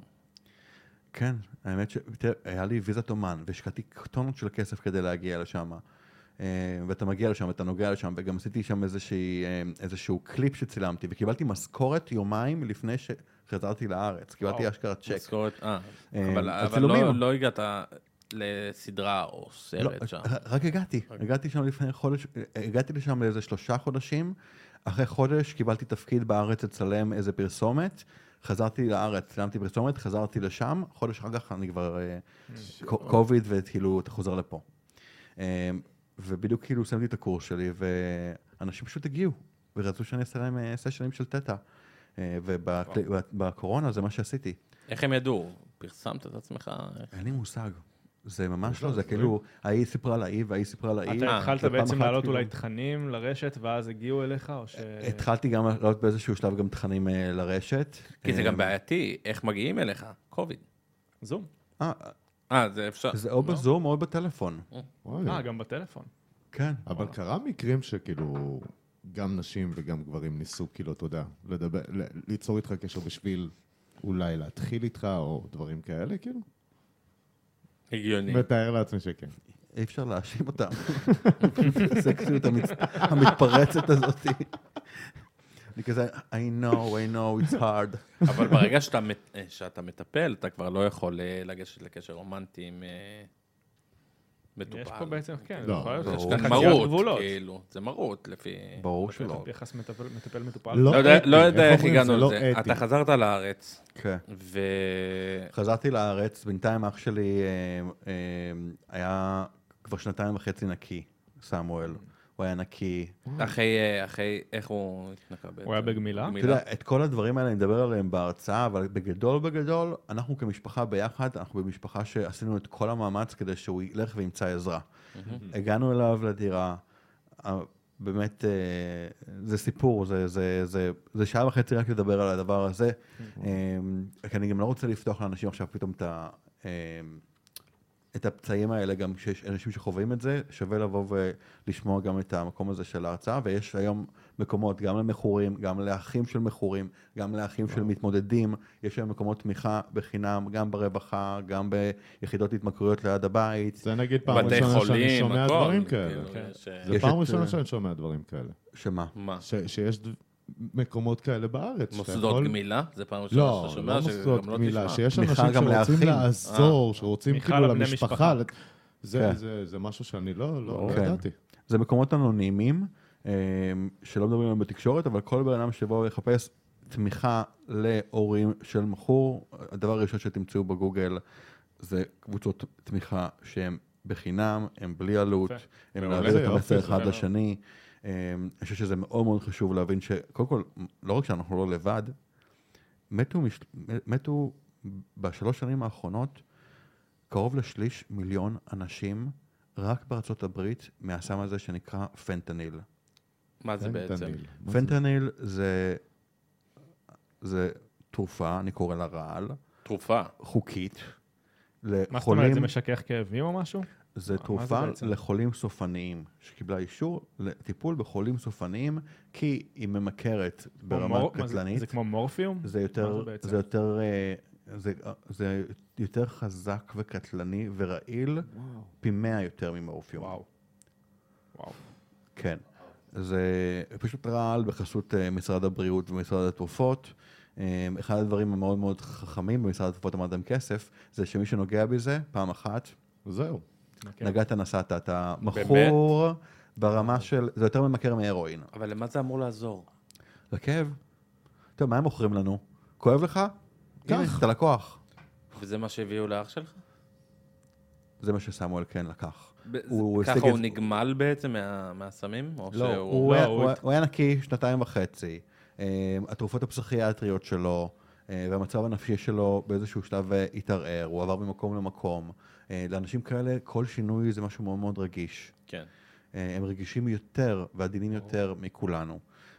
[SPEAKER 3] כן, האמת שהיה לי ויזת אומן, והשקעתי טונות של כסף כדי להגיע לשם. ואתה מגיע לשם, ואתה נוגע לשם, וגם עשיתי שם איזשהו קליפ שצילמתי, וקיבלתי משכורת יומיים לפני שחזרתי לארץ, קיבלתי אשכרה צ'ק.
[SPEAKER 1] משכורת, אבל לא הגעת לסדרה או סרט שם.
[SPEAKER 3] רק הגעתי שם לפני חודש, הגעתי לשם לאיזה 3 חודשים, אחרי חודש קיבלתי תפקיד בארץ לצלם איזה פרסומת, חזרתי לארץ, צילמתי פרסומת, חזרתי לשם, חודש אחר כך אני כבר קוביד, וכאילו אתה חוזר לפה. ובדיוק כאילו סיימתי את הקורס שלי, ואנשים פשוט הגיעו, ורצו שאני אעשה להם סשנים של תטא. ובקורונה זה מה שעשיתי.
[SPEAKER 1] איך הם ידעו? פרסמת את עצמך?
[SPEAKER 3] אין לי מושג. זה ממש לא, זה כאילו, ההיא סיפרה להיא, וההיא סיפרה להיא.
[SPEAKER 4] אתה התחלת בעצם לעלות אולי תכנים לרשת, ואז הגיעו אליך, או ש...
[SPEAKER 3] התחלתי גם לעלות באיזשהו שלב גם תכנים לרשת.
[SPEAKER 1] כי זה גם בעייתי, איך מגיעים אליך? קוביד.
[SPEAKER 4] זום.
[SPEAKER 1] זה אפשר.
[SPEAKER 3] זה או בזום או בטלפון.
[SPEAKER 4] גם בטלפון.
[SPEAKER 3] כן.
[SPEAKER 2] אבל קרה מקרים שכאילו, גם נשים וגם גברים ניסו, כאילו, אתה יודע, ליצור איתך קשר בשביל אולי להתחיל איתך, או דברים כאלה, כאילו?
[SPEAKER 1] הגיוני.
[SPEAKER 2] מתאר לעצמי שכן.
[SPEAKER 3] אי אפשר להאשים אותם. הסקסיות המתפרצת הזאת. אני כזה, I know, it's hard.
[SPEAKER 1] אבל ברגע שאתה מטפל, אתה כבר לא יכול לגשת לקשר רומנטי עם מטופל.
[SPEAKER 4] יש פה בעצם, כן,
[SPEAKER 1] יש כאן מרות, כאילו, זה מרות לפי...
[SPEAKER 3] ברור שלא.
[SPEAKER 4] יחס מטפל-מטופל.
[SPEAKER 1] לא יודע איך הגענו לזה. אתה חזרת לארץ.
[SPEAKER 3] כן. חזרתי לארץ, בינתיים אח שלי היה כבר 2.5 נקי, סמואל. הוא היה נקי.
[SPEAKER 1] אחרי, איך הוא התנקה בעצם?
[SPEAKER 4] הוא היה בגמילה?
[SPEAKER 3] אתה יודע, את כל הדברים האלה אני מדבר עליהם בהרצאה, אבל בגדול, אנחנו כמשפחה ביחד, אנחנו במשפחה שעשינו את כל המאמץ כדי שהוא ילך וימצא עזרה. הגענו אליו לדירה, באמת, זה סיפור, זה 1.5 שעה רק לדבר על הדבר הזה, כי אני גם לא רוצה לפתוח לאנשים עכשיו פתאום את הפצעים האלה, גם שיש אנשים שחווים את זה, שווה לבוא ולשמוע גם את המקום הזה של ההרצאה, ויש היום מקומות גם למכורים, גם לאחים של מכורים, גם לאחים של מתמודדים, יש היום מקומות תמיכה בחינם, גם ברווחה, גם ביחידות התמכרויות ליד הבית.
[SPEAKER 2] זה נגיד פעם ראשונה שאני שומע דברים כאלה. זה פעם ראשונה שאני שומע דברים כאלה.
[SPEAKER 3] שמה?
[SPEAKER 2] שיש מקומות כאלה בארץ.
[SPEAKER 1] מוסדות גמילה? זה פעם ראשונה שאתה שומע?
[SPEAKER 2] לא מוסדות גמילה, שיש אנשים שרוצים לעזור, שרוצים כאילו למשפחה. זה משהו שאני לא ידעתי.
[SPEAKER 3] זה מקומות אנונימיים, שלא מדברים עליהם בתקשורת, אבל כל בן אדם שבוא לחפש תמיכה להורים של מכור, הדבר הראשון שתמצאו בגוגל זה קבוצות תמיכה שהן בחינם, הן בלי עלות, הן להעביר את המסר אחד לשני. אני חושב שזה מאוד מאוד חשוב להבין שקודם כל, לא רק שאנחנו לא לבד, מתו ב3 שנים האחרונות קרוב ל3 מיליון אנשים רק בארצות הברית מהסם הזה שנקרא פנטניל.
[SPEAKER 1] מה זה בעצם?
[SPEAKER 3] פנטניל זה תרופה, אני קורא לה רעל.
[SPEAKER 1] תרופה?
[SPEAKER 3] חוקית.
[SPEAKER 4] מה זאת אומרת, זה משכך כאבים או משהו?
[SPEAKER 3] זה תרופה לחולים סופניים, שקיבלה אישור לטיפול בחולים סופניים, כי היא ממכרת ברמה קטלנית.
[SPEAKER 4] זה כמו מורפיום?
[SPEAKER 3] זה יותר חזק וקטלני ורעיל, פי 100 יותר ממורפיום.
[SPEAKER 4] וואו.
[SPEAKER 3] כן. זה פשוט רעל בחסות משרד הבריאות ומשרד התרופות. אחד הדברים המאוד מאוד חכמים במשרד התרופות אמרתם כסף, זה שמי שנוגע בזה, פעם אחת,
[SPEAKER 2] זהו.
[SPEAKER 3] נגעת נסעת, אתה מכור ברמה של, זה יותר ממכר מהרואין.
[SPEAKER 1] אבל למה זה אמור לעזור?
[SPEAKER 3] לכאב. טוב, מה הם מוכרים לנו? כואב לך? כך. אתה לקוח.
[SPEAKER 1] וזה מה שהביאו לאח שלך?
[SPEAKER 3] זה מה שסמואל כן לקח.
[SPEAKER 1] ככה הוא נגמל בעצם מהסמים?
[SPEAKER 3] לא, הוא היה נקי 2.5. התרופות הפסיכיאטריות שלו, והמצב הנפשי שלו באיזשהו שלב התערער, הוא עבר ממקום למקום. לאנשים כאלה, כל שינוי זה משהו מאוד מאוד רגיש.
[SPEAKER 1] כן.
[SPEAKER 3] הם רגישים יותר ועדינים יותר מכולנו.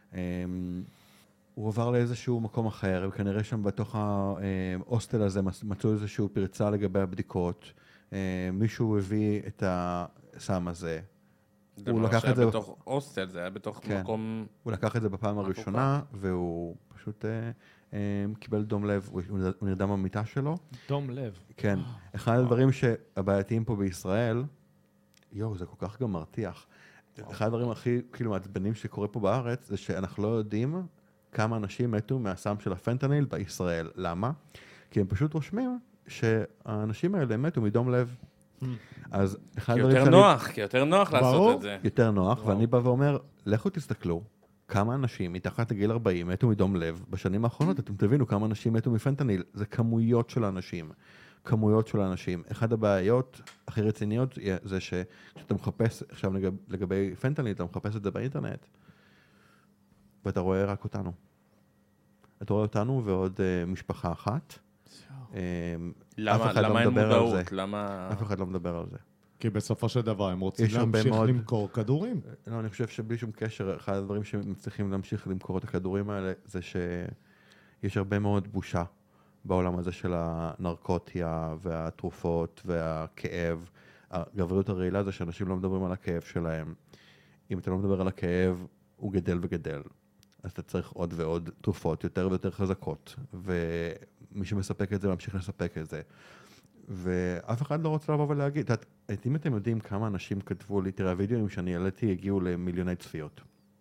[SPEAKER 3] הוא עבר לאיזשהו מקום אחר, וכנראה שם בתוך ההוסטל הזה מצאו איזשהו פרצה לגבי הבדיקות. מישהו הביא את הסם הזה.
[SPEAKER 1] הוא לקח את זה בתוך הוסטל, זה היה בתוך מקום...
[SPEAKER 3] הוא לקח את זה בפעם הראשונה, והוא פשוט קיבל דום לב, הוא נרדם במיטה שלו.
[SPEAKER 4] דום לב.
[SPEAKER 3] כן. אחד הדברים שהבעייתיים פה בישראל, יואו, זה כל כך גם מרתיח. אחד הדברים הכי כאילו מעצבנים שקורה פה בארץ, זה שאנחנו לא יודעים כמה אנשים מתו מהסם של הפנטניל בישראל. למה? כי הם פשוט רושמים שהאנשים האלה מתו מדום לב. אז
[SPEAKER 1] כי יותר נוח לעשות את זה.
[SPEAKER 3] יותר נוח, ואני בא ואומר, לכו תסתכלו כמה אנשים מתחת לגיל 40 מתו מדום לב בשנים האחרונות, אתם תבינו כמה אנשים מתו מפנטניל, זה כמויות של אנשים. כמויות של אנשים. אחד הבעיות הכי רציניות זה שאתה מחפש, עכשיו לגבי פנטניל, אתה מחפש את זה באינטרנט, ואתה רואה רק אותנו. אתה רואה אותנו ועוד משפחה אחת.
[SPEAKER 1] למה אין מודעות?
[SPEAKER 3] אף אחד לא מדבר על זה.
[SPEAKER 2] כי בסופו של דבר הם רוצים להמשיך למכור כדורים.
[SPEAKER 3] לא, אני חושב שבלי שום קשר, אחד הדברים שמצליחים להמשיך למכור את הכדורים האלה, זה שיש הרבה מאוד בושה בעולם הזה של הנרקוטיה והתרופות והכאב. הגבריות הרעילה זה שאנשים לא מדברים על הכאב שלהם. אם אתה לא מדבר על הכאב, הוא גדל וגדל. אז אתה צריך עוד ועוד תרופות יותר ויותר חזקות. ומי שמספק את זה, ממשיך לספק את זה. ואף אחד לא רוצה לבוא ולהגיד. אם אתם יודעים כמה אנשים כתבו לי, תראה, הוידאוים שאני העליתי הגיעו למיליוני צפיות.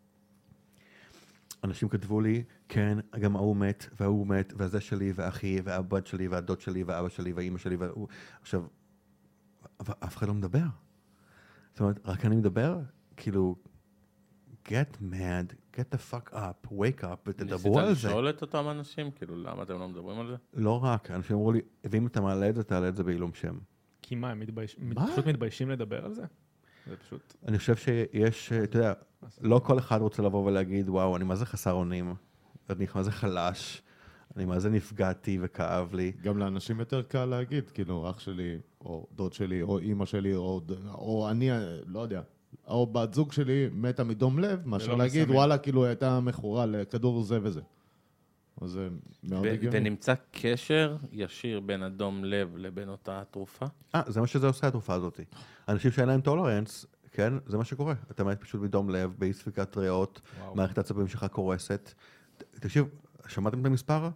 [SPEAKER 3] אנשים כתבו לי, כן, גם ההוא מת, וההוא מת, והזה שלי, ואחי, והבת שלי, והדוד שלי, ואבא שלי, והאמא שלי, עכשיו, אף אחד לא מדבר. זאת אומרת, רק אני מדבר, כאילו, get mad, get the fuck up, wake up, ותדברו על זה.
[SPEAKER 1] ניסית לשאול את אותם אנשים? כאילו, למה אתם לא מדברים על זה?
[SPEAKER 3] לא רק, אנשים אמרו לי, ואם אתה מעלה את זה, תעלה את זה בעילום שם.
[SPEAKER 4] כי מה, הם פשוט מתביישים לדבר על זה? זה פשוט...
[SPEAKER 3] אני חושב שיש, אתה יודע, לא כל אחד רוצה לבוא ולהגיד, וואו, אני מה זה חסר אונים, אני מה זה חלש, אני מה זה נפגעתי וכאב לי.
[SPEAKER 2] גם לאנשים יותר קל להגיד, כאילו, אח שלי, או דוד שלי, או אמא שלי, או אני, לא יודע, או בת זוג שלי מתה מדום לב, מאשר להגיד, וואלה, כאילו, הייתה מכורה לכדור זה וזה. אז זה מאוד הגיוני.
[SPEAKER 1] ונמצא קשר ישיר בין הדום לב לבין אותה תרופה?
[SPEAKER 3] זה מה שזה עושה, התרופה הזאת. אנשים שאין להם טולרנס, כן, זה מה שקורה. אתה מת פשוט מדום לב, באי ספיקת ריאות, מערכת העצבים שלך קורסת. תקשיב, שמעתם את המספר?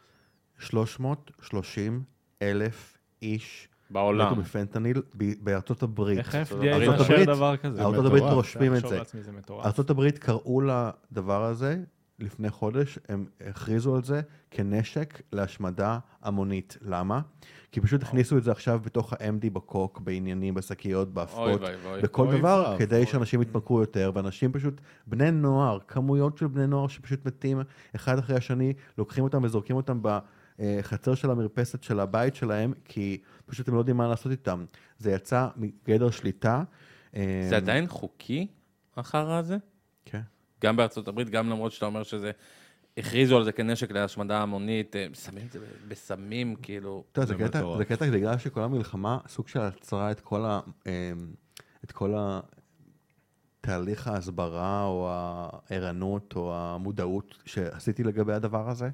[SPEAKER 3] 330,000 איש
[SPEAKER 1] בעולם.
[SPEAKER 3] מתו מפנטניל בארצות הברית.
[SPEAKER 4] איך ה-FDA מאשר דבר כזה?
[SPEAKER 3] ארצות הברית רושמים את זה. ארצות הברית קראו לדבר הזה לפני חודש, הם הכריזו על זה כנשק להשמדה המונית. למה? כי פשוט הכניסו את זה עכשיו בתוך ה-MD בקוק, בעניינים, בשקיות, בהפקות, בכל דבר, כדי שאנשים יתמכרו יותר, ואנשים פשוט, בני נוער, כמויות של בני נוער שפשוט מתים אחד אחרי השני, לוקחים אותם וזורקים אותם בחצר של המרפסת של הבית שלהם, כי פשוט הם לא יודעים מה לעשות איתם. זה יצא מגדר שליטה.
[SPEAKER 1] זה עדיין חוקי, אחר הזה?
[SPEAKER 3] כן.
[SPEAKER 1] גם בארצות הברית, גם למרות שאתה אומר שזה, הכריזו על זה כנשק להשמדה המונית, שמים את זה בסמים, כאילו.
[SPEAKER 3] זה קטע בגלל שכל המלחמה, סוג של עצרה את כל התהליך ההסברה, או הערנות, או המודעות שעשיתי לגבי הדבר הזה.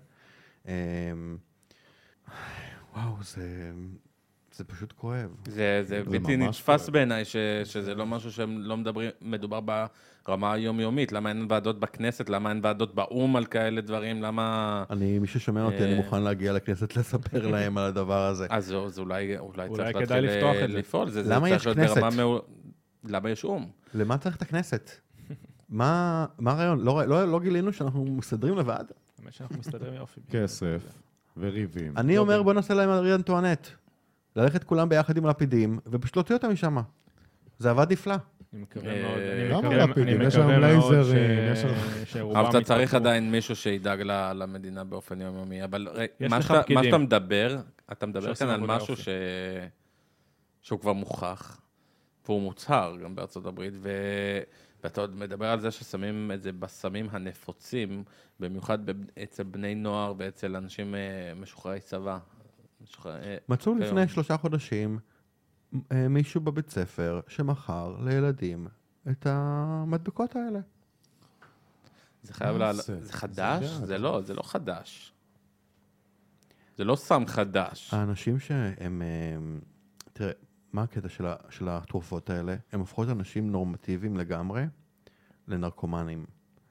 [SPEAKER 3] וואו, זה פשוט כואב.
[SPEAKER 1] זה בלתי נתפס בעיניי, שזה לא משהו שהם לא מדובר ברמה היומיומית. למה אין ועדות בכנסת? למה אין ועדות באום על כאלה דברים? למה...
[SPEAKER 3] מי ששומע אותי, אני מוכן להגיע לכנסת לספר להם על הדבר הזה.
[SPEAKER 1] אז אולי צריך
[SPEAKER 4] כדאי לפתוח את זה.
[SPEAKER 1] לפעול.
[SPEAKER 3] למה יש כנסת?
[SPEAKER 1] למה יש אום?
[SPEAKER 3] למה צריך את הכנסת? מה הרעיון? לא גילינו שאנחנו מסתדרים לבד?
[SPEAKER 4] באמת שאנחנו מסתדרים יופי.
[SPEAKER 2] כסף וריבים.
[SPEAKER 3] אני אומר, בוא נעשה להם אריאן טואנט. ללכת כולם ביחד עם לפידים, ופשוט להוציא אותם משם. זה עבד נפלא.
[SPEAKER 4] אני מקווה מאוד.
[SPEAKER 2] למה לפידים? יש שם לייזרים.
[SPEAKER 1] אבל אתה צריך עדיין מישהו שידאג למדינה באופן יומיומי. אבל מה שאתה מדבר, אתה מדבר כאן על משהו שהוא כבר מוכח, והוא מוצהר גם בארצות הברית, ואתה עוד מדבר על זה ששמים את זה בסמים הנפוצים, במיוחד אצל בני נוער ואצל אנשים משוחררי צבא.
[SPEAKER 3] מצאו לפני 3 חודשים מישהו בבית ספר שמכר לילדים את המדבקות האלה.
[SPEAKER 1] זה חדש? זה לא חדש. זה לא סם חדש.
[SPEAKER 3] האנשים שהם... תראה, מה הקטע של התרופות האלה? הם הופכות אנשים נורמטיביים לגמרי לנרקומנים.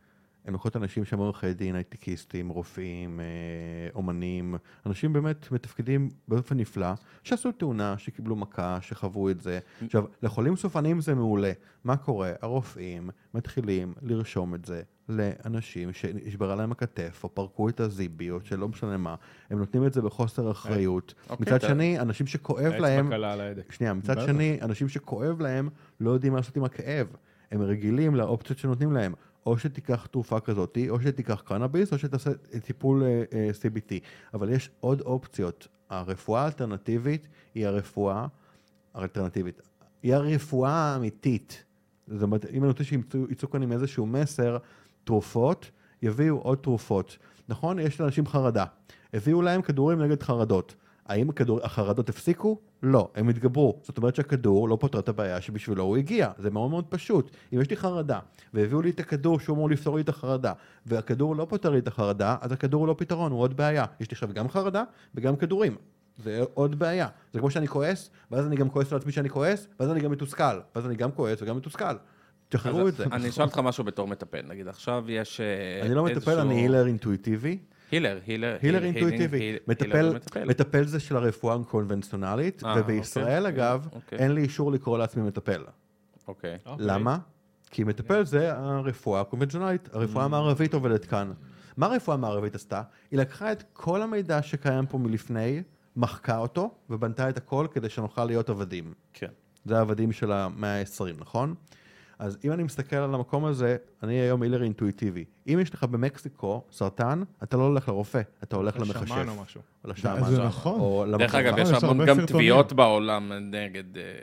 [SPEAKER 3] הן לוקחות אנשים שהם עורכי דין, הייטקיסטים, רופאים, אומנים, אנשים באמת מתפקדים באופן נפלא, שעשו תאונה, שקיבלו מכה, שחוו את זה. עכשיו, לחולים סופניים זה מעולה. מה קורה? הרופאים מתחילים לרשום את זה לאנשים שנשברה להם הכתף, או פרקו את הזיביות, שלא משנה מה. הם נותנים את זה בחוסר אחריות. מצד שני, אנשים שכואב להם... שנייה, מצד שני, אנשים שכואב להם לא יודעים מה לעשות עם הכאב. הם רגילים לאופציות שנותנים להם. או שתיקח תרופה כזאת, או שתיקח קנאביס, או שתעשה טיפול CBT. אבל יש עוד אופציות. הרפואה האלטרנטיבית היא הרפואה האלטרנטיבית. היא הרפואה האמיתית. זאת אומרת, אם אני רוצה שיצאו כאן עם איזשהו מסר, תרופות, יביאו עוד תרופות. נכון? יש לאנשים חרדה. הביאו להם כדורים נגד חרדות. האם החרדות הפסיקו? לא, הם התגברו. זאת אומרת שהכדור לא פותר את הבעיה שבשבילו הוא הגיע. זה מאוד מאוד פשוט. אם יש לי חרדה, והביאו לי את הכדור שהוא אמור לפתור לי את החרדה, והכדור לא פותר לי את החרדה, אז הכדור הוא לא פתרון, הוא עוד בעיה. יש לי עכשיו גם חרדה וגם כדורים. זה עוד בעיה. זה כמו שאני כועס, ואז אני גם כועס על עצמי שאני כועס, ואז אני גם מתוסכל. ואז אני גם כועס וגם מתוסכל. תשחררו את זה.
[SPEAKER 1] אני אשאל אותך משהו בתור מטפל. נגיד, עכשיו יש...
[SPEAKER 3] אני לא מטפל, אני הילר אינטואיטיבי.
[SPEAKER 1] הילר
[SPEAKER 3] אינטואיטיבי. מטפל זה של הרפואה הקונבנציונלית, ובישראל אגב, אין לי אישור לקרוא לעצמי מטפל.
[SPEAKER 1] אוקיי.
[SPEAKER 3] למה? כי מטפל זה הרפואה הקונבנציונלית, הרפואה המערבית עובדת כאן. מה הרפואה המערבית עשתה? היא לקחה את כל המידע שקיים פה מלפני, מחקה אותו, ובנתה את הכל כדי שנוכל להיות עבדים.
[SPEAKER 1] כן.
[SPEAKER 3] זה העבדים של המאה ה-20, נכון? אז אם אני מסתכל על המקום הזה, אני היום הילר אינטואיטיבי. אם יש לך במקסיקו סרטן, אתה לא הולך לרופא, אתה הולך למחשב.
[SPEAKER 4] לשמן או משהו.
[SPEAKER 3] או לשמן.
[SPEAKER 2] זה נכון.
[SPEAKER 1] דרך אגב, יש המון גם תביעות בעולם נגד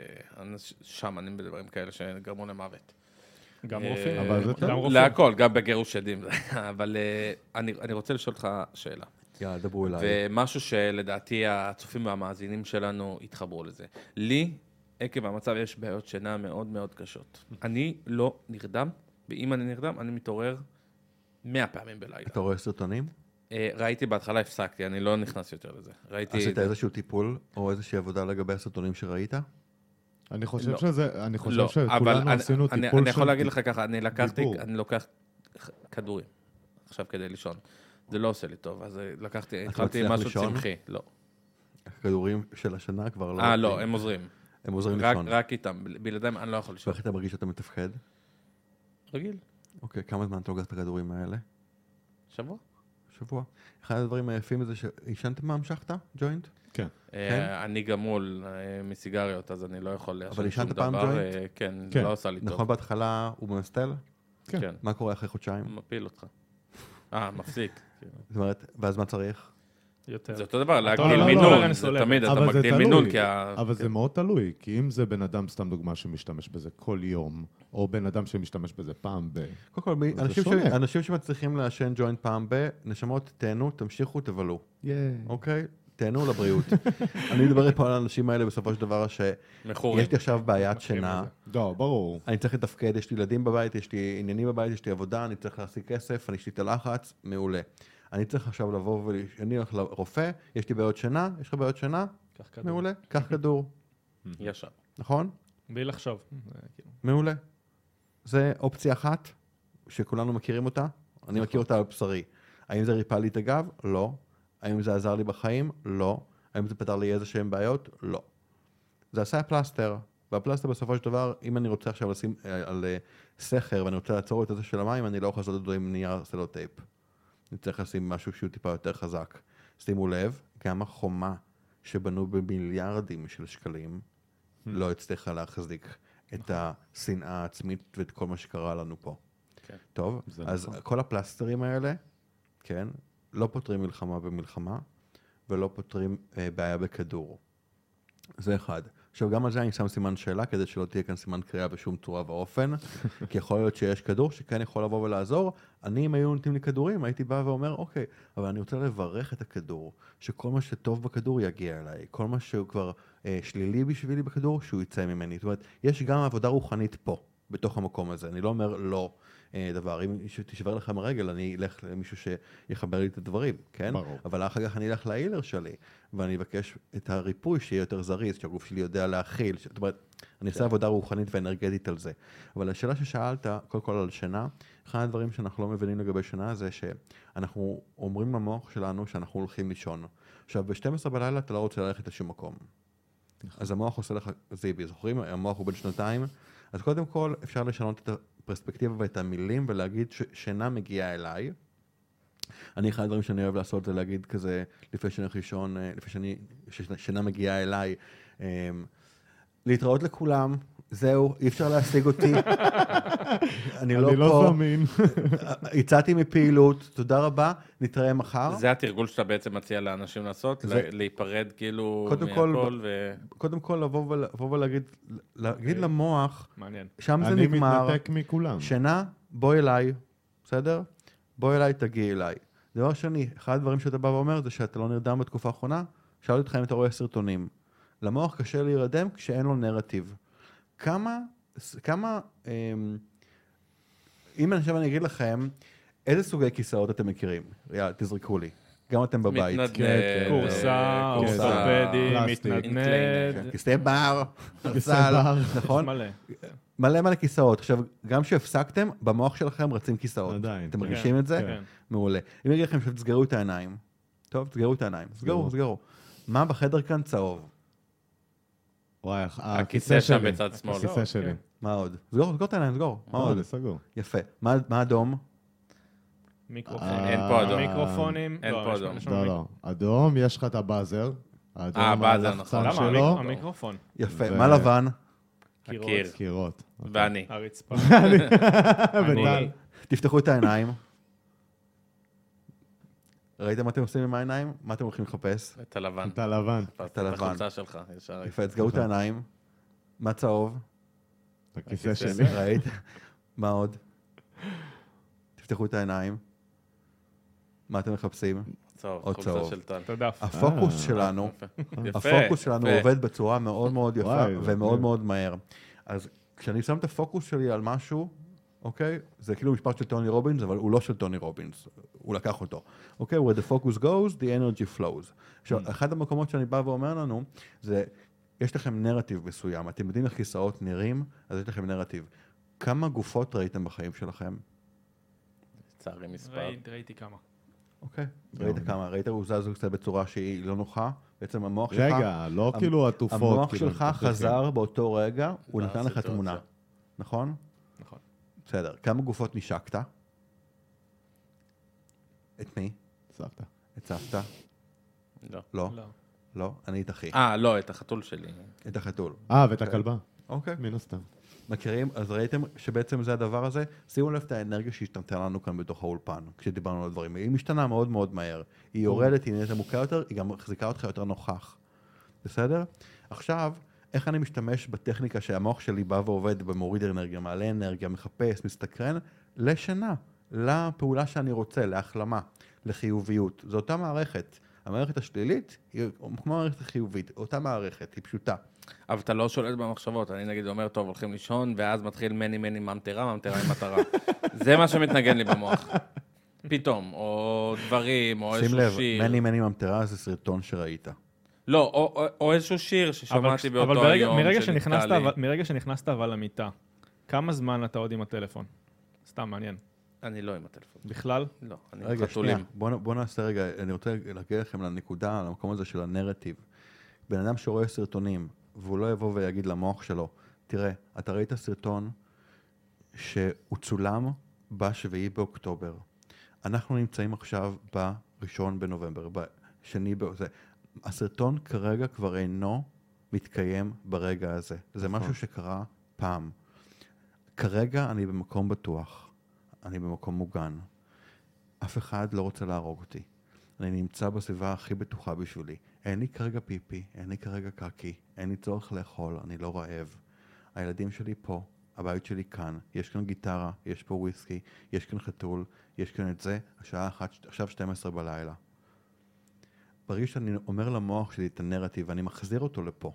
[SPEAKER 1] שמנים בדברים כאלה שגרמו למוות.
[SPEAKER 4] גם רופאים.
[SPEAKER 1] להכל, גם בגירוש עדים. אבל אני רוצה לשאול אותך שאלה.
[SPEAKER 3] יאללה, דברו אליי.
[SPEAKER 1] ומשהו שלדעתי הצופים והמאזינים שלנו התחברו לזה. לי, עקב המצב, יש בעיות שינה מאוד מאוד קשות. אני לא נרדם, ואם אני נרדם, אני מתעורר 100 פעמים בלילה.
[SPEAKER 3] אתה רואה סרטונים?
[SPEAKER 1] ראיתי בהתחלה, הפסקתי, אני לא נכנס יותר לזה.
[SPEAKER 3] עשית איזשהו טיפול, או איזושהי עבודה לגבי הסרטונים שראית?
[SPEAKER 2] אני חושב שכולנו עשינו טיפול של...
[SPEAKER 1] אני יכול להגיד לך ככה, אני לוקח כדורים, עכשיו כדי לישון. זה לא עושה לי טוב, אז התחלתי משהו צמחי, לא.
[SPEAKER 3] הכדורים של השנה כבר לא...
[SPEAKER 1] לא, הם עוזרים.
[SPEAKER 3] הם עוזרים לישון.
[SPEAKER 1] רק איתם, בלעדיהם אני לא יכול לישון.
[SPEAKER 3] ואיך אתה מרגיש שאתה מתפקד?
[SPEAKER 1] רגיל.
[SPEAKER 3] אוקיי, כמה זמן אתה לוקח את הכדורים האלה? שבוע. אחד הדברים היפים זה שישנתם מה המשכת? ג'וינט?
[SPEAKER 2] כן.
[SPEAKER 1] אני גמול מסיגריות, אז אני לא יכול...
[SPEAKER 3] אבל ישנת פעם ג'וינט?
[SPEAKER 1] כן, לא עושה לי טוב.
[SPEAKER 3] נכון, בהתחלה הוא ממסטל?
[SPEAKER 2] כן.
[SPEAKER 3] מה קורה אחרי חודשיים?
[SPEAKER 1] הוא מפיל אותך. מפסיק.
[SPEAKER 3] זאת אומרת, ואז מה צריך?
[SPEAKER 1] זה אותו דבר, להגדיל מינון, זה תמיד, אתה מגדיל מינון,
[SPEAKER 2] אבל זה מאוד תלוי, כי אם זה בן אדם, סתם דוגמה, שמשתמש בזה כל יום, או בן אדם שמשתמש בזה פעם ב...
[SPEAKER 3] קודם כל, אנשים שמצליחים לעשן ג'וינט פעם ב, נשמות, תהנו, תמשיכו, תבלו. אוקיי? תהנו לבריאות. אני מדבר פה על האנשים האלה בסופו של דבר שיש לי עכשיו בעיית שינה.
[SPEAKER 2] לא, ברור.
[SPEAKER 3] אני צריך לתפקד, יש לי ילדים בבית, יש לי עניינים בבית, יש לי עבודה, אני צריך להשיג כסף, יש לי את הלחץ, מעולה. אני צריך עכשיו לבוא אני הולך לרופא, יש לי בעיות שינה, יש לך בעיות שינה? מעולה, קח כדור.
[SPEAKER 1] ישר.
[SPEAKER 3] נכון?
[SPEAKER 4] בלי לחשוב.
[SPEAKER 3] מעולה. זה אופציה אחת, שכולנו מכירים אותה, אני מכיר אותה על בשרי. האם זה ריפא לי את הגב? לא. האם זה עזר לי בחיים? לא. האם זה פתר לי איזה שהם בעיות? לא. זה עשה פלסטר, והפלסטר בסופו של דבר, אם אני רוצה עכשיו לשים על סכר, ואני רוצה לעצור את זה של המים, אני לא יכול לעשות את זה עם נייר סלוטייפ. אני צריך לשים משהו שהוא טיפה יותר חזק. שימו לב, גם החומה שבנו במיליארדים של שקלים, לא הצליחה להחזיק את השנאה העצמית ואת כל מה שקרה לנו פה. טוב, אז כל הפלסטרים האלה, כן, לא פותרים מלחמה במלחמה, ולא פותרים בעיה בכדור. זה אחד. עכשיו, גם על זה אני שם סימן שאלה, כדי שלא תהיה כאן סימן קריאה בשום צורה ואופן, כי יכול להיות שיש כדור שכן יכול לבוא ולעזור. אני, אם היו נותנים לי כדורים, הייתי בא ואומר, אוקיי, אבל אני רוצה לברך את הכדור, שכל מה שטוב בכדור יגיע אליי, כל מה שהוא כבר שלילי בשבילי בכדור, שהוא יצא ממני. זאת אומרת, יש גם עבודה רוחנית פה, בתוך המקום הזה. אני לא אומר לא דבר. אם תשבר לכם רגל, אני אלך למישהו שיחבר לי את הדברים, כן?
[SPEAKER 2] ברור.
[SPEAKER 3] אבל אחר כך אני אלך להילר שלי, ואני אבקש את הריפוי שיהיה יותר זריז, שהגוף שלי יודע להכיל. זאת אומרת, אני עושה עבודה רוחנית ואנרגטית על זה. אבל השאלה ששאלת, קודם כל על שינה, אחד הדברים שאנחנו לא מבינים לגבי שינה זה שאנחנו אומרים למוח שלנו שאנחנו הולכים לישון. עכשיו, ב-12 בלילה אתה לא רוצה ללכת לשום מקום. אז המוח עושה לך זיבי, זוכרים? המוח הוא בן 2 אז קודם כל אפשר לשנות את הפרספקטיבה ואת המילים ולהגיד ששינה מגיעה אליי. אני אחד הדברים שאני אוהב לעשות זה להגיד כזה, לפני שאני הולך לישון, ששינה מגיעה אליי, להתראות לכולם, זהו, אי אפשר להשיג אותי. אני לא
[SPEAKER 2] זמין.
[SPEAKER 3] יצאתי מפעילות, תודה רבה, נתראה מחר.
[SPEAKER 1] זה התרגול שאתה בעצם מציע לאנשים לעשות, להיפרד כאילו מהכל
[SPEAKER 3] קודם כל לבוא ולהגיד למוח,
[SPEAKER 4] מעניין.
[SPEAKER 3] שם זה נגמר.
[SPEAKER 2] אני מתנתק מכולם.
[SPEAKER 3] שינה, בוא אליי, בסדר? בוא אליי, תגיע אליי. דבר שני, אחד הדברים שאתה בא ואומר זה שאתה לא נרדם בתקופה האחרונה, שאלתי אותך אם אתה רואה סרטונים. למוח קשה להירדם כשאין לו נרטיב. כמה, אם אני אגיד לכם, איזה סוגי כיסאות אתם מכירים? יאללה, תזרקו לי. גם אתם בבית.
[SPEAKER 1] מתנדנד,
[SPEAKER 4] קורסה, אורתופדי, מתנדנד.
[SPEAKER 3] כיסא בר, סל, נכון? מלא כיסאות. עכשיו, גם שהפסקתם, במוח שלכם רצים כיסאות.
[SPEAKER 2] עדיין.
[SPEAKER 3] אתם מרגישים את זה?
[SPEAKER 4] כן.
[SPEAKER 3] מעולה. אם אני אגיד לכם שתסגרו את העיניים. טוב, תסגרו את העיניים. סגרו. מה בחדר כאן צהוב?
[SPEAKER 2] וואי,
[SPEAKER 1] הכיסא שם בצד שמאל.
[SPEAKER 2] הכיסא שלי.
[SPEAKER 3] מה עוד? סגור את העיניים, סגור. מה עוד?
[SPEAKER 2] סגור.
[SPEAKER 3] יפה. מה אדום?
[SPEAKER 1] אין פה אדום.
[SPEAKER 4] מיקרופונים.
[SPEAKER 1] אין פה אדום.
[SPEAKER 2] לא. אדום, יש לך את הבאזר.
[SPEAKER 1] באזר, נכון.
[SPEAKER 4] למה? המיקרופון.
[SPEAKER 3] יפה. מה לבן?
[SPEAKER 1] הקיר.
[SPEAKER 2] קירות.
[SPEAKER 1] ואני.
[SPEAKER 4] הרצפה.
[SPEAKER 2] וטל.
[SPEAKER 3] תפתחו את העיניים. ראיתם מה אתם עושים עם העיניים? מה אתם הולכים לחפש?
[SPEAKER 1] את הלבן.
[SPEAKER 2] את הלבן.
[SPEAKER 3] את הלבן.
[SPEAKER 1] את החולצה שלך.
[SPEAKER 3] יפה, תסגרו את העיניים. מה צהוב?
[SPEAKER 2] את הכיסא שלי.
[SPEAKER 3] ראית? מה עוד? תפתחו את העיניים. מה אתם מחפשים?
[SPEAKER 1] צהוב.
[SPEAKER 3] עוד
[SPEAKER 1] חולצה
[SPEAKER 3] צהוב.
[SPEAKER 1] של טל.
[SPEAKER 4] תודה.
[SPEAKER 3] הפוקוס שלנו עובד בצורה מאוד מאוד יפה ומאוד מאוד מהר. אז כשאני שם את הפוקוס שלי על משהו, אוקיי? זה כאילו משפט של טוני רובינס, אבל הוא לא של טוני רובינס, הוא לקח אותו. אוקיי? Where the focus goes, the energy flows. עכשיו, אחד המקומות שאני בא ואומר לנו, זה, יש לכם נרטיב מסוים, אתם יודעים איך כיסאות נראים, אז יש לכם נרטיב. כמה גופות ראיתם בחיים שלכם?
[SPEAKER 1] צערי מספר.
[SPEAKER 4] ראיתי כמה.
[SPEAKER 3] אוקיי. ראית כמה? ראית הוא זז קצת בצורה שהיא לא נוחה? בעצם המוח שלך...
[SPEAKER 2] רגע, לא כאילו עטופות.
[SPEAKER 3] המוח שלך חזר באותו רגע, הוא נתן לך תמונה. נכון?
[SPEAKER 4] נכון.
[SPEAKER 3] בסדר. כמה גופות נשקת? את מי?
[SPEAKER 2] סבתא.
[SPEAKER 3] את סבתא?
[SPEAKER 1] לא.
[SPEAKER 3] לא? לא? אני את אחי.
[SPEAKER 1] לא, את החתול שלי.
[SPEAKER 3] את החתול.
[SPEAKER 2] ואת הכלבה.
[SPEAKER 3] אוקיי.
[SPEAKER 2] מן הסתם.
[SPEAKER 3] מכירים? אז ראיתם שבעצם זה הדבר הזה? שימו לב את האנרגיה שהשתנתה לנו כאן בתוך האולפן, כשדיברנו על הדברים. היא משתנה מאוד מאוד מהר. היא יורדת, היא נהיית עמוקה יותר, היא גם מחזיקה אותך יותר נוכח. בסדר? עכשיו, איך אני משתמש בטכניקה שהמוח שלי בא ועובד במוריד אנרגיה, מעלה אנרגיה, מחפש, מסתקרן, לשינה, לפעולה שאני רוצה, להחלמה, לחיוביות. זו אותה מערכת. המערכת השלילית היא כמו המערכת החיובית, אותה מערכת, היא פשוטה.
[SPEAKER 1] אבל אתה לא שולט במחשבות, אני נגיד אומר, טוב, הולכים לישון, ואז מתחיל מני ממטרה עם מטרה. זה מה שמתנגן לי במוח. פתאום, או דברים, או איזשהו שיר.
[SPEAKER 3] שים לב, מני ממטרה זה סרטון שראית.
[SPEAKER 1] לא, או איזשהו שיר ששמעתי באותו היום שנתקע לי.
[SPEAKER 4] מרגע שנכנסת אבל למיטה, כמה זמן אתה עוד עם הטלפון? סתם, מעניין.
[SPEAKER 1] אני לא עם הטלפון.
[SPEAKER 4] בכלל?
[SPEAKER 1] לא, אני עם
[SPEAKER 3] רגע,
[SPEAKER 1] חתולים.
[SPEAKER 3] שנייה, בוא נעשה רגע, אני רוצה להגיע לכם לנקודה, למקום הזה של הנרטיב. בן אדם שרואה סרטונים, והוא לא יבוא ויגיד למוח שלו, תראה, אתה ראית סרטון שהוא צולם ב7 באוקטובר. אנחנו נמצאים עכשיו ב1 בנובמבר, בשני בזה. הסרטון כרגע כבר אינו מתקיים ברגע הזה. זה משהו שקרה פעם. כרגע אני במקום בטוח. אני במקום מוגן. אף אחד לא רוצה להרוג אותי. אני נמצא בסביבה הכי בטוחה בשבילי. אין לי כרגע פיפי, אין לי כרגע קקי, אין לי צורך לאכול, אני לא רעב. הילדים שלי פה, הבית שלי כאן, יש כאן גיטרה, יש פה וויסקי, יש כאן חתול, יש כאן את זה, השעה 1, עכשיו 12 בלילה. ברגע שאני אומר למוח שלי את הנרטיב, ואני מחזיר אותו לפה,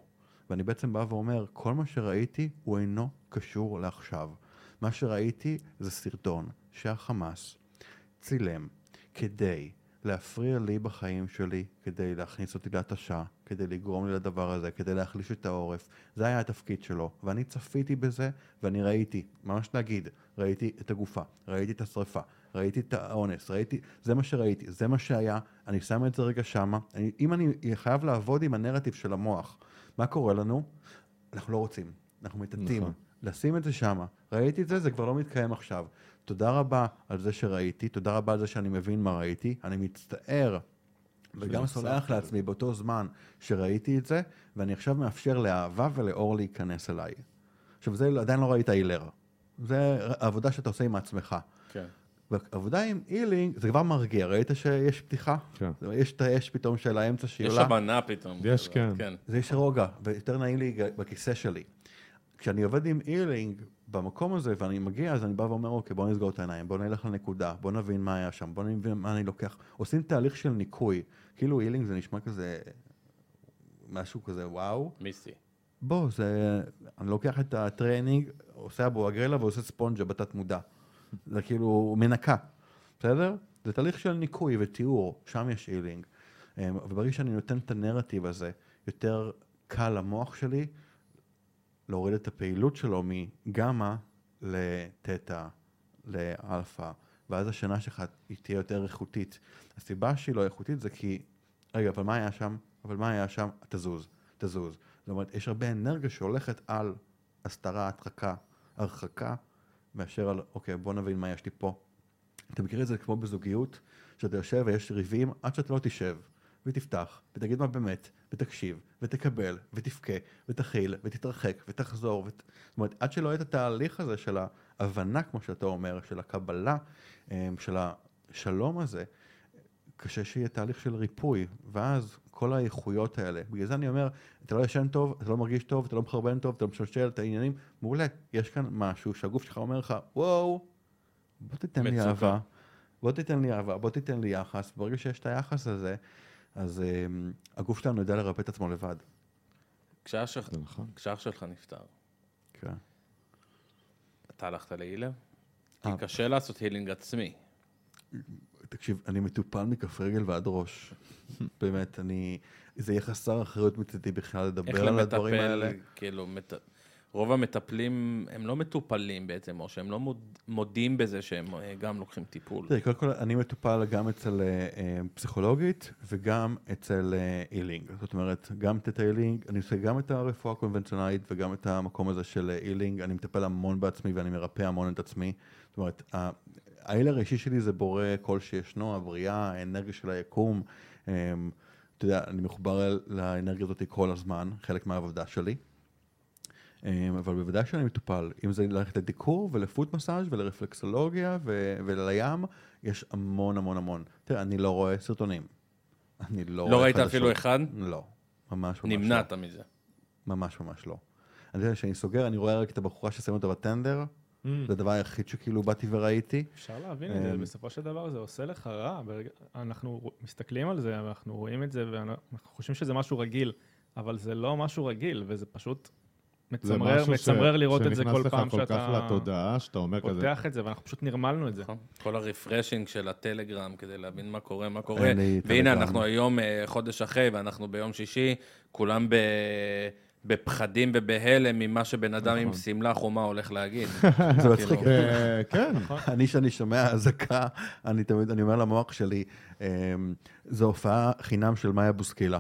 [SPEAKER 3] ואני בעצם בא ואומר, כל מה שראיתי הוא אינו קשור לעכשיו. מה שראיתי זה סרטון שהחמאס צילם כדי להפריע לי בחיים שלי, כדי להכניס אותי להתשה, כדי לגרום לי לדבר הזה, כדי להחליש את העורף. זה היה התפקיד שלו, ואני צפיתי בזה, ואני ראיתי, ממש להגיד, ראיתי את הגופה, ראיתי את השריפה, ראיתי את האונס, זה מה שראיתי, זה מה שהיה, אני שם את זה רגע שמה. אם אני חייב לעבוד עם הנרטיב של המוח, מה קורה לנו? אנחנו לא רוצים, אנחנו מתעתים. נכון. לשים את זה שמה. ראיתי את זה, זה כבר לא מתקיים עכשיו. תודה רבה על זה שראיתי, תודה רבה על זה שאני מבין מה ראיתי, אני מצטער וגם סולח לעצמי באותו זמן שראיתי את זה, ואני עכשיו מאפשר לאהבה ולאור להיכנס אליי. עכשיו, זה עדיין לא ראית הילר. זה העבודה שאתה עושה עם עצמך. כן. והעבודה עם אילינג, זה כבר מרגיע. ראית שיש פתיחה? כן. יש פתאום של האמצע שהיא עולה.
[SPEAKER 1] יש הבנה פתאום.
[SPEAKER 2] יש, כן.
[SPEAKER 3] זה יש רוגע, ויותר נעים לי בכיסא שלי. כשאני עובד עם אילינג במקום הזה, ואני מגיע, אז אני בא ואומר, אוקיי, בוא נסגור את העיניים, בוא נלך לנקודה, בוא נבין מה היה שם, בוא נבין מה אני לוקח. עושים תהליך של ניקוי. כאילו אילינג זה נשמע כזה, משהו כזה, וואו.
[SPEAKER 1] מיסטי.
[SPEAKER 3] בוא, אני לוקח את הטריינינג, עושה אבו אגרלה ועושה ספונג'ה בתת מודע. זה כאילו מנקה, בסדר? זה תהליך של ניקוי ותיאור, שם יש אילינג. וברגע שאני נותן את הנרטיב הזה, יותר קל למוח שלי, להוריד את הפעילות שלו מגמא לטטה, לאלפא, ואז השנה שלך היא תהיה יותר איכותית. הסיבה שהיא לא איכותית זה כי, רגע, אבל מה היה שם? תזוז. זאת אומרת, יש הרבה אנרגיה שהולכת על הסתרה, הרחקה, מאשר על, אוקיי, בוא נבין מה יש לי פה. אתה מכיר את זה כמו בזוגיות, שאתה יושב ויש ריבים עד שאתה לא תשב, ותפתח, ותגיד מה באמת, ותקשיב, ותקבל, ותפקה, ותכיל, ותתרחק, ותחזור. זאת אומרת, עד שלא יהיה את התהליך הזה של ההבנה, כמו שאתה אומר, של הקבלה, של השלום הזה, קשה שיהיה תהליך של ריפוי, ואז כל האיכויות האלה. בגלל זה אני אומר, אתה לא ישן טוב, אתה לא מרגיש טוב, אתה לא מחרבן טוב, אתה לא משלשל את העניינים, מעולה. יש כאן משהו שהגוף שלך אומר לך, וואו, בוא תיתן לי אהבה, בוא תיתן לי יחס. ברגע שיש את היחס הזה, אז הגוף שלנו יודע לרפא את עצמו לבד.
[SPEAKER 1] כשאח שלך נפטר,
[SPEAKER 3] כן.
[SPEAKER 1] אתה הלכת להילר? כי קשה לעשות הילינג עצמי.
[SPEAKER 3] תקשיב, אני מטופל מכף רגל ועד ראש. באמת, זה יהיה חסר אחריות מצדי בכלל לדבר על הדברים האלה.
[SPEAKER 1] איך למטפל, כאילו, רוב המטפלים הם לא מטופלים בעצם, או שהם לא מודים בזה שהם גם לוקחים טיפול.
[SPEAKER 3] תראי, קודם כל, אני מטופל גם אצל פסיכולוגית וגם אצל אילינג. זאת אומרת, גם את האילינג, אני עושה גם את הרפואה הקונבנציונלית וגם את המקום הזה של אילינג. אני מטפל המון בעצמי ואני מרפא המון את עצמי. זאת אומרת, האיל הראשי שלי זה בורא כל שישנו, הבריאה, האנרגיה של היקום. אתה יודע, אני מחובר לאנרגיה הזאת כל הזמן, חלק מהעבודה שלי. אבל בוודאי שאני מטופל, אם זה ללכת לדיקור ולפוט מסאז' ולרפלקסולוגיה ולים, יש המון המון המון. תראה, אני לא רואה סרטונים.
[SPEAKER 1] לא ראית אפילו אחד?
[SPEAKER 3] לא, ממש לא.
[SPEAKER 1] נמנעת מזה?
[SPEAKER 3] ממש ממש לא. אני יודע שאני סוגר, אני רואה רק את הבחורה ששמים אותה בטנדר, זה הדבר היחיד שכאילו באתי וראיתי.
[SPEAKER 4] אפשר להבין את זה, בסופו של דבר זה עושה לך רע. אנחנו מסתכלים על זה, אנחנו רואים את זה, ואנחנו חושבים שזה משהו רגיל, אבל זה לא משהו רגיל, וזה פשוט מצמרר לראות את זה כל פעם
[SPEAKER 2] שאתה... שנכנס לך כל כך לתודעה, שאתה אומר כזה...
[SPEAKER 4] פותח את זה, ואנחנו פשוט נרמלנו את זה.
[SPEAKER 1] כל הרפרשינג של הטלגרם, כדי להבין מה קורה. והנה, אנחנו היום חודש אחרי, ואנחנו ביום שישי, כולם בפחדים ובהלם ממה שבן אדם עם סמלה חומה הולך להגיד.
[SPEAKER 3] זה מצחיק. כן. שאני שומע הזקה, אני אומר למוח שלי, זו הופעה חינם של מאיה בוסקילה.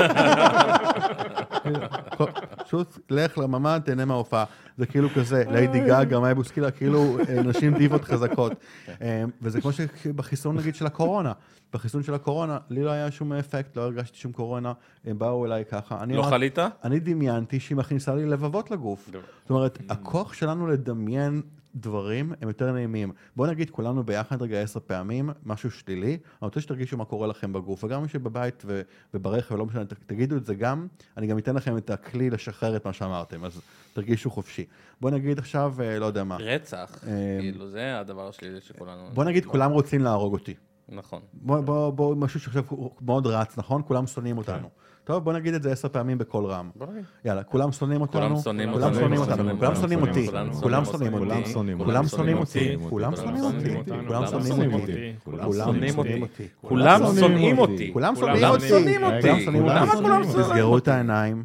[SPEAKER 3] פשוט לך לממה, תהנה מההופעה. זה כאילו כזה, ליידי גאגה, מאיה בוסקילה, כאילו נשים דיבות חזקות. וזה כמו שבחיסון נגיד של הקורונה. בחיסון של הקורונה, לי לא היה שום אפקט, לא הרגשתי שום קורונה, הם באו אליי ככה.
[SPEAKER 1] לא חלית?
[SPEAKER 3] אני דמיינתי שהיא מכניסה לי לבבות לגוף. זאת אומרת, הכוח שלנו לדמיין דברים הם יותר נעימים. בואו נגיד כולנו ביחד רגע 10 פעמים, משהו שלילי, אני רוצה שתרגישו מה קורה לכם בגוף, וגם מי שבבית וברכב, ולא משנה, תגידו את זה גם, אני גם אתן לכם את הכלי לשחרר את מה שאמרתם, אז תרגישו חופשי. בואו נגיד עכשיו, לא יודע מה.
[SPEAKER 1] רצח, כאילו זה הדבר השלילי שכולנו...
[SPEAKER 3] בואו נגיד כולם רוצים להרוג אותי.
[SPEAKER 1] נכון.
[SPEAKER 3] בוא, משהו שעכשיו מאוד רץ, נכון? כולם שונאים אותנו. טוב, בוא נגיד את זה 10 פעמים בקול רם. יאללה, כולם שונאים אותנו, כולם שונאים אותנו, כולם שונאים אותי, כולם שונאים אותי, כולם שונאים אותי, כולם שונאים אותי, כולם שונאים אותי,
[SPEAKER 1] כולם שונאים אותי,
[SPEAKER 3] כולם שונאים אותי, למה כולם שונאים? תסגרו את העיניים,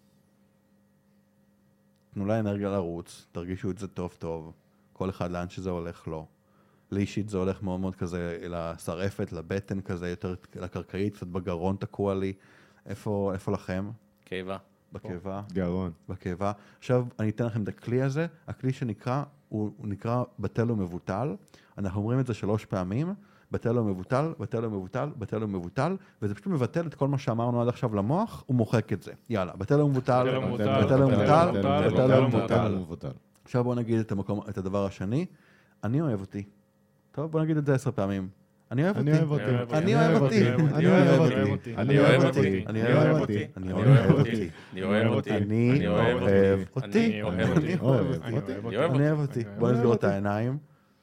[SPEAKER 3] תנו לה אנרגיה לרוץ, תרגישו את זה טוב טוב, כל אחד לאן שזה הולך לו. לאישית זה הולך מאוד מאוד כזה לשרפת, לבטן כזה, יותר לקרקעית, קצת בגרון תקוע לי. איפה לכם?
[SPEAKER 1] קיבה.
[SPEAKER 3] בקיבה.
[SPEAKER 2] גרון.
[SPEAKER 3] בקיבה. עכשיו אני אתן לכם את הכלי הזה, הכלי שנקרא, הוא נקרא בטל ומבוטל. אנחנו אומרים את זה 3 פעמים, בטל ומבוטל, בטל ומבוטל, בטל ומבוטל, וזה פשוט מבטל את כל מה שאמרנו עד עכשיו למוח, הוא מוחק את זה. יאללה, בטל ומבוטל, בטל ומבוטל, בטל ומבוטל. עכשיו בואו נגיד את הדבר השני, אני אוהב אותי. טוב, בוא נגיד את זה 10 פעמים. אני אוהב אותי. אני אוהב אותי. אני אוהב אותי.
[SPEAKER 2] אני אוהב אותי.
[SPEAKER 3] אני אוהב אותי. אני אוהב אותי.
[SPEAKER 1] אני אוהב אותי.
[SPEAKER 3] אני אוהב אותי.
[SPEAKER 1] אני אוהב אותי.
[SPEAKER 3] אני אוהב אותי. בוא נסגור את העיניים.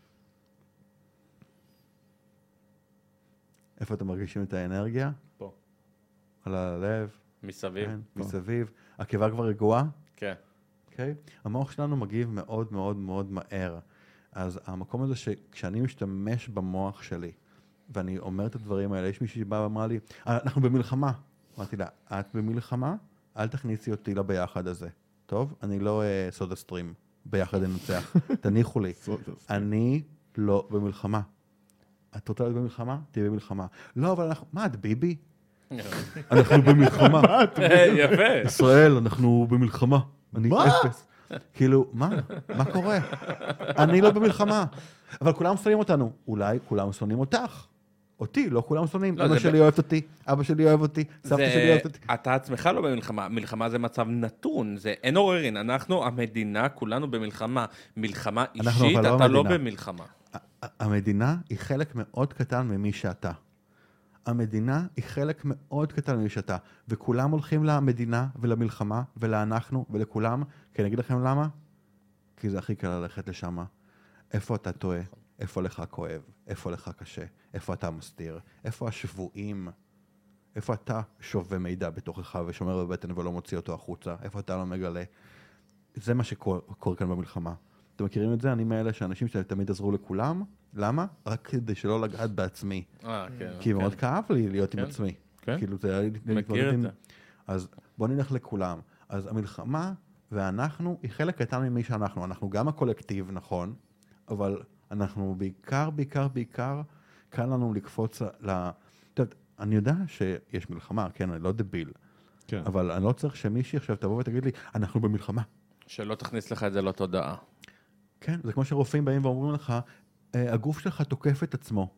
[SPEAKER 3] איפה אתם מרגישים את האנרגיה?
[SPEAKER 4] פה.
[SPEAKER 3] על הלב.
[SPEAKER 1] מסביב.
[SPEAKER 3] מסביב. הקיבה כבר רגועה?
[SPEAKER 1] כן.
[SPEAKER 3] אוקיי? המוח שלנו מגיב מאוד מאוד מאוד מהר. אז המקום הזה שכשאני משתמש במוח שלי, ואני אומר את הדברים האלה, יש מישהי שבאה ואמרה לי, אנחנו במלחמה. אמרתי לה, את במלחמה? אל תכניסי אותי לביחד הזה. טוב? אני לא סודה סטרים. ביחד ננצח. תניחו לי. אני לא במלחמה. את רוצה להיות במלחמה? תהיה במלחמה. לא, אבל אנחנו... מה, את ביבי? אנחנו במלחמה.
[SPEAKER 1] יפה.
[SPEAKER 3] ישראל, אנחנו במלחמה. אני אפס. כאילו, מה קורה? אני לא במלחמה. אבל כולם שונאים אותנו. אולי כולם שונאים אותך. אותי, לא כולם שונאים. אמא שלי אוהבת אותי, אבא שלי אוהב אותי, סבתא שלי אוהבת אותי.
[SPEAKER 1] אתה עצמך לא במלחמה. מלחמה זה מצב נתון. זה אין עוררין. אנחנו, המדינה, כולנו במלחמה. מלחמה אישית, אתה לא במלחמה.
[SPEAKER 3] המדינה היא חלק מאוד קטן ממי שאתה. המדינה היא חלק מאוד קטן ממי שאתה. וכולם הולכים למדינה ולמלחמה ולאנחנו ולכולם. כי אני אגיד לכם למה? כי זה הכי קל ללכת לשם. איפה אתה טועה? איפה לך כואב? איפה לך קשה? איפה אתה מסתיר? איפה השבועים? איפה אתה שווה מידע בתוכך ושומר בבטן ולא מוציא אותו החוצה? איפה אתה לא מגלה? זה מה שקורה כאן במלחמה. אתם מכירים את זה? אני מאלה שאנשים שתמיד עזרו לכולם. למה? רק כדי שלא לגעת בעצמי. כי מאוד כאב לי להיות עם עצמי. כאילו זה...
[SPEAKER 1] מכיר את זה.
[SPEAKER 3] אז בוא נלך לכולם. אז המלחמה ואנחנו היא חלק קטן ממי שאנחנו. אנחנו גם הקולקטיב, נכון, אבל אנחנו בעיקר, קל לנו לקפוץ אני יודע שיש מלחמה, כן, אני לא דביל. כן. אבל אני לא צריך שמישהי עכשיו תבוא ותגיד לי, אנחנו במלחמה.
[SPEAKER 1] שלא תכניס לך את זה לתודעה.
[SPEAKER 3] כן, זה כמו שרופאים באים ואומרים לך, הגוף שלך תוקף את עצמו.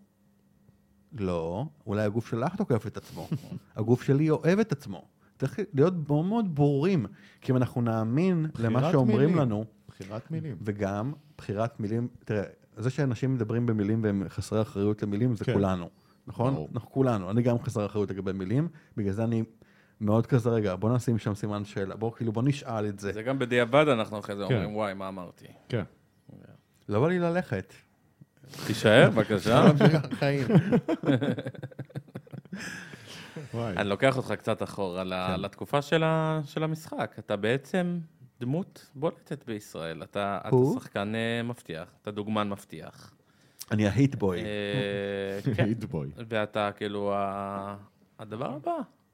[SPEAKER 3] לא, אולי הגוף שלך תוקף את עצמו. הגוף שלי אוהב את עצמו. צריך להיות מאוד מאוד ברורים, כי אם אנחנו נאמין למה שאומרים לנו...
[SPEAKER 2] בחירת מילים.
[SPEAKER 3] וגם בחירת מילים, תראה, זה שאנשים מדברים במילים והם חסרי אחריות למילים, זה כולנו, נכון? אנחנו כולנו, אני גם חסר אחריות לגבי מילים, בגלל זה אני מאוד כזה, רגע, בוא נשים שם סימן שאלה, בוא נשאל את זה.
[SPEAKER 1] זה גם בדיעבד אנחנו אחרי זה אומרים, וואי, מה אמרתי?
[SPEAKER 2] כן.
[SPEAKER 3] לא בא לי ללכת.
[SPEAKER 1] תישאר, בבקשה.
[SPEAKER 3] חיים.
[SPEAKER 1] אני לוקח אותך קצת אחורה לתקופה של המשחק. אתה בעצם דמות בולטת בישראל. אתה שחקן מבטיח, אתה דוגמן מבטיח.
[SPEAKER 3] אני ההיטבוי.
[SPEAKER 1] כן.
[SPEAKER 2] היטבוי.
[SPEAKER 1] ואתה כאילו הדבר הבא.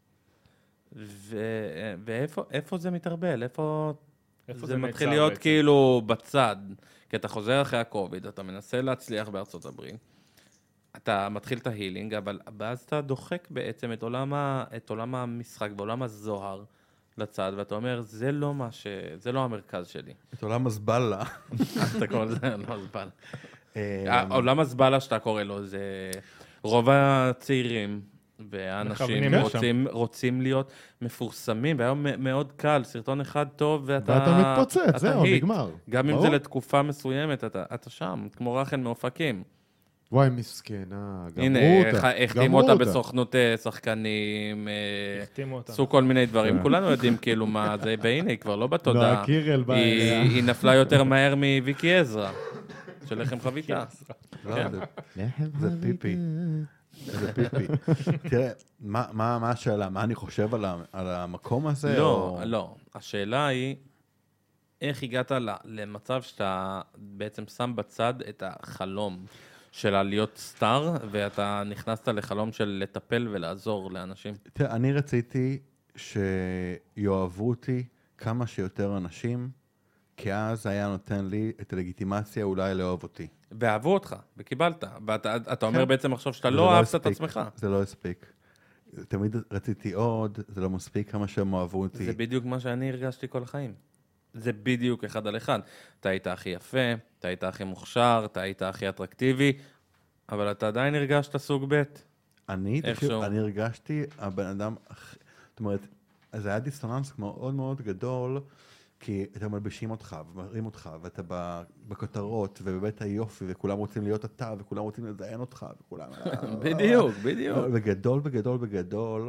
[SPEAKER 1] ואיפה זה מתערבל? איפה זה מתחיל להיות כאילו בצד? כי אתה חוזר אחרי הקוביד, אתה מנסה להצליח בארצות הברית. אתה מתחיל את ההילינג, אבל אז אתה דוחק בעצם את עולם המשחק ועולם הזוהר לצד, ואתה אומר, זה לא המרכז שלי.
[SPEAKER 3] את עולם הזבלה.
[SPEAKER 1] אתה קורא לזה עולם הזבלה. עולם הזבלה שאתה קורא לו, זה רוב הצעירים והאנשים רוצים להיות מפורסמים, והיום מאוד קל, סרטון אחד טוב,
[SPEAKER 2] ואתה מתפוצץ, זהו, נגמר.
[SPEAKER 1] גם אם זה לתקופה מסוימת, אתה שם, כמו רחל מאופקים.
[SPEAKER 2] וואי, מסכנה,
[SPEAKER 1] הנה, החתימו אותה בסוכנות שחקנים, עשו כל מיני דברים, כולנו יודעים כאילו מה זה, והנה, היא כבר לא בתודעה. היא נפלה יותר מהר מוויקי עזרא, של לחם חביתה.
[SPEAKER 3] זה פיפי. איזה פיפי. תראה, מה השאלה? מה אני חושב על המקום הזה?
[SPEAKER 1] לא, לא. השאלה היא, איך הגעת למצב שאתה בעצם שם בצד את החלום של להיות סטאר, ואתה נכנסת לחלום של לטפל ולעזור לאנשים?
[SPEAKER 3] תראה, אני רציתי שיאהבו אותי כמה שיותר אנשים, כי אז היה נותן לי את הלגיטימציה אולי לאהוב אותי.
[SPEAKER 1] ואהבו אותך, וקיבלת. ואתה אומר
[SPEAKER 3] כן.
[SPEAKER 1] בעצם עכשיו שאתה לא אהבת את עצמך.
[SPEAKER 3] זה לא הספיק. תמיד רציתי עוד, זה לא מספיק כמה שהם אוהבו אותי.
[SPEAKER 1] זה בדיוק מה שאני הרגשתי כל החיים. זה בדיוק אחד על אחד. אתה היית הכי יפה, אתה היית הכי מוכשר, אתה היית הכי אטרקטיבי, אבל אתה עדיין הרגשת סוג ב'.
[SPEAKER 3] אני
[SPEAKER 1] איכשהו.
[SPEAKER 3] הרגשתי הבן אדם, זאת אומרת, זה היה דיסטוננס מאוד מאוד גדול, כי אתם מלבישים אותך ומראים אותך, ואתה בכותרות, ובבית היופי, וכולם רוצים להיות אתה, וכולם רוצים לזיין אותך, וכולם...
[SPEAKER 1] בדיוק, בדיוק.
[SPEAKER 3] בגדול,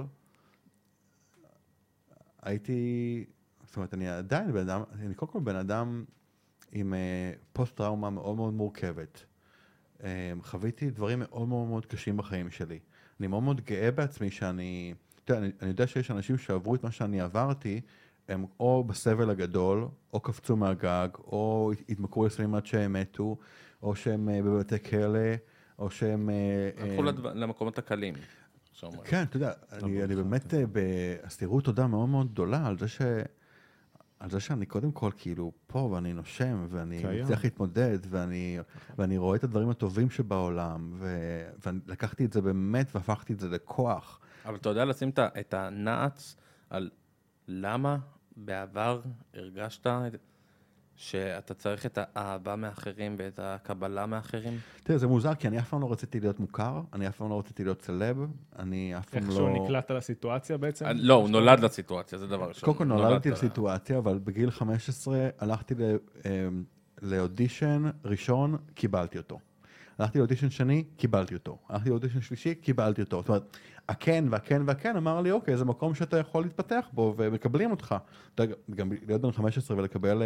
[SPEAKER 3] הייתי, זאת אומרת, אני עדיין בן אדם, אני קודם כל בן אדם עם פוסט-טראומה מאוד מאוד מורכבת. חוויתי דברים מאוד מאוד מאוד קשים בחיים שלי. אני מאוד מאוד גאה בעצמי שאני, אני יודע שיש אנשים שעברו את מה שאני עברתי, הם או בסבל הגדול, או קפצו מהגג, או התמכרו לסמים עד שהם מתו, או שהם בבתי כלא, או שהם...
[SPEAKER 1] הלכו למקומות הקלים.
[SPEAKER 3] כן, אתה יודע, אני באמת באסירות תודה מאוד מאוד גדולה על זה שאני קודם כל כאילו פה ואני נושם ואני מצליח להתמודד ואני רואה את הדברים הטובים שבעולם ולקחתי את זה באמת והפכתי את זה לכוח.
[SPEAKER 1] אבל אתה יודע לשים את הנעץ על למה בעבר הרגשת שאתה צריך את האהבה מאחרים ואת הקבלה מאחרים?
[SPEAKER 3] תראה, זה מוזר, כי אני אף פעם לא רציתי להיות מוכר, אני אף פעם לא רציתי להיות סלב, אני אף פעם לא...
[SPEAKER 4] איכשהו נקלט על הסיטואציה בעצם?
[SPEAKER 1] לא, הוא נולד לסיטואציה, זה דבר ראשון.
[SPEAKER 3] קודם כל נולדתי לסיטואציה, אבל בגיל 15 הלכתי לאודישן ראשון, קיבלתי אותו. הלכתי לאודישן שני, קיבלתי אותו. הלכתי לאודישן שלישי, קיבלתי אותו. זאת אומרת, הכן והכן והכן אמר לי, אוקיי, זה מקום שאתה יכול להתפתח בו, ומקבלים אותך. אתה יודע, גם להיות בן 15 ולקבל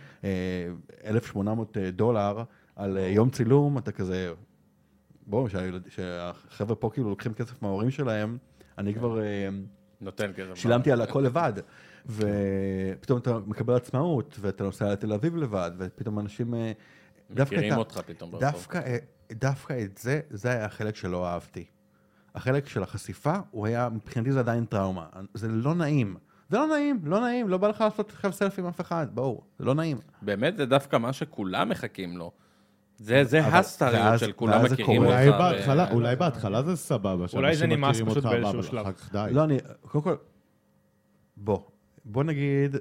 [SPEAKER 3] $1,800 על יום צילום, אתה כזה, בואו, שהחבר'ה פה כאילו לוקחים כסף מההורים שלהם, אני כבר
[SPEAKER 1] נותן כסף.
[SPEAKER 3] שילמתי על הכל לבד. ופתאום אתה מקבל עצמאות, ואתה נוסע לתל אביב לבד, ופתאום אנשים...
[SPEAKER 1] מכירים אותך פתאום ברחוב.
[SPEAKER 3] דווקא את זה, זה היה החלק שלא אהבתי. החלק של החשיפה, הוא היה, מבחינתי זה עדיין טראומה. זה לא נעים. זה לא נעים, לא בא לך לעשות עכשיו סלפי עם אף אחד, ברור, זה לא נעים.
[SPEAKER 1] באמת זה דווקא מה שכולם מחכים לו. זה הסטריות של כולם מכירים אותך.
[SPEAKER 2] אולי בהתחלה זה סבבה,
[SPEAKER 4] אולי זה נמאס פשוט באיזשהו שלב.
[SPEAKER 3] לא, אני, קודם כל, בוא נגיד,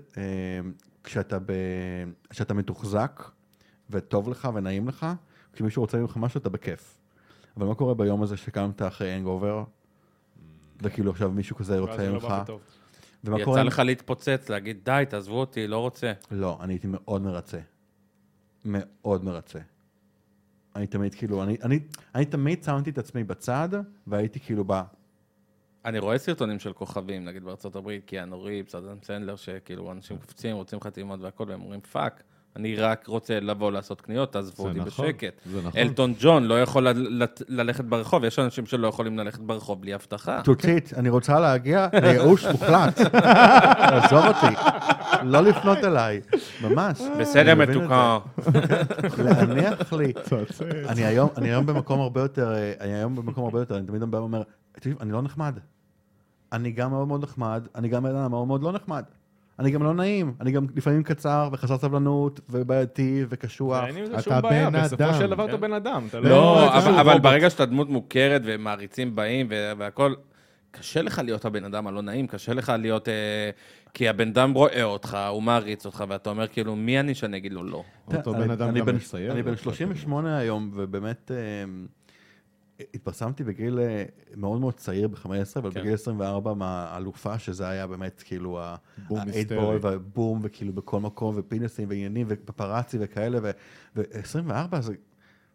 [SPEAKER 3] כשאתה מתוחזק, וטוב לך ונעים לך, כשמישהו רוצה ממך משהו, אתה בכיף. אבל מה קורה ביום הזה שקמת אחרי הנגאובר, וכאילו עכשיו מישהו כזה רוצה ממך?
[SPEAKER 1] יצא לך להתפוצץ, להגיד, די, תעזבו אותי, לא רוצה.
[SPEAKER 3] לא, אני הייתי מאוד מרצה. מאוד מרצה. אני תמיד כאילו, אני תמיד שמתי את עצמי בצד, והייתי כאילו בא.
[SPEAKER 1] אני רואה סרטונים של כוכבים, נגיד בארצות הברית, קיאנו ריבס, אדם סנדלר, שכאילו אנשים קופצים, רוצים חתימות והכל, והם אומרים, פאק, אני רק רוצה לבוא לעשות קניות, תעזבו אותי בשקט. אלטון ג'ון לא יכול ללכת ברחוב, יש אנשים שלא יכולים ללכת ברחוב בלי הבטחה.
[SPEAKER 3] תוצית, אני רוצה להגיע לייאוש מוחלט. עזוב אותי, לא לפנות אליי, ממש.
[SPEAKER 1] בסדר מתוקה.
[SPEAKER 3] להניח לי. אני היום במקום הרבה יותר, אני תמיד אומר, תקשיב, אני לא נחמד. אני גם מאוד מאוד נחמד, אני גם מאוד מאוד לא נחמד. אני גם לא נעים, אני גם לפעמים קצר וחסר סבלנות ובעייתי וקשוח.
[SPEAKER 4] אין עם זה שום בעיה, בסופו של דבר אתה בן אדם.
[SPEAKER 1] לא, אבל ברגע שאתה דמות מוכרת ומעריצים באים והכל, קשה לך להיות הבן אדם הלא נעים, קשה לך להיות, כי הבן אדם רואה אותך, הוא מעריץ אותך, ואתה אומר כאילו, מי אני שאני אגיד לו לא?
[SPEAKER 2] אותו בן אדם גם מסייר.
[SPEAKER 3] אני בן 38 היום, ובאמת התפרסמתי בגיל מאוד מאוד צעיר ב-15, אבל בגיל 24 מהאלופה, שזה היה באמת כאילו ה-8 והבום, וכאילו בכל מקום, ופינסים ועניינים, ופפרצי וכאלה, ו-24 זה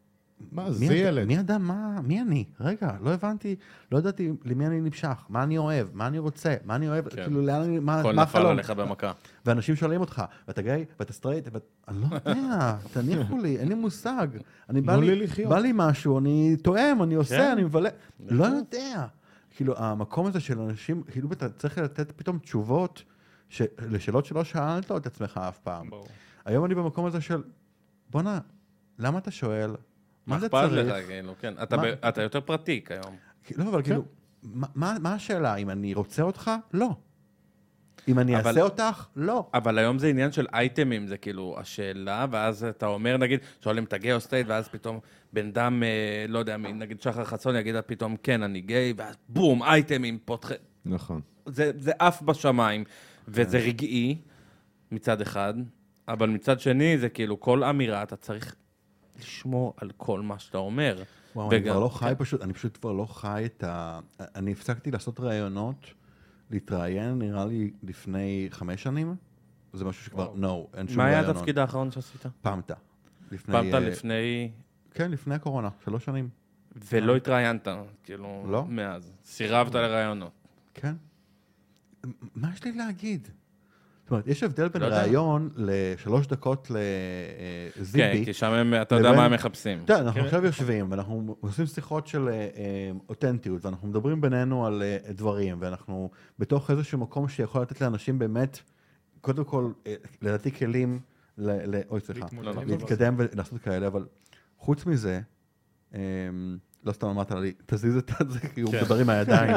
[SPEAKER 2] מה, זה ילד.
[SPEAKER 3] מי אדם, מי אני? רגע, לא הבנתי, לא ידעתי למי אני נמשך, מה אני אוהב, מה אני רוצה, מה אני אוהב, כאילו, לאן אני, מה
[SPEAKER 1] הכל נפל
[SPEAKER 3] החלום?
[SPEAKER 1] עליך במכה.
[SPEAKER 3] ואנשים שואלים אותך, ואתה גיי, ואתה סטרייט, אני לא יודע, תניחו לי, אין לי מושג.
[SPEAKER 2] תנו לי לחיות.
[SPEAKER 3] בא לי משהו, אני טועם, אני עושה, אני מבלה. לא יודע. כאילו, המקום הזה של אנשים, כאילו, אתה צריך לתת פתאום תשובות לשאלות שלא שאלת את עצמך אף פעם. היום אני במקום הזה של, בונה, למה אתה שואל? מה זה
[SPEAKER 1] אכפת
[SPEAKER 3] צריך?
[SPEAKER 1] לך, כאילו, כן. אתה יותר פרטי כיום.
[SPEAKER 3] לא, אבל כאילו, מה השאלה? אם אני רוצה אותך? לא. אם אני אעשה אותך? לא.
[SPEAKER 1] אבל היום זה עניין של אייטמים, זה כאילו השאלה, ואז אתה אומר, נגיד, שואלים את הגיי או סטייט, ואז פתאום בן אדם, לא יודע, נגיד שחר חסון יגיד פתאום, כן, אני גיי, ואז בום, אייטמים, פותחים.
[SPEAKER 2] נכון.
[SPEAKER 1] זה אף בשמיים, וזה רגעי מצד אחד, אבל מצד שני, זה כאילו כל אמירה, אתה צריך לשמור על כל מה שאתה אומר.
[SPEAKER 3] וואו, אני כבר לא חי פשוט, אני פשוט כבר לא חי את אני הפסקתי לעשות ראיונות, להתראיין נראה לי לפני 5 שנים, זה משהו שכבר, אין שום ראיונות.
[SPEAKER 1] מה היה התפקיד האחרון שעשית?
[SPEAKER 3] פמטה.
[SPEAKER 1] פמטה לפני...
[SPEAKER 3] כן, לפני הקורונה, 3 שנים.
[SPEAKER 1] ולא התראיינת, כאילו,
[SPEAKER 3] לא.
[SPEAKER 1] מאז. סירבת לראיונות.
[SPEAKER 3] כן. מה יש לי להגיד? זאת אומרת, יש הבדל בין ראיון ל3 דקות לזיבי.
[SPEAKER 1] כן, כי שם אתה יודע מה הם מחפשים.
[SPEAKER 3] אתה יודע, אנחנו עכשיו יושבים, ואנחנו עושים שיחות של אותנטיות, ואנחנו מדברים בינינו על דברים, ואנחנו בתוך איזשהו מקום שיכול לתת לאנשים באמת, קודם כל, לדעתי כלים, אוי, סליחה, להתקדם ולעשות כאלה, אבל חוץ מזה, לא סתם אמרת לי, תזיז את זה, כי הוא מדבר עם הידיים,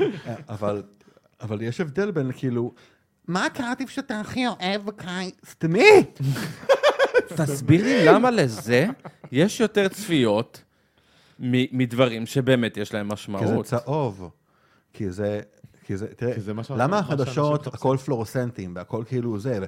[SPEAKER 3] אבל יש הבדל בין כאילו, מה הקראטיב שאתה הכי אוהב בקיץ? סתמית!
[SPEAKER 1] תסביר לי למה לזה יש יותר צפיות מדברים שבאמת יש להם משמעות.
[SPEAKER 3] כי זה צהוב. כי זה, תראה, למה החדשות הכל פלורוסנטים, והכל כאילו זה,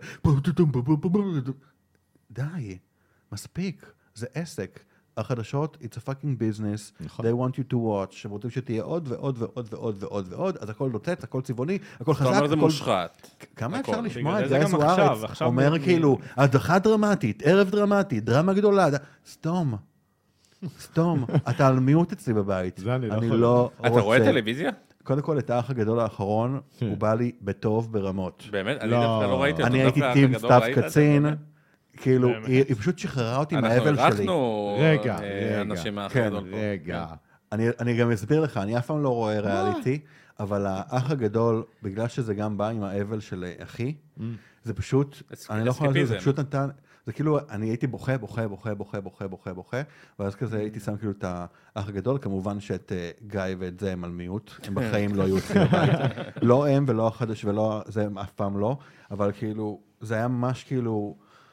[SPEAKER 3] די, מספיק, זה עסק. החדשות, it's a fucking business, they want you to watch, הם רוצים שתהיה עוד ועוד ועוד ועוד ועוד ועוד, אז הכל נוצץ, הכל צבעוני, הכל חזק.
[SPEAKER 1] אתה אומר זה מושחת.
[SPEAKER 3] כמה אפשר לשמוע את גיא זוארץ? אומר כאילו, הדחה דרמטית, ערב דרמטי, דרמה גדולה, סתום, אתה על מיוט אצלי בבית.
[SPEAKER 2] זה אני
[SPEAKER 3] אני
[SPEAKER 2] לא
[SPEAKER 3] לא
[SPEAKER 2] יכול.
[SPEAKER 1] אתה רואה טלוויזיה?
[SPEAKER 3] קודם כל, את האח הגדול האחרון, הוא בא לי בטוב ברמות.
[SPEAKER 1] באמת? אני דווקא לא ראיתי אותו.
[SPEAKER 3] אני הייתי טים סתיו קצין, כאילו, היא פשוט שחררה אותי מהאבל שלי.
[SPEAKER 1] אנחנו
[SPEAKER 2] רגע,
[SPEAKER 1] אנשים מהאח
[SPEAKER 3] כן,
[SPEAKER 1] הגדול.
[SPEAKER 2] רגע.
[SPEAKER 3] אני גם אסביר לך, אני אף פעם לא רואה ריאליטי, אבל האח הגדול, בגלל שזה גם בא עם האבל של אחי, זה פשוט, אני לא יכול לדעת, זה פשוט נתן, זה כאילו, אני הייתי בוכה, ואז כזה הייתי שם כאילו את האח הגדול, כמובן שאת גיא ואת זה הם על מיעוט, הם בחיים לא היו אצלי בבית, לא הם ולא החדש ולא, זה הם אף פעם לא, אבל כאילו, זה היה ממש כאילו,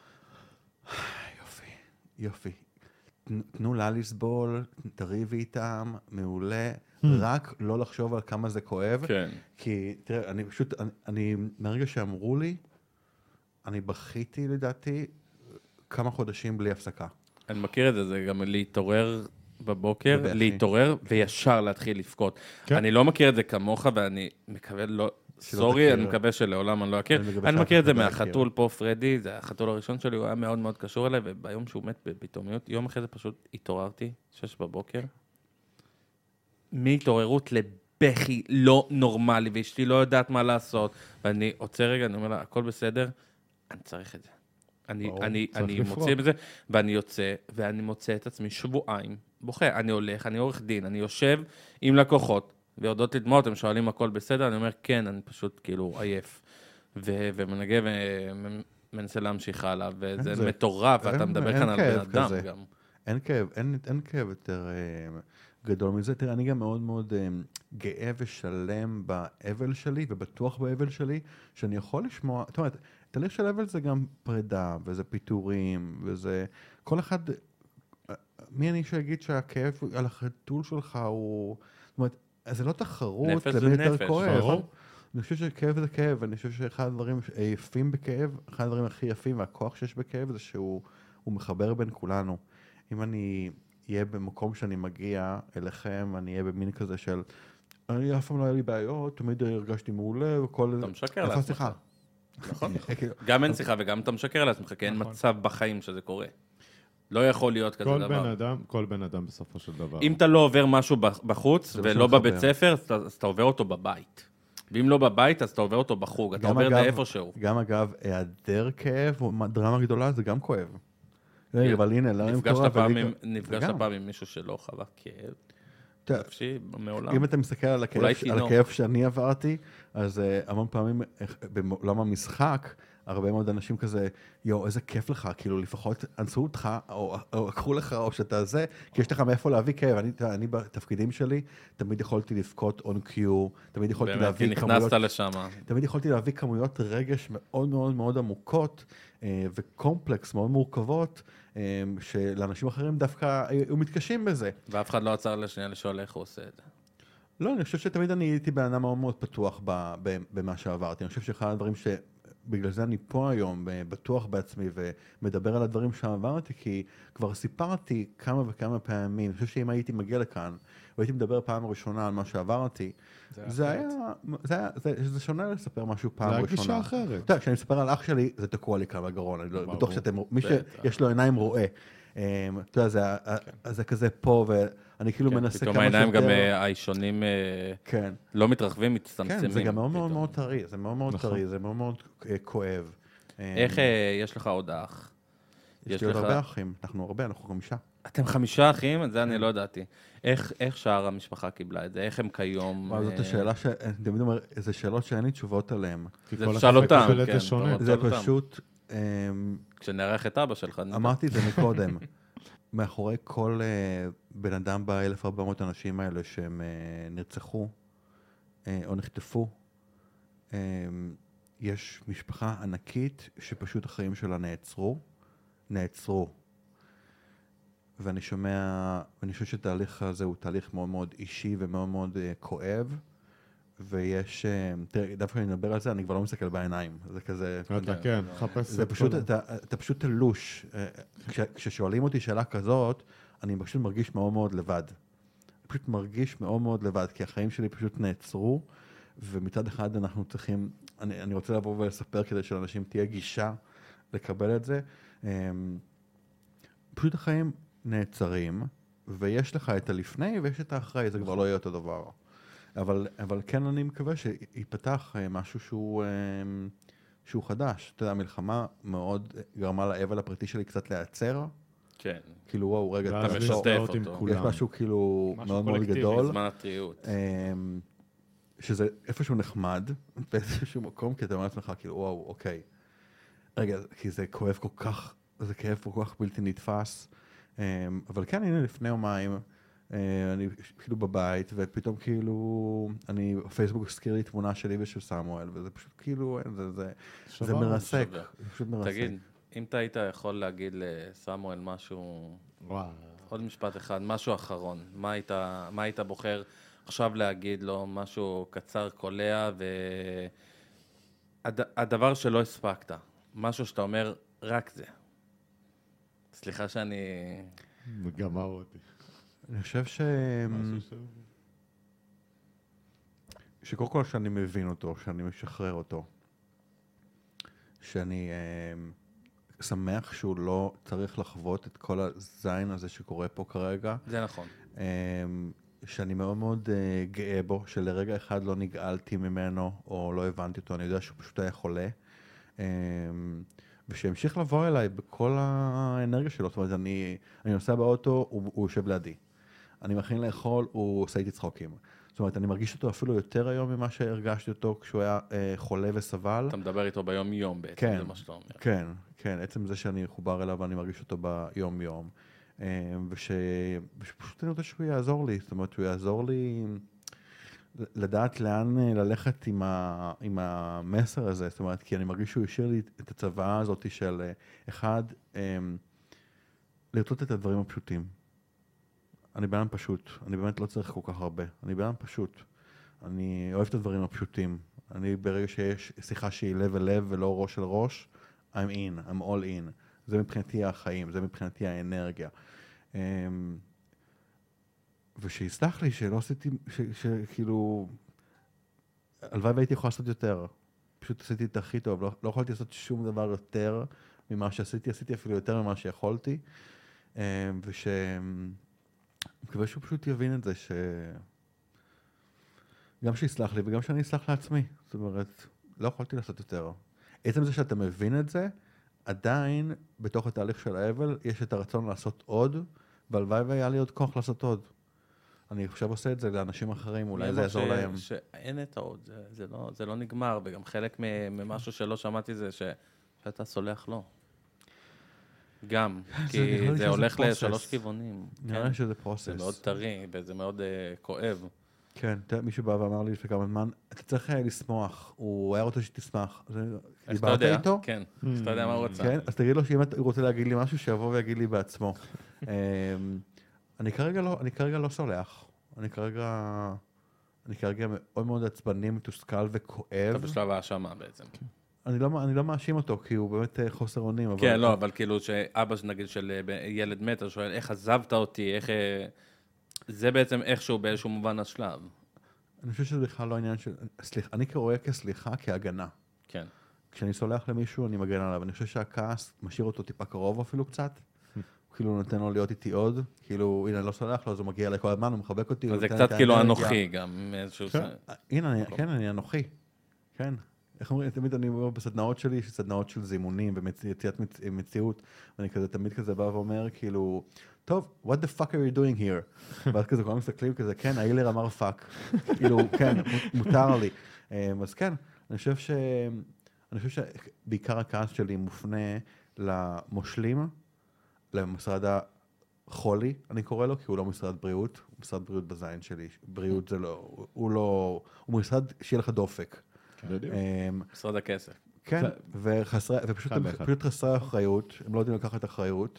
[SPEAKER 3] יופי. תנו לה לסבול, תריבי איתם, מעולה, רק לא לחשוב על כמה זה כואב.
[SPEAKER 1] כן.
[SPEAKER 3] כי, תראה, אני פשוט, מהרגע שאמרו לי, אני בכיתי לדעתי כמה חודשים בלי הפסקה.
[SPEAKER 1] אני מכיר את זה, זה גם להתעורר בבוקר, להתעורר וישר להתחיל לבכות. אני לא מכיר את זה כמוך, ואני מקווה, לא... סורי, אני מקווה שלעולם אני לא אכיר. אני מכיר את זה מהחתול פה, פרדי, זה החתול הראשון שלי, הוא היה מאוד מאוד קשור אליי, וביום שהוא מת בפתאומיות, יום אחרי זה פשוט התעוררתי, 6 בבוקר, מהתעוררות לבכי לא נורמלי, ואשתי לא יודעת מה לעשות, ואני עוצר רגע, אני אומר לה, הכל בסדר, אני צריך את זה. אני מוצא בזה, ואני יוצא, ואני מוצא את עצמי שבועיים, בוכה, אני הולך, אני עורך דין, אני יושב עם לקוחות, ויודעות לדמות, הם שואלים הכל בסדר, אני אומר, כן, אני פשוט כאילו עייף. ומנגב ומנסה להמשיך הלאה, וזה מטורף, ואתה מדבר כאן על בן אדם גם.
[SPEAKER 3] אין כאב יותר גדול מזה. תראה, אני גם מאוד מאוד גאה ושלם באבל שלי, ובטוח באבל שלי, שאני יכול לשמוע, זאת אומרת, תהליך של אבל זה גם פרידה, וזה פיתורים, וזה, כל אחד, מי אני שיגיד שהכאב על החתול שלך הוא, זאת אומרת, אז זה לא תחרות,
[SPEAKER 1] נפש זה נפש.
[SPEAKER 3] אני חושב שכאב זה כאב, אני חושב שאחד הדברים היפים בכאב, אחד הדברים הכי יפים והכוח שיש בכאב זה שהוא מחבר בין כולנו. אם אני אהיה במקום שאני מגיע אליכם, אני אהיה במין כזה של, אני אף פעם לא היה לי בעיות, תמיד הרגשתי מעולה, וכל...
[SPEAKER 1] אתה משקר לעצמך. נכון. גם אין שיחה וגם אתה משקר לעצמך, כי אין מצב בחיים שזה קורה. לא יכול להיות כזה דבר.
[SPEAKER 2] כל בן אדם בסופו של דבר.
[SPEAKER 1] אם אתה לא עובר משהו בחוץ ולא בבית ספר, אז אתה עובר אותו בבית. ואם לא בבית, אז אתה עובר אותו בחוג. אתה עובר את זה איפשהו.
[SPEAKER 3] גם אגב, היעדר כאב או דרמה גדולה, זה גם כואב. אבל הנה, למה אם קורה?
[SPEAKER 1] נפגשת פעם עם מישהו שלא חווה כאב. נפשי מעולם.
[SPEAKER 3] אם אתה מסתכל על הכאב שאני עברתי, אז המון פעמים בעולם המשחק, הרבה מאוד אנשים כזה, איזה כיף לך, כאילו לפחות אנסו אותך, או לקחו לך, או שאתה זה, כי יש לך מאיפה להביא כאב. אני בתפקידים שלי, תמיד יכולתי לבכות on cue, תמיד יכולתי להביא
[SPEAKER 1] כמויות... באמת, כי נכנסת לשם.
[SPEAKER 3] תמיד יכולתי להביא כמויות רגש מאוד מאוד מאוד עמוקות, וקומפלקס מאוד מורכבות, שלאנשים אחרים דווקא היו מתקשים בזה.
[SPEAKER 1] ואף אחד לא עצר לשנייה לשאול איך הוא עושה את זה.
[SPEAKER 3] לא, אני חושב שתמיד אני הייתי בן אדם מאוד מאוד פתוח במה שעברתי. אני חושב שאחד הדברים בגלל זה אני פה היום, בטוח בעצמי, ומדבר על הדברים שעברתי, כי כבר סיפרתי כמה וכמה פעמים. אני חושב שאם הייתי מגיע לכאן, והייתי מדבר פעם ראשונה על מה שעברתי, זה שונה לספר משהו פעם ראשונה.
[SPEAKER 2] זה הגישה אחרת.
[SPEAKER 3] אתה יודע, כשאני מספר על אח שלי, זה תקוע לי כמה גרון. אני בטוח מי שיש לו עיניים רואה. אתה יודע, זה כזה פה, ואני כאילו מנסה כמה
[SPEAKER 1] פתאום העיניים גם האישונים לא מתרחבים, מצטמצמים.
[SPEAKER 3] כן, זה גם מאוד מאוד מאוד טרי, זה מאוד מאוד טרי, זה מאוד מאוד כואב.
[SPEAKER 1] איך יש לך עוד אח?
[SPEAKER 3] יש לי עוד הרבה אחים, אנחנו 5.
[SPEAKER 1] אתם 5 אחים? את זה אני לא ידעתי. איך שאר המשפחה קיבלה את זה? איך הם כיום?
[SPEAKER 3] זאת השאלה אני תמיד אומר, זה שאלות שאין לי תשובות עליהן.
[SPEAKER 1] זה שאל אותם, כן.
[SPEAKER 3] זה פשוט...
[SPEAKER 1] כשנערך את אבא שלך.
[SPEAKER 3] אמרתי את זה מקודם. מאחורי כל בן אדם ב-1,400 אנשים האלה שהם נרצחו או נחטפו, יש משפחה ענקית שפשוט החיים שלה נעצרו. ואני חושב שהתהליך הזה הוא תהליך מאוד מאוד אישי ומאוד מאוד כואב, ויש, תראה, דווקא אני מדבר על זה, אני כבר לא מסתכל בעיניים, זה כזה...
[SPEAKER 2] אתה כן, חפש...
[SPEAKER 3] זה פשוט, אתה פשוט תלוש. כששואלים אותי שאלה כזאת, אני פשוט מרגיש מאוד מאוד לבד. אני פשוט מרגיש מאוד מאוד לבד, כי החיים שלי פשוט נעצרו, ומצד אחד אנחנו צריכים, אני רוצה לבוא ולספר כדי שלאנשים תהיה גישה לקבל את זה. פשוט החיים נעצרים, ויש לך את הלפני ויש את האחרי, זה כבר לא יהיה אותו דבר. אבל כן אני מקווה שיפתח משהו שהוא חדש. אתה יודע, המלחמה מאוד גרמה לאבל הפרטי שלי קצת להיעצר.
[SPEAKER 1] כן.
[SPEAKER 3] כאילו, וואו, רגע,
[SPEAKER 1] אתה משתף אותו.
[SPEAKER 3] יש משהו כאילו מאוד מאוד גדול.
[SPEAKER 1] בזמן הטריות.
[SPEAKER 3] שזה איפשהו נחמד, באיזשהו מקום, כי אתה אומר לעצמך, כאילו, וואו, אוקיי. רגע, כי זה כואב כל כך, זה כאב כל כך בלתי נתפס. אבל כן, הנה לפני יומיים, אני כאילו בבית, ופתאום כאילו, פייסבוק הזכיר לי תמונה שלי ושל סמואל, וזה פשוט כאילו, זה מרסק, פשוט מרסק.
[SPEAKER 1] תגיד, אם אתה היית יכול להגיד לסמואל משהו, עוד משפט אחד, משהו אחרון, מה היית בוחר עכשיו להגיד לו, משהו קצר, קולע, והדבר שלא הספקת, משהו שאתה אומר, רק זה. סליחה שאני...
[SPEAKER 2] גמר אותי.
[SPEAKER 3] אני חושב שקודם כל שאני מבין אותו, שאני משחרר אותו, שאני שמח שהוא לא צריך לחוות את כל הזין הזה שקורה פה כרגע.
[SPEAKER 1] זה נכון.
[SPEAKER 3] שאני מאוד מאוד גאה בו, שלרגע אחד לא נגעלתי ממנו, או לא הבנתי אותו, אני יודע שהוא פשוט היה חולה. ושהמשיך לבוא אליי בכל האנרגיה שלו, זאת אומרת, אני נוסע באוטו, הוא יושב לידי. אני מכין לאכול, הוא עושה איתי צחוקים. זאת אומרת, אני מרגיש אותו אפילו יותר היום ממה שהרגשתי אותו כשהוא היה חולה וסבל.
[SPEAKER 1] אתה מדבר איתו ביום-יום בעצם,
[SPEAKER 3] כן,
[SPEAKER 1] זה מה שאתה אומר.
[SPEAKER 3] כן, כן, עצם זה שאני מחובר אליו ואני מרגיש אותו ביום-יום. ושפשוט אני רוצה שהוא יעזור לי, זאת אומרת, הוא יעזור לי לדעת לאן ללכת עם המסר הזה, זאת אומרת, כי אני מרגיש שהוא השאיר לי את הצוואה הזאת של אחד, לרצות את הדברים הפשוטים. אני בן אדם פשוט, אני באמת לא צריך כל כך הרבה, אני בן אדם פשוט. אני אוהב את הדברים הפשוטים. אני ברגע שיש שיחה שהיא לב אל לב ולא ראש אל ראש, I'm in, I'm all in. זה מבחינתי החיים, זה מבחינתי האנרגיה. ושיסלח לי שלא עשיתי, שכאילו, הלוואי והייתי יכול לעשות יותר. פשוט עשיתי את הכי טוב, לא יכולתי לעשות שום דבר יותר ממה שעשיתי, עשיתי אפילו יותר ממה שיכולתי. מקווה שהוא פשוט יבין את זה גם שיסלח לי וגם שאני אסלח לעצמי. זאת אומרת, לא יכולתי לעשות יותר. עצם זה שאתה מבין את זה, עדיין בתוך התהליך של האבל יש את הרצון לעשות עוד, והלוואי והיה לי עוד כוח לעשות עוד. אני עכשיו עושה את זה לאנשים אחרים, אולי זה יעזור להם.
[SPEAKER 1] שאין את העוד, זה לא נגמר, וגם חלק ממשהו שלא שמעתי זה שאתה סולח לו. גם, כי זה הולך לשלוש כיוונים.
[SPEAKER 3] נראה שזה פרוסס.
[SPEAKER 1] זה מאוד טרי, וזה מאוד כואב.
[SPEAKER 3] כן, מישהו בא ואמר לי לפני כמה זמן, אתה צריך לשמוח, הוא היה רוצה שתשמח. דיברת איתו?
[SPEAKER 1] כן, אתה יודע מה הוא רצה.
[SPEAKER 3] כן, אז תגיד לו שאם הוא רוצה להגיד לי משהו, שיבוא ויגיד לי בעצמו. אני כרגע לא סולח. אני כרגע מאוד מאוד עצבני, מתוסכל וכואב.
[SPEAKER 1] אתה בשלב האשמה בעצם.
[SPEAKER 3] אני לא מאשים אותו, כי הוא באמת חוסר אונים.
[SPEAKER 1] כן, לא, אבל כאילו שאבא, נגיד, של ילד מת, אז שואל, איך עזבת אותי, איך... זה בעצם איכשהו באיזשהו מובן השלב.
[SPEAKER 3] אני חושב שזה בכלל לא עניין של... סליחה, אני רואה כסליחה כהגנה.
[SPEAKER 1] כן.
[SPEAKER 3] כשאני סולח למישהו, אני מגן עליו. אני חושב שהכעס משאיר אותו טיפה קרוב אפילו קצת. כאילו נותן לו להיות איתי עוד. כאילו, הנה, אני לא סולח לו, אז הוא מגיע אליי כל הזמן, הוא מחבק אותי.
[SPEAKER 1] זה קצת כאילו אנוכי גם.
[SPEAKER 3] הנה, אני אנוכי. כן. איך אומרים, תמיד אני אומר בסדנאות שלי, יש סדנאות של זימונים ויציאת מציאות, ואני כזה תמיד כזה בא ואומר, כאילו, טוב, what the fuck are you doing here? ואז כזה כולם מסתכלים כזה, כן, האילר אמר פאק. כאילו, כן, מותר לי. אז כן, אני חושב שבעיקר הכעס שלי מופנה למושלים, למשרד החולי, אני קורא לו, כי הוא לא משרד בריאות, הוא משרד בריאות בזין שלי. בריאות זה לא, הוא משרד שיהיה לך דופק.
[SPEAKER 1] משרד הכסף.
[SPEAKER 3] כן, ופשוט חסרי אחריות, הם לא יודעים לקחת אחריות,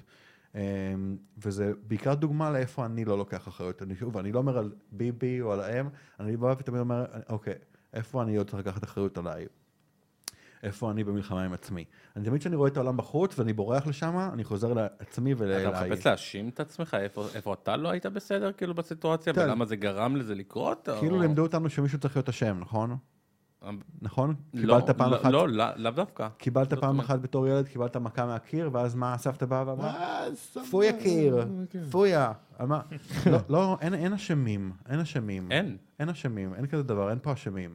[SPEAKER 3] וזה בעיקר דוגמה לאיפה אני לא לוקח אחריות. אני לא אומר על ביבי או על האם, אני בא ותמיד אומר, אוקיי, איפה אני עוד צריך לקחת אחריות עליי? איפה אני במלחמה עם עצמי? אני תמיד כשאני רואה את העולם בחוץ ואני בורח לשם, אני חוזר לעצמי ולאליי.
[SPEAKER 1] אתה מחפש להאשים את עצמך? איפה אתה לא היית בסדר כאילו בסיטואציה? ולמה זה גרם לזה לקרות?
[SPEAKER 3] כאילו לימדו אותנו שמישהו צריך להיות אשם, נכון? נכון? קיבלת פעם אחת...
[SPEAKER 1] לא, לאו דווקא.
[SPEAKER 3] קיבלת פעם אחת בתור ילד, קיבלת מכה מהקיר, ואז מה הסבתא באה ואמרה? פויה קיר, פויה. לא, אין אשמים, אין אשמים. אין אשמים, אין כזה דבר, אין פה אשמים.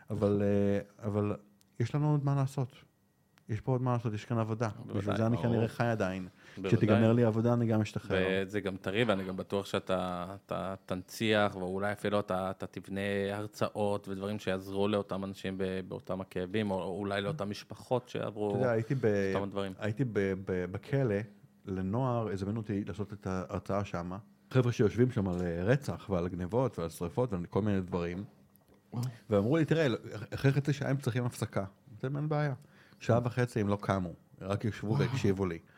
[SPEAKER 3] אבל יש לנו עוד מה לעשות. יש פה עוד מה לעשות, יש כאן עבודה. בשביל זה אני כנראה חי עדיין. כשתיגמר לי העבודה, אני גם אשתחרר.
[SPEAKER 1] וזה גם טרי, ואני גם בטוח שאתה תנציח, ואולי אפילו אתה תבנה הרצאות ודברים שיעזרו לאותם אנשים באותם הכאבים, או אולי לאותם משפחות שעברו אותם הדברים.
[SPEAKER 3] הייתי בכלא, לנוער, הזמינו אותי לעשות את ההרצאה שם. חבר'ה שיושבים שם על רצח ועל גנבות ועל שריפות ועל כל מיני דברים. ואמרו לי, תראה, אחרי חצי שעה הם צריכים הפסקה. זה אין בעיה. שעה וחצי הם לא קמו, רק יושבו והקשיבו לי.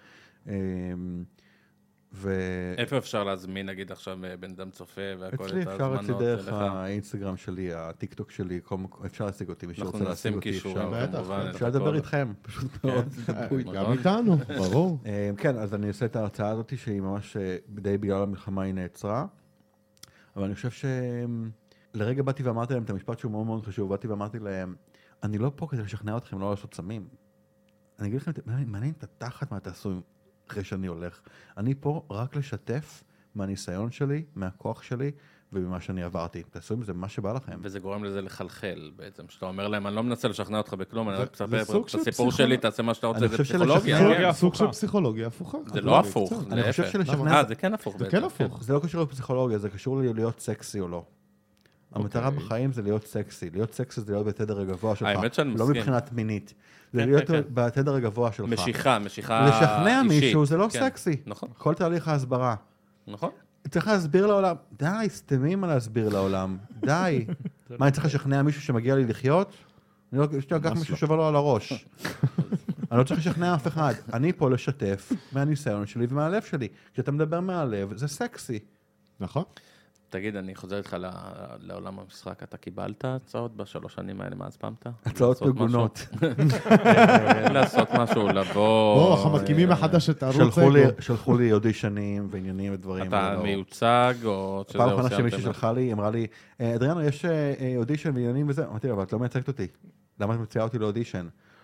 [SPEAKER 1] איפה אפשר להזמין, נגיד עכשיו בן אדם צופה והכל את ההזמנות?
[SPEAKER 3] אצלי אפשר דרך האינסטגרם שלי, הטיק טוק שלי, אפשר להשיג אותי, מי שרוצה להשיג אותי, אפשר לדבר איתכם, פשוט מאוד.
[SPEAKER 2] גם איתנו, ברור.
[SPEAKER 3] כן, אז אני אעשה את ההרצאה הזאת, שהיא ממש די בגלל המלחמה היא נעצרה, אבל אני חושב שלרגע באתי ואמרתי להם את המשפט שהוא מאוד מאוד חשוב, באתי ואמרתי להם, אני לא פה כדי לשכנע אתכם לא לעשות סמים. אני אגיד לכם, מעניין את התחת מה תעשו אחרי שאני הולך. אני פה רק לשתף מהניסיון שלי, מהכוח שלי, ובמה שאני עברתי. תעשו עם זה מה שבא לכם.
[SPEAKER 1] וזה גורם לזה לחלחל בעצם. שאתה אומר להם, אני לא מנסה לשכנע אותך בכלום, אני רק מספר את הסיפור שלי, תעשה מה שאתה רוצה, זה פסיכולוגיה.
[SPEAKER 2] סוג של פסיכולוגיה הפוכה.
[SPEAKER 1] זה לא הפוך.
[SPEAKER 3] אני חושב שלשכנע...
[SPEAKER 1] זה כן הפוך.
[SPEAKER 2] זה כן הפוך.
[SPEAKER 3] זה לא קשור לפסיכולוגיה, זה קשור להיות סקסי או לא. המטרה בחיים זה להיות סקסי. להיות סקסי זה להיות בתדר הגבוה שלך. לא מבחינת מינית. זה להיות בתדר הגבוה שלך.
[SPEAKER 1] משיכה אישית.
[SPEAKER 3] לשכנע מישהו זה לא סקסי.
[SPEAKER 1] נכון.
[SPEAKER 3] כל תהליך ההסברה.
[SPEAKER 1] נכון.
[SPEAKER 3] צריך להסביר לעולם. די, סתמים על להסביר לעולם. די. מה, אני צריך לשכנע מישהו שמגיע לי לחיות? אני לא אקח מישהו שווה לו על הראש. אני לא צריך לשכנע אף אחד. אני פה לשתף מהניסיון שלי ומהלב שלי. כשאתה מדבר מהלב, זה סקסי.
[SPEAKER 2] נכון.
[SPEAKER 1] תגיד, אני חוזר איתך לעולם המשחק, אתה קיבלת הצעות בשלוש שנים האלה מאז פעמת?
[SPEAKER 3] הצעות מגונות.
[SPEAKER 1] לעשות משהו, לבוא...
[SPEAKER 2] אנחנו מקימים מחדש את ערוץ
[SPEAKER 3] שלחו לי אודישנים ועניינים ודברים.
[SPEAKER 1] אתה מיוצג או...
[SPEAKER 3] פעם אחרונה שמישהו שלחה לי, אמרה לי, אדריאנו, יש אודישן ועניינים וזה. אמרתי לה, אבל את לא מייצגת אותי. למה את מציעה אותי לאודישן?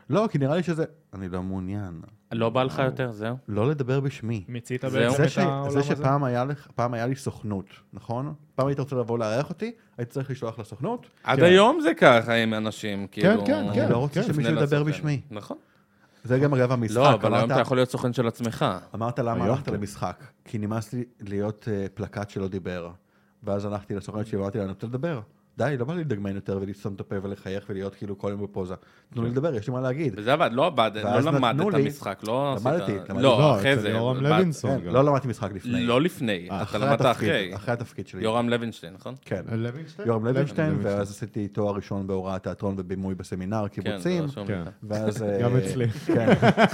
[SPEAKER 3] לא, כי נראה לי שזה... אני לא מעוניין.
[SPEAKER 1] לא בא לך יותר, זהו?
[SPEAKER 3] לא לדבר בשמי.
[SPEAKER 4] מיצית
[SPEAKER 1] זהו.
[SPEAKER 4] בעצם את העולם הזה?
[SPEAKER 3] זה שפעם היה לי סוכנות, נכון? פעם היית רוצה לבוא לארח אותי, הייתי צריך לשלוח לסוכנות.
[SPEAKER 1] עד היום זה ככה עם אנשים, כאילו...
[SPEAKER 2] כן,
[SPEAKER 3] אני לא רוצה שמישהו ידבר בשמי.
[SPEAKER 1] נכון.
[SPEAKER 3] זה גם אגב המשחק.
[SPEAKER 1] לא, אבל היום אתה יכול להיות סוכן של עצמך.
[SPEAKER 3] אמרת למה
[SPEAKER 2] היום
[SPEAKER 3] הלכת
[SPEAKER 2] כן.
[SPEAKER 3] למשחק? כי נמאס לי להיות פלקט שלא דיבר. ואז הלכתי לסוכנת שלי ואמרתי לה, אני רוצה לדבר. די, לא בא לי לדגמן יותר ולסתום את הפה ולחייך ולהיות כאילו כל יום בפוזה. תנו לי לדבר, יש לי מה להגיד.
[SPEAKER 1] וזה עבד, לא עבד, לא
[SPEAKER 3] ואז
[SPEAKER 1] למדת
[SPEAKER 3] נתנו
[SPEAKER 1] את
[SPEAKER 3] לי-
[SPEAKER 1] המשחק, לא
[SPEAKER 3] למדתי.
[SPEAKER 1] עשית... לא, אחרי
[SPEAKER 2] אצל
[SPEAKER 1] זה.
[SPEAKER 2] יורם
[SPEAKER 1] באת-
[SPEAKER 2] לוינסון
[SPEAKER 3] כן,
[SPEAKER 2] גם.
[SPEAKER 3] לא למדתי משחק לפני.
[SPEAKER 1] לא לפני, אתה למדת אחרי.
[SPEAKER 3] אחרי התפקיד שלי.
[SPEAKER 1] יורם לוינשטיין, נכון?
[SPEAKER 3] כן.
[SPEAKER 2] לוינשטיין?
[SPEAKER 3] יורם לוינשטיין,
[SPEAKER 2] לוינשטיין.
[SPEAKER 3] ואז עשיתי תואר ראשון בהוראת תיאטרון ובימוי בסמינר
[SPEAKER 1] כן,
[SPEAKER 3] קיבוצים.
[SPEAKER 1] זה רשום
[SPEAKER 2] כן.
[SPEAKER 1] לך.
[SPEAKER 3] ואז...
[SPEAKER 2] גם אצלי.
[SPEAKER 3] כן.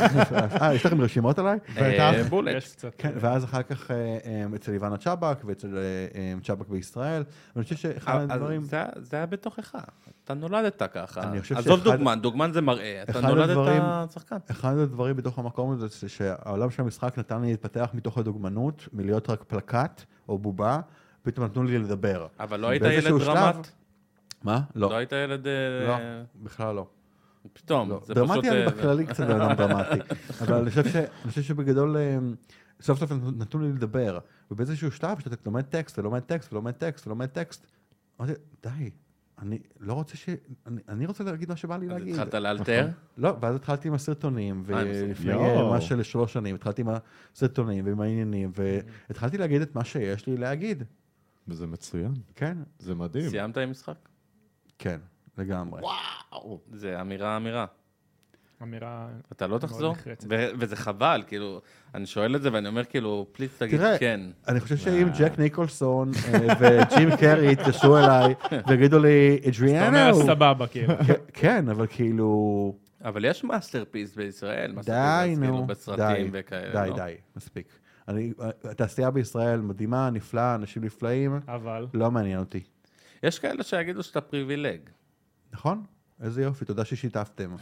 [SPEAKER 3] יש לכם רשימות עליי?
[SPEAKER 2] בטח.
[SPEAKER 1] בולט.
[SPEAKER 4] יש קצת...
[SPEAKER 3] כן, ואז אחר כך אצל איוונה צ'אבק ואצל צ'אבק בישראל. ואני חושב שאחד הדברים...
[SPEAKER 1] זה היה בתוכך. אתה נולדת ככה.
[SPEAKER 3] אני חושב
[SPEAKER 1] עזוב
[SPEAKER 3] שאחד-
[SPEAKER 1] דוגמן, דוגמן זה מראה. אתה
[SPEAKER 3] אחד
[SPEAKER 1] נולדת
[SPEAKER 3] הדברים-
[SPEAKER 1] שחקן.
[SPEAKER 3] אחד הדברים בתוך המקום הזה, זה שהעולם של המשחק נתן לי להתפתח מתוך הדוגמנות, מלהיות רק פלקט או בובה, פתאום נתנו לי לדבר.
[SPEAKER 1] אבל לא היית ילד
[SPEAKER 3] באיזשהו שלב-
[SPEAKER 1] דרמט?
[SPEAKER 3] מה?
[SPEAKER 1] לא
[SPEAKER 3] לא.
[SPEAKER 1] היית ילד...
[SPEAKER 3] לא, בכלל לא.
[SPEAKER 1] פתאום.
[SPEAKER 3] לא.
[SPEAKER 1] זה
[SPEAKER 3] דרמטי
[SPEAKER 1] פשוט,
[SPEAKER 3] אני בכללי קצת בן אדם דרמטי. אבל אני חושב שבגדול, סוף סוף נתנו לי לדבר. ובאיזשהו שלב, שאתה לומד טקסט ולומד טקסט ולומד טקסט ולומד טקסט, אמרתי, די, אני לא רוצה אני רוצה להגיד מה שבא לי
[SPEAKER 1] אז
[SPEAKER 3] להגיד.
[SPEAKER 1] התחלת לאלתר?
[SPEAKER 3] לא, ואז התחלתי עם הסרטונים,
[SPEAKER 1] עם
[SPEAKER 3] ולפני
[SPEAKER 2] יואו.
[SPEAKER 3] מה של 3 שנים, התחלתי עם הסרטונים ועם העניינים, והתחלתי להגיד את מה שיש לי להגיד.
[SPEAKER 2] וזה מצוין.
[SPEAKER 3] כן,
[SPEAKER 2] זה מדהים.
[SPEAKER 1] סיימת עם משחק?
[SPEAKER 3] כן, לגמרי.
[SPEAKER 1] זה אמירה.
[SPEAKER 4] אמירה...
[SPEAKER 1] אתה לא תחזור?
[SPEAKER 4] נחרצת.
[SPEAKER 1] וזה חבל, כאילו, אני שואל את זה ואני אומר כאילו, פליז תגיד
[SPEAKER 3] תראה,
[SPEAKER 1] כן.
[SPEAKER 3] אני חושב שאם ג'ק ניקולסון וג'ים קרי יתקשרו אליי ויגידו לי,
[SPEAKER 4] אתה
[SPEAKER 3] אדריאנו,
[SPEAKER 4] אומר סבבה, כאילו.
[SPEAKER 3] כן, אבל כאילו,
[SPEAKER 1] אבל יש מאסטרפיס בישראל,
[SPEAKER 3] די,
[SPEAKER 1] מאסטרפיס כאילו
[SPEAKER 3] נו,
[SPEAKER 1] בסרטים
[SPEAKER 3] די,
[SPEAKER 1] וכאלה. לא?
[SPEAKER 3] די, מספיק. התעשייה בישראל מדהימה, נפלאה, אנשים נפלאים,
[SPEAKER 4] אבל...
[SPEAKER 3] לא מעניין אותי.
[SPEAKER 1] יש כאלה שיגידו שאתה פריבילג.
[SPEAKER 3] נכון? איזה יופי, תודה ששיתפתם.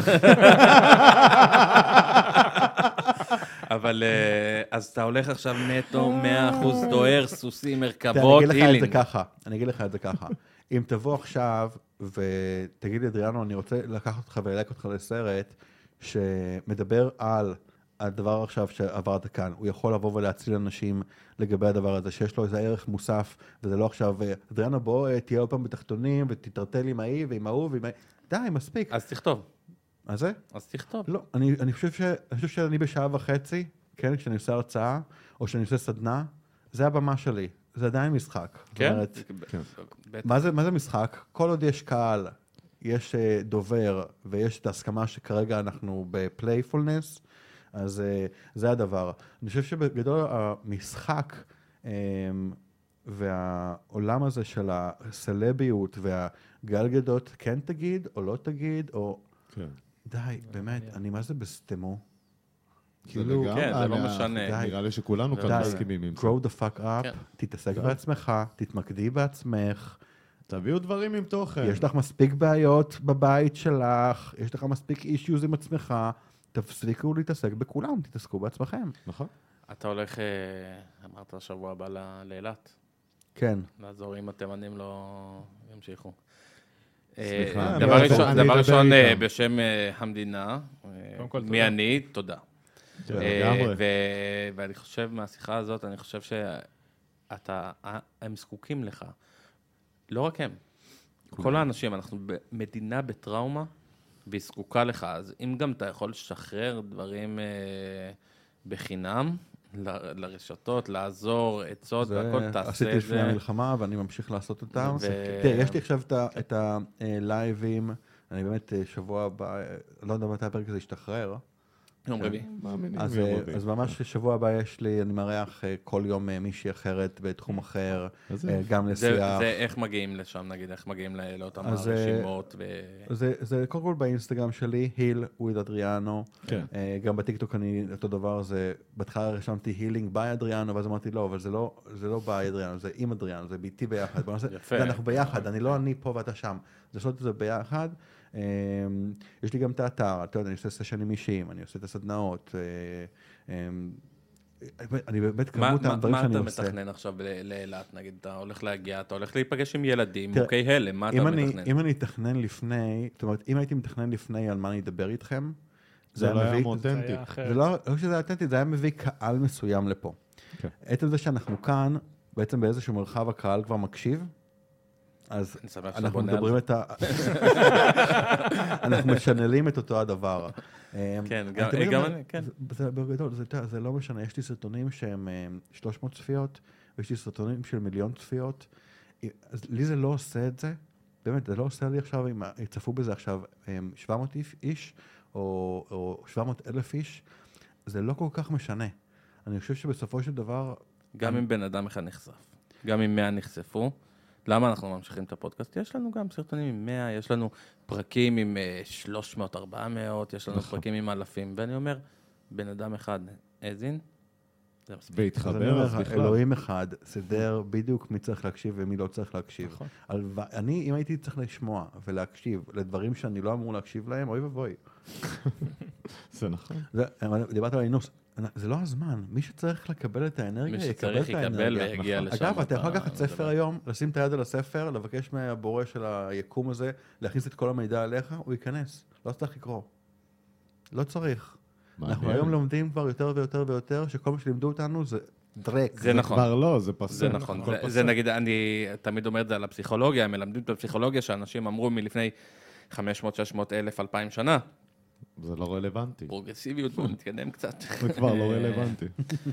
[SPEAKER 1] אבל אז אתה הולך עכשיו נטו 100% דוהר, סוסים,
[SPEAKER 3] תראה,
[SPEAKER 1] מרכבות,
[SPEAKER 3] אני
[SPEAKER 1] הילינג.
[SPEAKER 3] אגיד לך את זה ככה. אם תבוא עכשיו ותגיד לי, אדריאנו, אני רוצה לקחת אותך וללק אותך לסרט שמדבר על הדבר עכשיו שעברת כאן, הוא יכול לבוא ולהציל אנשים לגבי הדבר הזה, שיש לו איזה ערך מוסף, וזה לא עכשיו, אדריאנו, בוא תהיה עוד פעם בתחתונים, ותתרטל עם ההיא ועם ההוא ועם ההיא. די, מספיק.
[SPEAKER 1] אז תכתוב.
[SPEAKER 3] מה זה?
[SPEAKER 1] אז תכתוב.
[SPEAKER 3] לא, אני חושב שאני בשעה וחצי, כן, כשאני עושה הרצאה, או כשאני עושה סדנה, זה הבמה שלי. זה עדיין משחק.
[SPEAKER 1] כן?
[SPEAKER 3] זאת אומרת,
[SPEAKER 1] בטח.
[SPEAKER 3] מה זה משחק? כל עוד יש קהל, יש דובר, ויש את ההסכמה שכרגע אנחנו בפלייפולנס, אז זה הדבר. אני חושב שבגדול המשחק והעולם הזה של הסלביות והגלגדות, כן תגיד או לא תגיד, או...
[SPEAKER 2] כן.
[SPEAKER 3] די, באמת, אני מה זה בסתמו?
[SPEAKER 2] כאילו,
[SPEAKER 1] כן, זה לא משנה.
[SPEAKER 2] נראה לי שכולנו כאן
[SPEAKER 3] די,
[SPEAKER 2] מסכימים עם זה.
[SPEAKER 3] grow the fuck up,
[SPEAKER 1] כן.
[SPEAKER 3] תתעסק בעצמך, תתמקדי בעצמך,
[SPEAKER 2] תביאו דברים עם תוכן.
[SPEAKER 3] יש לך מספיק בעיות בבית שלך, יש לך מספיק אישיוז עם עצמך, תפסיקו להתעסק בכולם, תתעסקו בעצמכם.
[SPEAKER 2] נכון.
[SPEAKER 1] אתה הולך, אמרת השבוע הבא לאילת,
[SPEAKER 3] כן.
[SPEAKER 1] לעזור אם התימנים לא ימשיכו.
[SPEAKER 2] סליחה,
[SPEAKER 1] דבר
[SPEAKER 2] אני
[SPEAKER 1] ראשון-
[SPEAKER 2] אדבר
[SPEAKER 1] דבר ראשון,
[SPEAKER 2] איתם.
[SPEAKER 1] בשם המדינה,
[SPEAKER 4] קודם כל,
[SPEAKER 1] מי
[SPEAKER 4] תודה.
[SPEAKER 1] אני, תודה.
[SPEAKER 2] כן, לגמרי.
[SPEAKER 1] ואני חושב, מהשיחה הזאת, אני חושב הם זקוקים לך. לא רק הם. כל האנשים, אנחנו במדינה בטראומה, והיא זקוקה לך. אז אם גם אתה יכול לשחרר דברים בחינם, לרשתות, לעזור, עצות, והכל תעשה
[SPEAKER 3] עשיתי
[SPEAKER 1] את
[SPEAKER 3] לפני
[SPEAKER 1] זה.
[SPEAKER 3] המלחמה, ואני ממשיך לעשות אותם.
[SPEAKER 1] ו-
[SPEAKER 3] תראה, יש לי עכשיו את הלייבים, אני באמת שבוע הבא, לא יודע מתי הפרק הזה ישתחרר,
[SPEAKER 1] יום רביעי.
[SPEAKER 2] מאמינים
[SPEAKER 3] אז,
[SPEAKER 2] ביום רביעי.
[SPEAKER 3] אז ממש שבוע הבא יש לי, אני מארח כל יום מישהי אחרת בתחום אחר,
[SPEAKER 2] איזה
[SPEAKER 3] גם לשיח.
[SPEAKER 1] זה איך מגיעים לשם, נגיד, איך מגיעים לאותם
[SPEAKER 3] אז,
[SPEAKER 1] הרשימות.
[SPEAKER 3] זה קודם כל באינסטגרם שלי, היל וויד אדריאנו.
[SPEAKER 2] כן.
[SPEAKER 3] גם בטיקטוק אני אותו דבר, זה בהתחלה רשמתי הילינג ביי אדריאנו, ואז אמרתי לא, אבל זה לא ביי אדריאנו, זה עם אדריאנו, זה ביתי ביחד.
[SPEAKER 1] יפה.
[SPEAKER 3] אנחנו ביחד, אני לא אני פה ואתה שם. זה לעשות את זה ביחד. יש לי גם את האתר, אתה יודע, אני עושה סשנים אישיים, אני עושה את הסדנאות. אני באמת כמות הדברים שאני עושה.
[SPEAKER 1] מה אתה מתכנן עכשיו לאילת, נגיד, אתה הולך להגיע, אתה הולך להיפגש עם ילדים, מוכי הלם, מה אתה מתכנן?
[SPEAKER 3] אם אני אתכנן לפני, זאת אומרת, אם הייתי מתכנן לפני על מה אני אדבר איתכם,
[SPEAKER 2] זה לא היה אותנטי.
[SPEAKER 3] זה לא שזה היה אותנטי, זה היה מביא קהל מסוים לפה. עצם זה שאנחנו כאן, בעצם באיזשהו מרחב הקהל כבר מקשיב, אז אנחנו מדברים את אנחנו משנלים את אותו הדבר.
[SPEAKER 1] כן, כן.
[SPEAKER 3] בגדול, זה לא משנה, יש לי סרטונים שהם 300 צפיות, ויש לי סרטונים של 1,000,000 צפיות. אז לי זה לא עושה את זה, באמת, זה לא עושה לי עכשיו, אם יצפו בזה עכשיו 700 איש, או 700,000 איש, זה לא כל כך משנה. אני חושב שבסופו של דבר...
[SPEAKER 1] גם אם בן אדם אחד נחשף, גם אם 100 נחשפו, למה אנחנו ממשיכים את הפודקאסט? יש לנו גם סרטונים עם 100, יש לנו פרקים עם 300, 400, יש לנו פרקים עם אלפים, ואני אומר, בן אדם אחד, אזין, זה מספיק.
[SPEAKER 2] והתחבר, אז בכלל.
[SPEAKER 3] אלוהים אחד, סדר בדיוק מי צריך להקשיב ומי לא צריך להקשיב. אני, אם הייתי צריך לשמוע ולהקשיב לדברים שאני לא אמור להקשיב להם, אוי ובוי.
[SPEAKER 2] זה נכון.
[SPEAKER 3] דיברת על האינוס. זה לא הזמן, מי שצריך לקבל את האנרגיה, יקבל את האנרגיה.
[SPEAKER 1] ויגיע לשם.
[SPEAKER 3] אגב, אתה יכול לקחת ספר היום, לשים את היד על הספר, לבקש מהבורא של היקום הזה, להכניס את כל המידע עליך, הוא ייכנס. לא צריך לקרוא. לא צריך. אנחנו היום לומדים כבר יותר ויותר ויותר, שכל מה שלימדו אותנו זה דרק.
[SPEAKER 1] זה נכון.
[SPEAKER 2] כבר לא, זה פסק.
[SPEAKER 1] זה נכון. זה נגיד, אני תמיד אומר את זה על הפסיכולוגיה, מלמדים את הפסיכולוגיה שאנשים אמרו מלפני 500, 600 אלף, 2,000 שנה.
[SPEAKER 2] זה לא רלוונטי.
[SPEAKER 1] פרוגרסיביות, בואו נתקדם קצת.
[SPEAKER 2] זה כבר לא רלוונטי.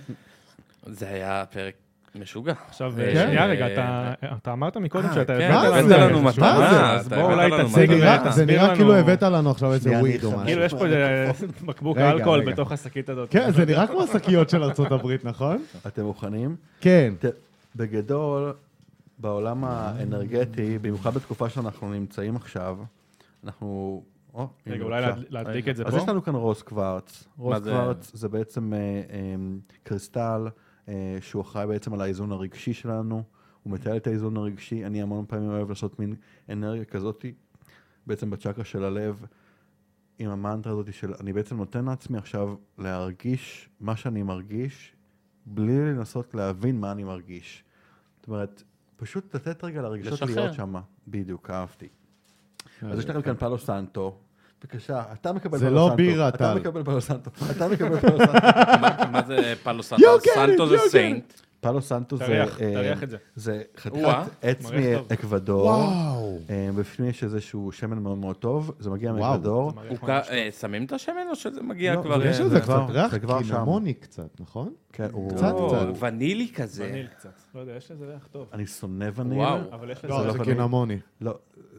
[SPEAKER 1] זה היה פרק משוגע.
[SPEAKER 4] עכשיו, שנייה רגע, אתה אמרת מקודם שאתה
[SPEAKER 1] הבאת לנו מתנה.
[SPEAKER 4] אז בואו אולי תציג.
[SPEAKER 2] זה נראה כאילו הבאת לנו עכשיו איזה וויד או משהו.
[SPEAKER 4] כאילו יש פה בקבוק אלכוהול בתוך השקית הזאת.
[SPEAKER 2] כן, זה נראה כמו השקיות של ארצות הברית, נכון?
[SPEAKER 3] אתם מוכנים?
[SPEAKER 2] כן.
[SPEAKER 3] בגדול, בעולם האנרגטי, במיוחד בתקופה שאנחנו נמצאים עכשיו, אנחנו...
[SPEAKER 4] רגע, אולי להדליק את זה פה?
[SPEAKER 3] אז יש לנו כאן רוס קוורץ. רוס קוורץ זה בעצם קריסטל שהוא אחראי בעצם על האיזון הרגשי שלנו. הוא מטייל את האיזון הרגשי. אני המון פעמים אוהב לעשות מין אנרגיה כזאת, בעצם בצ'קרה של הלב, עם המנטרה הזאת של אני בעצם נותן לעצמי עכשיו להרגיש מה שאני מרגיש, בלי לנסות להבין מה אני מרגיש. זאת אומרת, פשוט לתת רגע לרגשות להיות שם. בדיוק, אהבתי. אז יש לכם כאן פאלו סנטו. בבקשה, אתה מקבל פאלו סנטו.
[SPEAKER 2] זה לא בירה, טל.
[SPEAKER 3] אתה מקבל פאלו סנטו. אתה מקבל פאלו סנטו.
[SPEAKER 1] מה זה פאלו סנטו? סנטו זה סיינט.
[SPEAKER 3] פאלו סנטו
[SPEAKER 4] תריח את זה.
[SPEAKER 3] זה חתיכת עץ מאקוודור.
[SPEAKER 2] וואו.
[SPEAKER 3] בפנים יש איזשהו שמן מאוד מאוד טוב. זה מגיע מאקוודור.
[SPEAKER 1] שמים את השמן או שזה מגיע כבר...
[SPEAKER 2] יש לזה קצת ריח קינמוני קצת, נכון?
[SPEAKER 3] כן.
[SPEAKER 2] קצת.
[SPEAKER 1] ונילי כזה.
[SPEAKER 4] וניל קצת. לא יודע, יש לזה ריח טוב.
[SPEAKER 3] אני שונא וניל.
[SPEAKER 4] אבל יש
[SPEAKER 2] לא,
[SPEAKER 4] לזה...
[SPEAKER 2] זה קינמוני.
[SPEAKER 3] לא.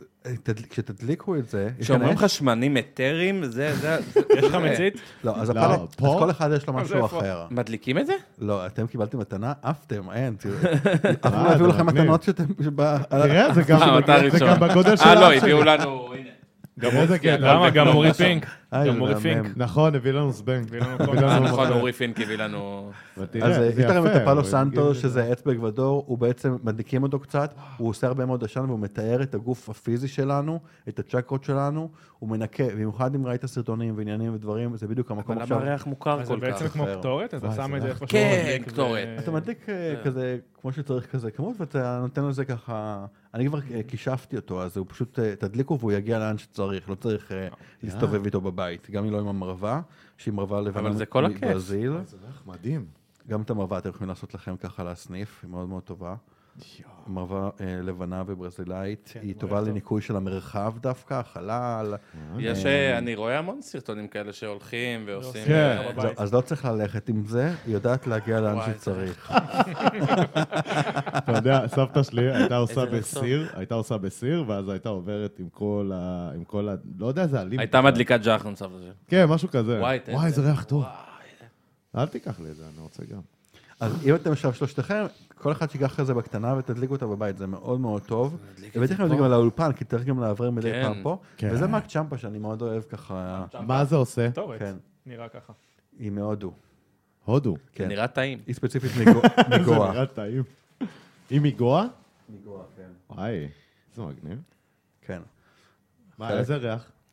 [SPEAKER 3] כשתדליקו את זה...
[SPEAKER 1] כשאומרים לך שמנים מטרים, זה...
[SPEAKER 4] יש לך מצית?
[SPEAKER 3] לא, אז כל אחד יש לו משהו אחר.
[SPEAKER 1] מדליקים את זה?
[SPEAKER 3] לא, אתם קיבלתם מתנה, עפתם, אין, תראו. אף לא הביאו לכם מתנות שאתם...
[SPEAKER 2] תראה, זה גם בגודל של
[SPEAKER 1] לא, הביאו לנו, הנה.
[SPEAKER 4] למה? גם אורי פינק. גם אורי פינק.
[SPEAKER 2] נכון, הביא לנו סבנג.
[SPEAKER 1] נכון, אורי פינק הביא לנו...
[SPEAKER 3] אז יש לכם את הפאלו סנטו, שזה עץ באקוודור, הוא בעצם מדליקים אותו קצת, הוא עושה הרבה מאוד עשן, והוא מתאר את הגוף הפיזי שלנו, את הצ'קרות שלנו, הוא מנקה, במיוחד אם ראית סרטונים ועניינים ודברים, זה בדיוק המקום עכשיו.
[SPEAKER 1] אבל הריח מוכר כל כך.
[SPEAKER 4] זה בעצם כמו קטורת, אתה שם את זה איפה
[SPEAKER 1] כן, קטורת.
[SPEAKER 3] אתה מדליק כזה, כמו שצריך כזה כמות, ואתה נותן לזה ככה, אני כבר קישפתי אותו, אז הוא פשוט תדליקו והוא יגיע לאן שצריך, לא צריך להסתובב איתו בבית, גם אם לא עם המרווה, שהיא מרווה לבנה מברזיל.
[SPEAKER 2] זה ריח מדהים.
[SPEAKER 3] גם את המרווה אתם יכולים לעשות לכם ככה להסניף, היא מאוד מאוד טובה. מרווה לבנה וברזילאית, היא טובה לניקוי של המרחב דווקא, החלל.
[SPEAKER 1] אני רואה המון סרטונים כאלה שהולכים ועושים...
[SPEAKER 3] אז לא צריך ללכת עם זה, היא יודעת להגיע לאן שצריך.
[SPEAKER 2] אתה יודע, סבתא שלי הייתה עושה בסיר, ואז הייתה עוברת עם כל ה... לא יודע, זה אלים.
[SPEAKER 1] הייתה מדליקת ג'חנון, סבתא שלי.
[SPEAKER 2] כן, משהו כזה.
[SPEAKER 1] וואי,
[SPEAKER 2] זה ריח טוב. אל תיקח לי את זה, אני רוצה גם.
[SPEAKER 3] אז אם אתם עכשיו שלושתכם, כל אחד שיקח כזה בקטנה ותדליקו אותה בבית, זה מאוד מאוד טוב. הבאתי לכם את זה גם לאולפן, כי צריך גם לעבר מדי פעם פה. וזה מק צ'מפה שאני מאוד אוהב ככה.
[SPEAKER 2] מה זה עושה?
[SPEAKER 4] קטורת, נראה ככה.
[SPEAKER 3] היא מהודו.
[SPEAKER 2] הודו?
[SPEAKER 1] זה נראה טעים.
[SPEAKER 3] היא ספציפית מגואה.
[SPEAKER 2] זה נראה טעים. היא מגואה?
[SPEAKER 3] מגואה, כן.
[SPEAKER 2] וואי, זה מגניב.
[SPEAKER 3] כן.
[SPEAKER 2] מה, איזה ריח?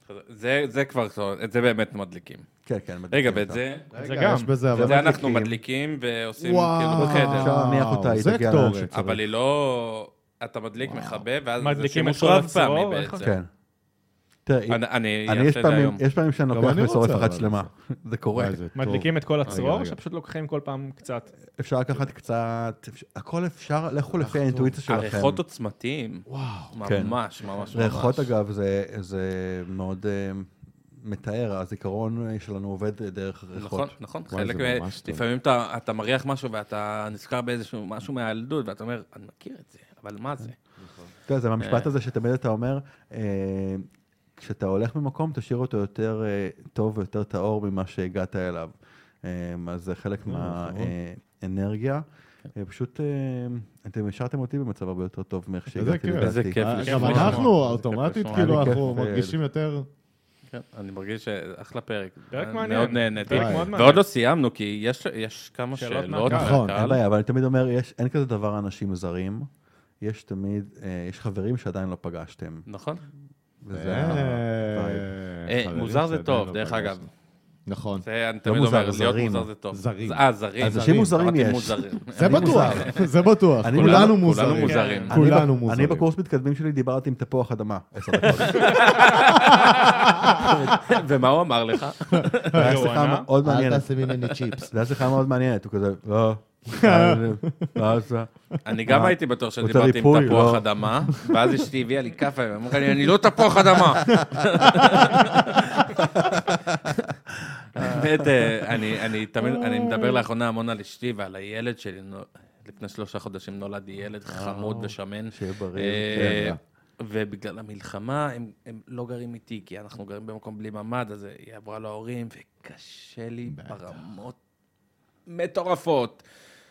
[SPEAKER 1] זה כבר, את זה באמת מדליקים.
[SPEAKER 3] כן, כן.
[SPEAKER 1] רגע, ואת זה...
[SPEAKER 4] זה גם.
[SPEAKER 2] יש בזה, אבל...
[SPEAKER 1] זה אנחנו מדליקים ועושים כאילו בחדר.
[SPEAKER 3] אפשר להניח אותה, היא
[SPEAKER 2] זה
[SPEAKER 3] תגיע לאן
[SPEAKER 2] קטורת.
[SPEAKER 3] שצריך.
[SPEAKER 1] אבל היא לא... אתה מדליק, מכבה, ואז זה
[SPEAKER 4] מדליקים את
[SPEAKER 1] שימוש
[SPEAKER 4] כל
[SPEAKER 1] רב פעמי
[SPEAKER 4] הצרור,
[SPEAKER 1] בעצם.
[SPEAKER 3] כן. תראה,
[SPEAKER 1] אני
[SPEAKER 3] יש
[SPEAKER 1] אעשה את זה היום.
[SPEAKER 3] פעמים שאני
[SPEAKER 2] גם
[SPEAKER 3] לוקח
[SPEAKER 2] אני
[SPEAKER 3] ושורף
[SPEAKER 2] רוצה,
[SPEAKER 3] אחת
[SPEAKER 2] אבל
[SPEAKER 3] שלמה. זה קורה.
[SPEAKER 2] וואי, זה טוב.
[SPEAKER 4] מדליקים את כל הצרור,
[SPEAKER 2] רגע.
[SPEAKER 4] שפשוט לוקחים כל פעם קצת.
[SPEAKER 3] אפשר לקחת קצת, הכל אפשר, לכו לפי האינטואיציה שלכם.
[SPEAKER 1] הריחות עוצמתיים.
[SPEAKER 2] וואו.
[SPEAKER 3] כן.
[SPEAKER 1] ממש, ממש.
[SPEAKER 3] ריחות אגב, זה מאוד מתאר, הזיכרון שלנו עובד דרך ריחות.
[SPEAKER 1] נכון, נכון.
[SPEAKER 2] וואי,
[SPEAKER 1] חלק,
[SPEAKER 2] זה ממש טוב.
[SPEAKER 1] לפעמים אתה מריח משהו ואתה נזכר באיזשהו משהו מהילדות, ואתה אומר, אני מכיר את זה, אבל מה זה?
[SPEAKER 3] אתה יודע, זה המשפט הזה שתמיד אתה אומר, כשאתה הולך ממקום, תשאיר אותו יותר טוב ויותר טהור ממה שהגעת אליו. אז זה חלק מהאנרגיה. פשוט, אתם השארתם אותי במצב הרבה יותר טוב מאיך שהגעתי לדעתי.
[SPEAKER 1] איזה כיף.
[SPEAKER 2] גם
[SPEAKER 1] לשמוע.
[SPEAKER 2] אנחנו אוטומטית,
[SPEAKER 1] כיף
[SPEAKER 2] כאילו,
[SPEAKER 3] לשמוע.
[SPEAKER 2] אנחנו
[SPEAKER 3] כיף,
[SPEAKER 2] מרגישים יותר...
[SPEAKER 1] כן, אני מרגיש שאחלה פרק.
[SPEAKER 4] פרק
[SPEAKER 1] מאוד
[SPEAKER 4] מעניין.
[SPEAKER 1] נהניתי.
[SPEAKER 4] פרק מאוד מעניין.
[SPEAKER 1] ועוד לא סיימנו, כי יש כמה
[SPEAKER 4] שאלות
[SPEAKER 1] שאלות
[SPEAKER 4] מהקהל.
[SPEAKER 2] נכון,
[SPEAKER 3] אין בעיה, אבל אני תמיד אומר, אין כזה דבר אנשים זרים. יש תמיד, יש חברים שעדיין לא פגשתם.
[SPEAKER 1] נכון.
[SPEAKER 3] וזה הווייב.
[SPEAKER 1] מוזר זה טוב, דרך אגב.
[SPEAKER 2] נכון.
[SPEAKER 1] זה, אני תמיד
[SPEAKER 3] מוזר,
[SPEAKER 1] אומר, להיות
[SPEAKER 3] זרים.
[SPEAKER 1] מוזר זה טוב.
[SPEAKER 2] זרים.
[SPEAKER 1] זרים.
[SPEAKER 3] אנשים מוזרים
[SPEAKER 1] אמרתי
[SPEAKER 3] יש.
[SPEAKER 1] מוזרים.
[SPEAKER 2] זה בטוח, זה בטוח.
[SPEAKER 3] אני-
[SPEAKER 2] כולנו
[SPEAKER 1] כולנו
[SPEAKER 2] מוזרים.
[SPEAKER 1] מוזרים.
[SPEAKER 3] אני
[SPEAKER 2] כולנו
[SPEAKER 3] אני
[SPEAKER 2] מוזרים.
[SPEAKER 3] בקורס מתקדמים שלי דיברתי עם תפוח אדמה 10 דקות.
[SPEAKER 1] ומה הוא אמר לך?
[SPEAKER 3] והיה
[SPEAKER 4] הוא
[SPEAKER 3] שיחה
[SPEAKER 4] ענה?
[SPEAKER 3] מאוד
[SPEAKER 2] אל
[SPEAKER 3] מעניינת.
[SPEAKER 2] תעשה ממני צ'יפס.
[SPEAKER 3] זו הייתה שיחה מאוד מעניינת, הוא כזה, לא,
[SPEAKER 1] אני גם הייתי בטוח
[SPEAKER 3] רוצה
[SPEAKER 1] שדיברתי עם
[SPEAKER 3] ריפוי?
[SPEAKER 1] תפוח
[SPEAKER 3] לא.
[SPEAKER 1] אדמה, ואז אשתי הביאה לי כאפה, ואמרה לי, אני לא תפוח אדמה. באמת, אני מדבר לאחרונה המון על אשתי ועל הילד שלי. לפני 3 חודשים נולד לי ילד חמוד ושמן.
[SPEAKER 3] שיהיה בריא.
[SPEAKER 1] אה, ובגלל המלחמה הם לא גרים איתי, כי אנחנו גרים במקום בלי ממ"ד, אז היא עברה להורים, וקשה לי ברמות מטורפות.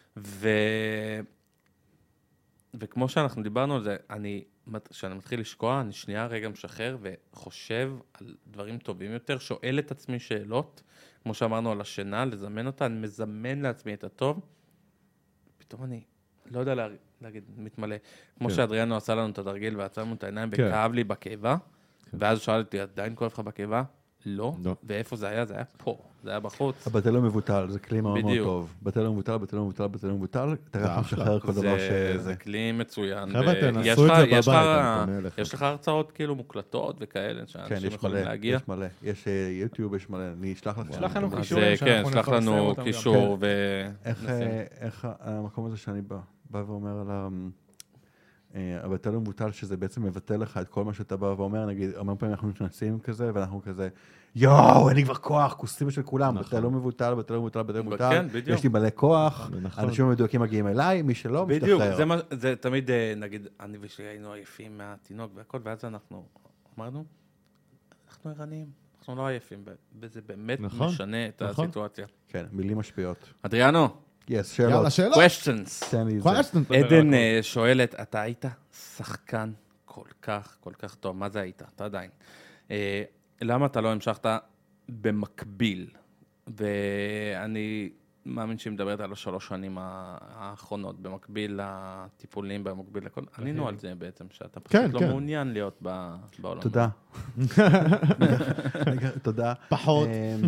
[SPEAKER 1] וכמו שאנחנו דיברנו על זה, כשאני מתחיל לשקוע, אני שנייה רגע משחרר וחושב על דברים טובים יותר, שואל את עצמי שאלות, כמו שאמרנו על השינה, לזמן אותה, אני מזמן לעצמי את הטוב, פתאום אני לא יודע להגיד, מתמלא. כמו שאדריאנו עשה לנו את התרגיל ועצמנו את העיניים וכאב לי בקיבה, ואז שאלתי, עדיין כואב לך בקיבה? לא. ואיפה זה היה? זה היה פה, זה היה בחוץ.
[SPEAKER 3] הבטל לא מבוטל, זה כלי מאוד מאוד
[SPEAKER 1] בדיוק.
[SPEAKER 3] טוב. בטל לא מבוטל, בטל לא מבוטל, בטל לא מבוטל, אתה רק משחרר כל דבר
[SPEAKER 1] זה כלי מצוין.
[SPEAKER 2] חבר'ה, תנסו
[SPEAKER 1] ויש
[SPEAKER 2] את זה
[SPEAKER 1] לך- יש
[SPEAKER 2] בבית,
[SPEAKER 1] לך-
[SPEAKER 2] אני פונה אליכם.
[SPEAKER 1] יש לך הרצאות כאילו מוקלטות וכאלה,
[SPEAKER 3] כן,
[SPEAKER 1] שאנשים
[SPEAKER 3] יש
[SPEAKER 1] יכולים
[SPEAKER 3] מלא,
[SPEAKER 1] להגיע.
[SPEAKER 3] יש מלא. יש יוטיוב, יש מלא. אני אשלח לך.
[SPEAKER 4] שלח לנו
[SPEAKER 1] אז
[SPEAKER 4] קישורים
[SPEAKER 1] כן,
[SPEAKER 4] שאנחנו
[SPEAKER 1] שלח
[SPEAKER 4] נפרסם
[SPEAKER 1] לנו
[SPEAKER 4] אותם גם.
[SPEAKER 1] קישור
[SPEAKER 3] איך המקום הזה שאני בא ואומר על הבטל ומבוטל, שזה בעצם מבטל לך את כל מה שאתה בא ואומר, נגיד, המון פעמים אנחנו מתנסים כזה, ואנחנו כזה, יואו, אין לי כבר כוח, כוסים של כולם, בטל לא מבוטל, בטל לא מבוטל, בטל לא מבוטל,
[SPEAKER 1] כן, בדיוק.
[SPEAKER 3] יש לי מלא כוח,
[SPEAKER 2] נכון.
[SPEAKER 3] אנשים המדויקים מגיעים אליי, מי שלא,
[SPEAKER 1] בדיוק,
[SPEAKER 3] משתחרר.
[SPEAKER 1] זה תמיד, נגיד, אני ושלי היינו עייפים מהתינוק והכל, ואז אנחנו אמרנו, אנחנו ערניים, אנחנו לא עייפים, וזה באמת
[SPEAKER 2] נכון,
[SPEAKER 1] משנה את
[SPEAKER 2] נכון.
[SPEAKER 1] הסיטואציה.
[SPEAKER 3] כן, מילים משפיעות.
[SPEAKER 1] אדריאנו,
[SPEAKER 3] יס, שאלות.
[SPEAKER 2] יאללה, שאלות.
[SPEAKER 1] questions.
[SPEAKER 3] תן לי את זה.
[SPEAKER 2] questions.
[SPEAKER 1] עדן שואלת, אתה היית שחקן כל כך טוב, מה זה היית? אתה עדיין. למה אתה לא המשכת במקביל? ואני מאמין שהיא מדברת על 3 שנים האחרונות, במקביל לטיפולים, במקביל לכל... ענינו על זה בעצם, שאתה פשוט
[SPEAKER 2] כן,
[SPEAKER 1] לא
[SPEAKER 2] כן.
[SPEAKER 1] מעוניין להיות בעולם.
[SPEAKER 3] תודה. תודה.
[SPEAKER 2] פחות.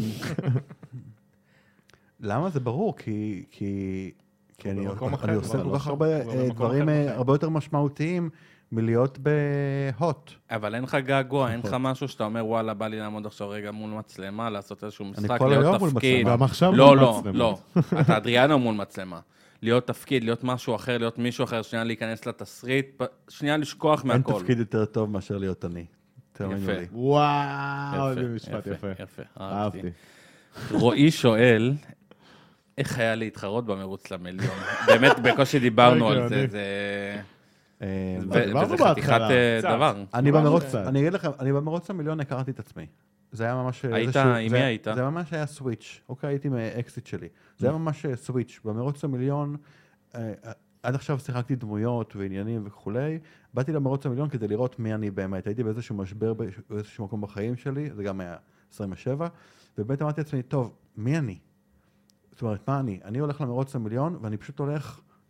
[SPEAKER 3] למה? זה ברור, כי אני
[SPEAKER 4] במקום אחר,
[SPEAKER 3] אני עושה
[SPEAKER 4] כבר
[SPEAKER 3] כל
[SPEAKER 4] לא
[SPEAKER 3] כך
[SPEAKER 4] שם.
[SPEAKER 3] הרבה
[SPEAKER 4] כבר במקום
[SPEAKER 3] דברים
[SPEAKER 4] אחר בחיים.
[SPEAKER 3] הרבה יותר משמעותיים מלהיות בהוט.
[SPEAKER 1] אבל אין לך געגוע, אין לך משהו שאתה אומר, וואלה, בא לי לעמוד עכשיו רגע מול מצלמה, לעשות איזשהו משחק,
[SPEAKER 3] כל היום
[SPEAKER 1] להיות
[SPEAKER 3] מול
[SPEAKER 1] תפקיד.
[SPEAKER 3] מצלמה.
[SPEAKER 2] גם עכשיו
[SPEAKER 1] לא,
[SPEAKER 2] מול
[SPEAKER 1] לא,
[SPEAKER 2] מצלמה.
[SPEAKER 1] לא. אתה אדריאנו מול מצלמה. להיות תפקיד, להיות משהו אחר, להיות מישהו אחר, שנייה להיכנס לתסריט, שנייה לשכוח
[SPEAKER 3] אין
[SPEAKER 1] מהכל.
[SPEAKER 3] תפקיד יותר טוב מאשר להיות אני. תאמינו
[SPEAKER 1] יפה.
[SPEAKER 3] לי.
[SPEAKER 2] וואו, איזה משפט יפה.
[SPEAKER 1] יפה,
[SPEAKER 2] אהבתי.
[SPEAKER 1] רועי שואל, איך היה להתחרות במרוץ למיליון? באמת, בקושי דיברנו על זה,
[SPEAKER 2] דיברנו
[SPEAKER 1] וזה חתיכת
[SPEAKER 2] בהתחלה.
[SPEAKER 1] דבר.
[SPEAKER 3] אני
[SPEAKER 2] דיברנו
[SPEAKER 3] במרוץ,
[SPEAKER 2] קצת.
[SPEAKER 3] אני אגיד לכם, אני במרוץ למיליון הכרתי את עצמי. זה היה ממש...
[SPEAKER 1] היית,
[SPEAKER 3] איזשהו-
[SPEAKER 1] עם
[SPEAKER 3] זה-
[SPEAKER 1] מי היית?
[SPEAKER 3] זה ממש היה סוויץ', אוקיי, הייתי מהאקסיט שלי. זה היה ממש סוויץ'. במרוץ למיליון, עד עכשיו שיחקתי דמויות ועניינים וכולי, באתי למרוץ למיליון כדי לראות מי אני באמת. הייתי באיזשהו משבר, באיזשהו מקום בחיים שלי, זה גם היה 27, ובאמת אמרתי לעצמי, טוב, מי אני? זאת אומרת, מה אני? אני הולך למרוץ למיליון, ואני פשוט הולך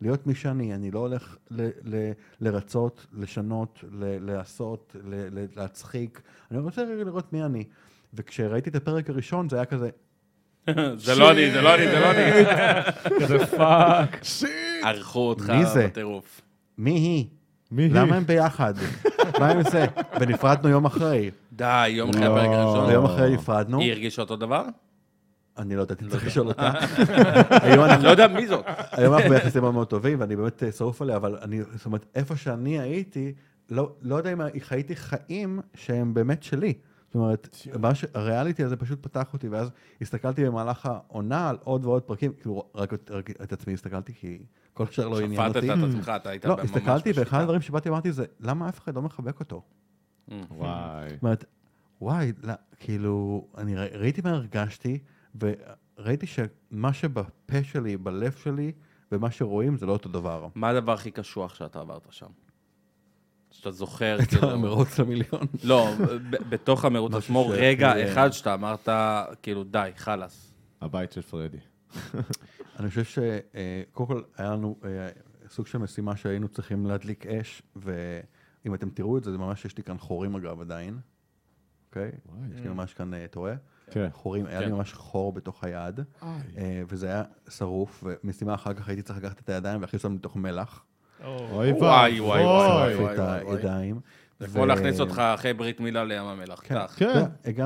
[SPEAKER 3] להיות מי שאני, אני לא הולך לרצות, לשנות, לעשות, להצחיק, אני רוצה רגע לראות מי אני. וכשראיתי את הפרק הראשון, זה היה כזה...
[SPEAKER 1] זה לא אני.
[SPEAKER 4] כזה פאק.
[SPEAKER 1] ערכו אותך בטירוף.
[SPEAKER 3] מי היא? למה הם ביחד? מה הם עושה? ונפרדנו יום אחרי.
[SPEAKER 1] די, יום אחרי הפרק הראשון.
[SPEAKER 3] ויום אחרי נפרדנו.
[SPEAKER 1] היא הרגישה אותו דבר?
[SPEAKER 3] אני לא יודעת, אני צריך לשאול אותה.
[SPEAKER 1] אני לא יודע מי זאת.
[SPEAKER 3] היום אנחנו ביחסים מאוד טובים, ואני באמת שרוף עליה, אבל זאת אומרת, איפה שאני הייתי, לא יודע אם חייתי חיים שהם באמת שלי. זאת אומרת, הריאליטי הזה פשוט פתח אותי, ואז הסתכלתי במהלך העונה על עוד ועוד פרקים, כאילו רק את עצמי הסתכלתי, כי כל השאר לא עניין אותי.
[SPEAKER 1] שפטת את עצמך, אתה היית
[SPEAKER 3] לא, הסתכלתי, ואחד הדברים שבאתי אמרתי זה, למה אף אחד לא מחבק אותו?
[SPEAKER 2] וואי.
[SPEAKER 3] זאת אומרת, וואי, כאילו, אני ראיתי מה הרגשתי, וראיתי שמה שבפה שלי, בלב שלי, ומה שרואים זה לא אותו דבר.
[SPEAKER 1] מה הדבר הכי קשוח שאתה עברת שם? שאתה זוכר,
[SPEAKER 3] את המרוץ למיליון.
[SPEAKER 1] לא, בתוך המרוץ עצמו, רגע אחד שאתה אמרת, כאילו, די, חלס.
[SPEAKER 2] הבית של פרדי.
[SPEAKER 3] אני חושב שקודם כל היה לנו סוג של משימה שהיינו צריכים להדליק אש, ואם אתם תראו את זה, זה ממש יש לי כאן חורים אגב עדיין. אוקיי? יש לי ממש כאן, אתה רואה? חורים, היה לי ממש חור בתוך היד, וזה היה שרוף, ומשימה אחר כך הייתי צריך לקחת את הידיים והכניס אותם לתוך מלח.
[SPEAKER 2] וואי
[SPEAKER 3] שרוף את הידיים.
[SPEAKER 1] זה כמו להכניס אותך אחרי ברית מילה לים המלח.
[SPEAKER 2] כן.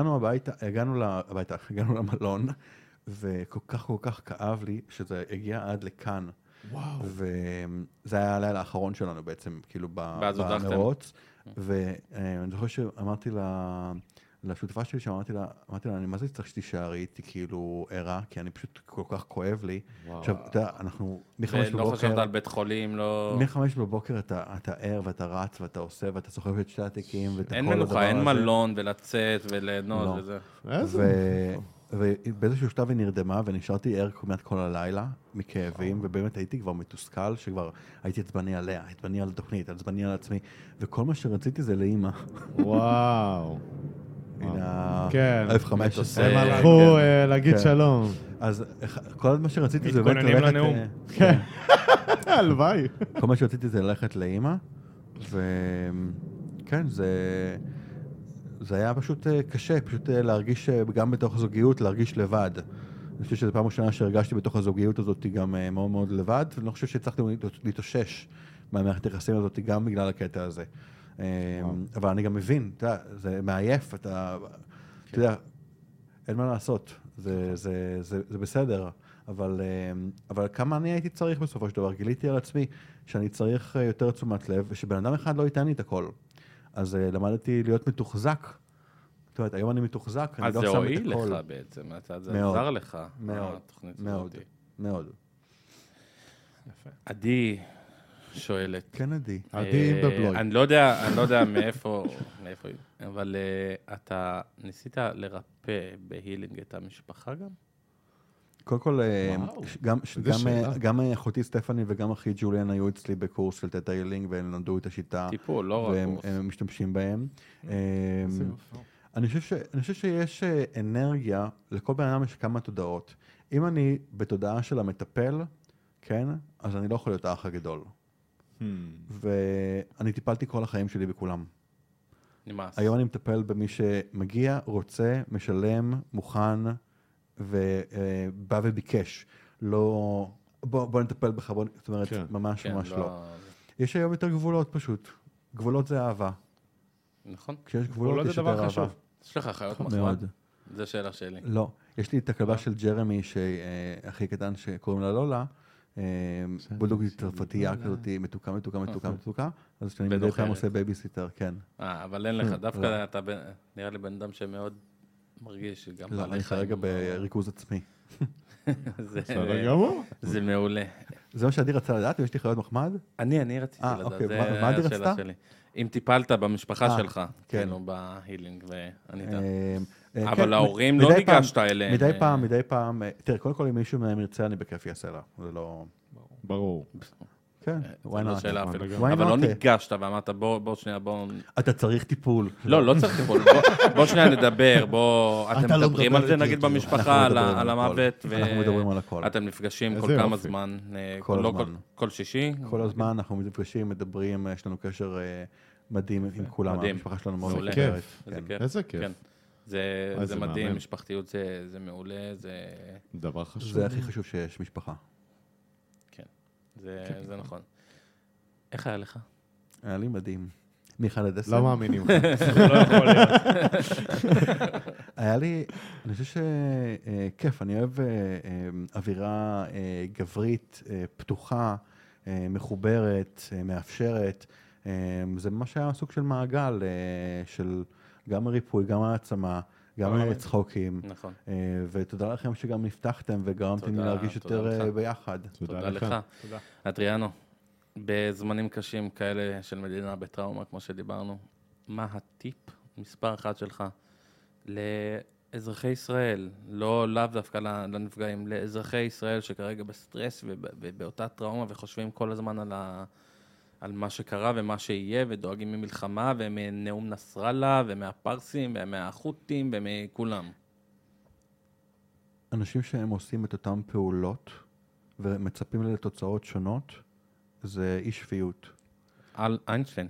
[SPEAKER 3] הגענו למלון, וכל כך כאב לי שזה הגיע עד לכאן. וזה היה הלילה האחרון שלנו בעצם, כאילו במרוץ. ואני זוכר שאמרתי לשותפה שלי, שאמרתי לה, אני מה זה צריך שתישארי איתי כאילו ערה, כי אני פשוט כל כך כואב לי. עכשיו, אתה יודע, אנחנו מ-5 בבוקר...
[SPEAKER 1] לא חשבת על בית חולים, לא...
[SPEAKER 3] מ-5 בבוקר אתה ער ואתה רץ ואתה עושה ואתה סוחב את שתי התיקים ואת כל הדבר הזה.
[SPEAKER 1] אין מנוחה, אין מלון ולצאת וליהנות וזה.
[SPEAKER 3] ובאיזשהו שלב היא נרדמה ונשארתי ער כמעט כל הלילה מכאבים, ובאמת הייתי כבר מתוסכל, שכבר הייתי עצבני עליה, עצבני על התוכנית, עצבני על עצמי, וכל מה שרציתי זה לאמא.
[SPEAKER 2] וואו.
[SPEAKER 3] הנה,
[SPEAKER 2] כן.
[SPEAKER 3] F15.
[SPEAKER 2] הם הלכו להגיד שלום.
[SPEAKER 3] אז כל מה שרציתי זה באמת
[SPEAKER 4] מתכוננים לנאום.
[SPEAKER 2] כן. הלוואי.
[SPEAKER 3] כל מה שרציתי זה ללכת לאמא, וכן, זה היה פשוט קשה, פשוט להרגיש גם בתוך הזוגיות, להרגיש לבד. אני חושב שזו פעם ראשונה שהרגשתי בתוך הזוגיות הזאת גם מאוד מאוד לבד, ואני לא חושב שהצלחתי להתאושש מהמערכת היחסים הזאת גם בגלל הקטע הזה. אבל אני גם מבין, אתה יודע, זה מעייף, אתה יודע, אין מה לעשות, זה בסדר, אבל כמה אני הייתי צריך בסופו של דבר, גיליתי על עצמי שאני צריך יותר תשומת לב, ושבן אדם אחד לא ייתן לי את הכל. אז למדתי להיות מתוחזק. זאת אומרת, היום אני מתוחזק, אני לא שם את הכל.
[SPEAKER 1] אז זה הועיל לך בעצם, זה עזר לך.
[SPEAKER 3] מאוד, מאוד.
[SPEAKER 1] יפה. עדי שואלת.
[SPEAKER 3] כן, עדי.
[SPEAKER 2] עדי עם בבלוי.
[SPEAKER 1] אני לא יודע מאיפה, אבל אתה ניסית לרפא בהילינג את המשפחה גם?
[SPEAKER 3] קודם כל, גם אחותי סטפני וגם אחי ג'וליאן היו אצלי בקורס של תטא הילינג, והם למדו את השיטה.
[SPEAKER 1] טיפול, לא רק קורס.
[SPEAKER 3] והם משתמשים בהם. אני חושב שיש אנרגיה, לכל בן אדם יש כמה תודעות. אם אני בתודעה של המטפל, כן, אז אני לא יכול להיות האח הגדול. ואני טיפלתי כל החיים שלי בכולם.
[SPEAKER 1] נמאס.
[SPEAKER 3] היום אני מטפל במי שמגיע, רוצה, משלם, מוכן, ובא וביקש. לא, בוא נטפל בך, זאת אומרת, ממש לא. יש היום יותר גבולות פשוט. גבולות זה אהבה.
[SPEAKER 1] נכון.
[SPEAKER 3] כשיש גבולות יש יותר אהבה.
[SPEAKER 1] יש לך חיות מחמד? זו שאלה שלי.
[SPEAKER 3] לא. יש לי את הכלבה של ג'רמי, הכי קטן שקוראים לה לולה, בולדוגית צרפתייה כזאת, מתוקה, אז כשאני מדי פעם עושה בייביסיטר, כן.
[SPEAKER 1] אבל אין לך, דווקא אתה נראה לי בן אדם שמאוד מרגיש גם
[SPEAKER 3] לא, אני כרגע בריכוז עצמי.
[SPEAKER 1] זה מעולה.
[SPEAKER 3] זה מה שעדי רצה לדעת, אם יש לי חיות מחמד?
[SPEAKER 1] אני רציתי לדעת, זה
[SPEAKER 3] מה עדי
[SPEAKER 1] השאלה
[SPEAKER 3] רצתה?
[SPEAKER 1] שלי. אם טיפלת במשפחה שלך, כאילו בהילינג וענית. אבל ההורים לא ניגשת אליהם.
[SPEAKER 3] מדי פעם, תראה, קודם כל אם מישהו מהם ירצה, אני בכיף יעשה לה, זה לא...
[SPEAKER 2] ברור.
[SPEAKER 3] כן, why
[SPEAKER 1] זו לא
[SPEAKER 3] not?
[SPEAKER 1] שאלה אפילו.
[SPEAKER 3] Why
[SPEAKER 1] אבל לא
[SPEAKER 3] not?
[SPEAKER 1] ניגשת ואמרת, בוא שנייה,
[SPEAKER 3] אתה צריך טיפול.
[SPEAKER 1] לא צריך טיפול. בוא שנייה נדבר, אתם
[SPEAKER 2] אתה לא
[SPEAKER 1] מדברים
[SPEAKER 2] מדבר
[SPEAKER 1] על זה
[SPEAKER 2] איתי
[SPEAKER 1] נגיד
[SPEAKER 2] יותר.
[SPEAKER 1] במשפחה,
[SPEAKER 3] אנחנו מדברים
[SPEAKER 1] על
[SPEAKER 3] על הכל.
[SPEAKER 1] המוות,
[SPEAKER 3] אנחנו מדברים על הכל.
[SPEAKER 1] אתם נפגשים
[SPEAKER 2] איזה
[SPEAKER 1] כל כמה
[SPEAKER 2] יופי.
[SPEAKER 1] זמן?
[SPEAKER 3] כל
[SPEAKER 1] לא
[SPEAKER 3] הזמן.
[SPEAKER 1] כל שישי?
[SPEAKER 3] כל הזמן אנחנו נפגשים, מדברים, יש לנו קשר מדהים עם כולם,
[SPEAKER 1] מדהים.
[SPEAKER 3] המשפחה שלנו מאוד
[SPEAKER 1] מעולה.
[SPEAKER 3] מחוברת.
[SPEAKER 1] איזה
[SPEAKER 3] כן.
[SPEAKER 1] כיף.
[SPEAKER 2] איזה כיף.
[SPEAKER 1] כן.
[SPEAKER 2] אז
[SPEAKER 1] זה
[SPEAKER 2] זה
[SPEAKER 1] מדהים,
[SPEAKER 2] מהמם.
[SPEAKER 1] משפחתיות זה מעולה, זה...
[SPEAKER 2] דבר חשוב.
[SPEAKER 3] זה הכי חשוב שיש, משפחה.
[SPEAKER 1] כן, זה נכון. איך היה לך?
[SPEAKER 3] היה לי מדהים. מ-1 עד 10.
[SPEAKER 2] לא מאמינים לך.
[SPEAKER 4] זה לא יכול להיות.
[SPEAKER 3] היה לי, אני חושב שכיף, אני אוהב אווירה גברית, פתוחה, מחוברת, מאפשרת. זה ממש היה סוג של מעגל של גם ריפוי, גם העצמה, גם צחוקים.
[SPEAKER 1] נכון.
[SPEAKER 3] ותודה לכם שגם נפתחתם וגרמתם לי
[SPEAKER 1] תודה,
[SPEAKER 3] להרגיש
[SPEAKER 1] תודה
[SPEAKER 3] יותר
[SPEAKER 1] לך.
[SPEAKER 3] ביחד.
[SPEAKER 1] תודה לך.
[SPEAKER 4] תודה.
[SPEAKER 1] אדריאנו, בזמנים קשים כאלה של מדינה בטראומה, כמו שדיברנו, מה הטיפ מספר 1 שלך לאזרחי ישראל, לאו דווקא לנפגעים, לאזרחי ישראל שכרגע בסטרס ובאותה טראומה וחושבים כל הזמן על מה שקרה ומה שיהיה, ודואגים ממלחמה ומנאום נסראללה ומהפרסים ומהחות'ים ומכולם.
[SPEAKER 3] אנשים שהם עושים את אותם פעולות ומצפים לתוצאות שונות, זה אי שפיות.
[SPEAKER 1] על איינשטיין.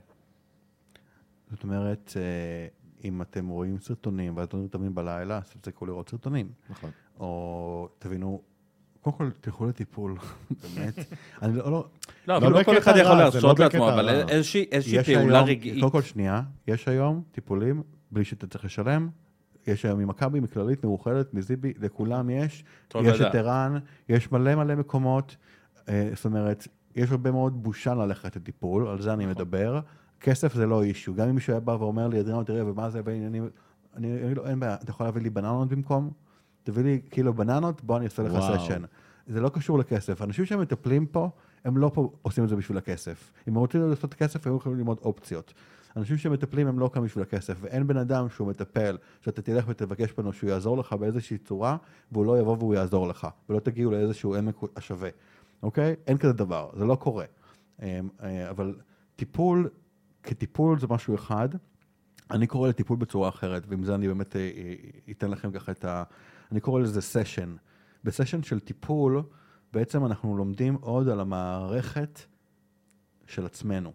[SPEAKER 3] זאת אומרת, אם אתם רואים סרטונים ואתם נרתמים בלילה, אז תפסיקו לראות סרטונים.
[SPEAKER 2] נכון.
[SPEAKER 3] או תבינו, קודם כל תלכו לטיפול, באמת. אני לא...
[SPEAKER 1] לא, אבל לא כל אחד
[SPEAKER 2] בקטע
[SPEAKER 1] יכול
[SPEAKER 2] רע, זה
[SPEAKER 1] להרשות
[SPEAKER 2] לא
[SPEAKER 1] לעצמו,
[SPEAKER 2] בקטע
[SPEAKER 1] אבל
[SPEAKER 2] רע.
[SPEAKER 1] איזושהי
[SPEAKER 3] יש
[SPEAKER 1] פעולה
[SPEAKER 3] היום-
[SPEAKER 1] רגעית.
[SPEAKER 3] קודם כל שנייה, יש היום טיפולים בלי שאתה צריך לשלם. יש היום ממכבי, מכללית, מאוחדת, מזיבי, לכולם יש.
[SPEAKER 1] טוב
[SPEAKER 3] יש
[SPEAKER 1] לדעת.
[SPEAKER 3] את ערן, יש מלא מקומות. זאת אומרת, יש הרבה מאוד בושה ללכת לטיפול, על זה אני מדבר. כסף זה לא אישו. גם אם מישהו היה בא ואומר לי, אדריאן, תראה, ומה זה בעניינים, אני אגיד לו, אין בעיה, אתה יכול להביא לי בננות במקום? תביא לי קילו בננות, בוא אני אעשה לך
[SPEAKER 2] וואו.
[SPEAKER 3] סשן. זה לא קשור לכסף. אנשים שמטפלים פה, הם לא פה עושים את זה בשביל הכסף. אם הם רוצים לעשות כסף, הם יכולים ללמוד אופציות. אנשים שמטפלים הם לא כאן בשביל הכסף, ואין בן אדם שהוא מטפל, שאתה תלך ותבקש ממנו שהוא יעזור לך באיזושהי צורה, והוא לא יבוא והוא יעזור לך, ולא תגיעו לאיזשהו עמק השווה. אוקיי? אין כזה דבר, זה לא קורה. אבל טיפול, כטיפול זה משהו אחד, אני קורא לטיפול בצורה אחרת, ועם זה אני באמת אתן לכם ככה אני קורא לזה סשן. בסשן של טיפול, בעצם אנחנו לומדים עוד על המערכת של עצמנו.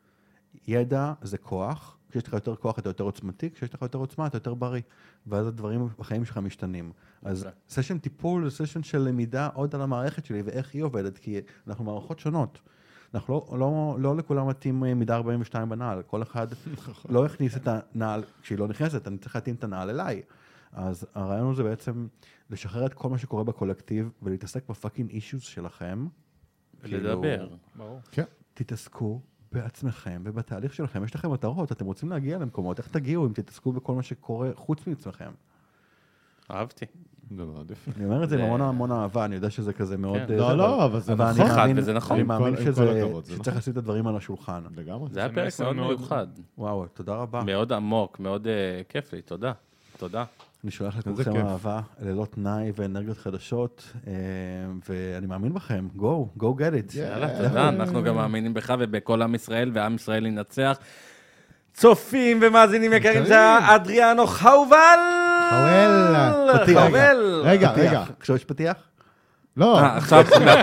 [SPEAKER 3] ידע זה כוח, כשיש לך יותר כוח אתה יותר עוצמתי, כשיש לך יותר עוצמה אתה יותר בריא, ואז הדברים בחיים שלך משתנים. אז סשן טיפול זה סשן של למידה עוד על המערכת שלי ואיך היא עובדת, כי אנחנו מערכות שונות. אנחנו לא לכולם מתאים מידה 42 בנעל, כל אחד לא הכניס את הנעל, כשהיא לא נכנסת, אני צריך להתאים את הנעל אליי. אז הרעיון הזה בעצם לשחרר את כל מה שקורה בקולקטיב, ולהתעסק בפאקינג אישוס שלכם.
[SPEAKER 1] ולדבר.
[SPEAKER 4] ברור.
[SPEAKER 2] כן.
[SPEAKER 3] תתעסקו בעצמכם ובתהליך שלכם. יש לכם מטרות, אתם רוצים להגיע למקומות, איך תגיעו אם תתעסקו בכל מה שקורה חוץ מעצמכם?
[SPEAKER 1] אהבתי.
[SPEAKER 2] זה מאוד יפה.
[SPEAKER 3] אני אומר את זה עם המון אהבה, אני יודע שזה כזה מאוד...
[SPEAKER 1] כן.
[SPEAKER 2] לא, אבל זה
[SPEAKER 3] אני
[SPEAKER 2] נכון.
[SPEAKER 1] חד,
[SPEAKER 3] מאמין-
[SPEAKER 1] וזה נכון.
[SPEAKER 3] אני
[SPEAKER 2] עם
[SPEAKER 3] מאמין
[SPEAKER 2] כל הכבוד, זה
[SPEAKER 3] שצריך
[SPEAKER 2] נכון.
[SPEAKER 3] לשים את הדברים על השולחן.
[SPEAKER 2] לגמרי.
[SPEAKER 1] זה היה פרק
[SPEAKER 4] מסר
[SPEAKER 1] מאוד
[SPEAKER 4] מאוד-
[SPEAKER 1] מיוחד.
[SPEAKER 3] וואו, תודה רבה.
[SPEAKER 1] מאוד עמוק, מאוד כיף לי, תודה. תודה.
[SPEAKER 3] אני שולח
[SPEAKER 2] איזה
[SPEAKER 3] לכולכם
[SPEAKER 2] כיף.
[SPEAKER 3] אהבה, לילות תנאי ואנרגיות חדשות, ואני מאמין בכם. Go get it.
[SPEAKER 1] יאללה, תודה. אנחנו גם מאמינים בך ובכל עם ישראל, ועם ישראל ינצח. צופים ומאזינים יקרים, זה היה אדריאנו חאובל.
[SPEAKER 2] חאוול.
[SPEAKER 3] פתיח.
[SPEAKER 1] חאוול.
[SPEAKER 2] רגע,
[SPEAKER 3] פתיח.
[SPEAKER 2] רגע.
[SPEAKER 3] עכשיו יש פתיח?
[SPEAKER 2] לא,
[SPEAKER 1] עכשיו,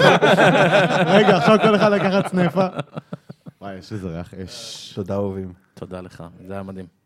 [SPEAKER 2] רגע, עכשיו כל אחד לקחת סנפה. וואי, יש איזה ריח אש.
[SPEAKER 3] תודה אהובים.
[SPEAKER 1] תודה לך, זה היה מדהים.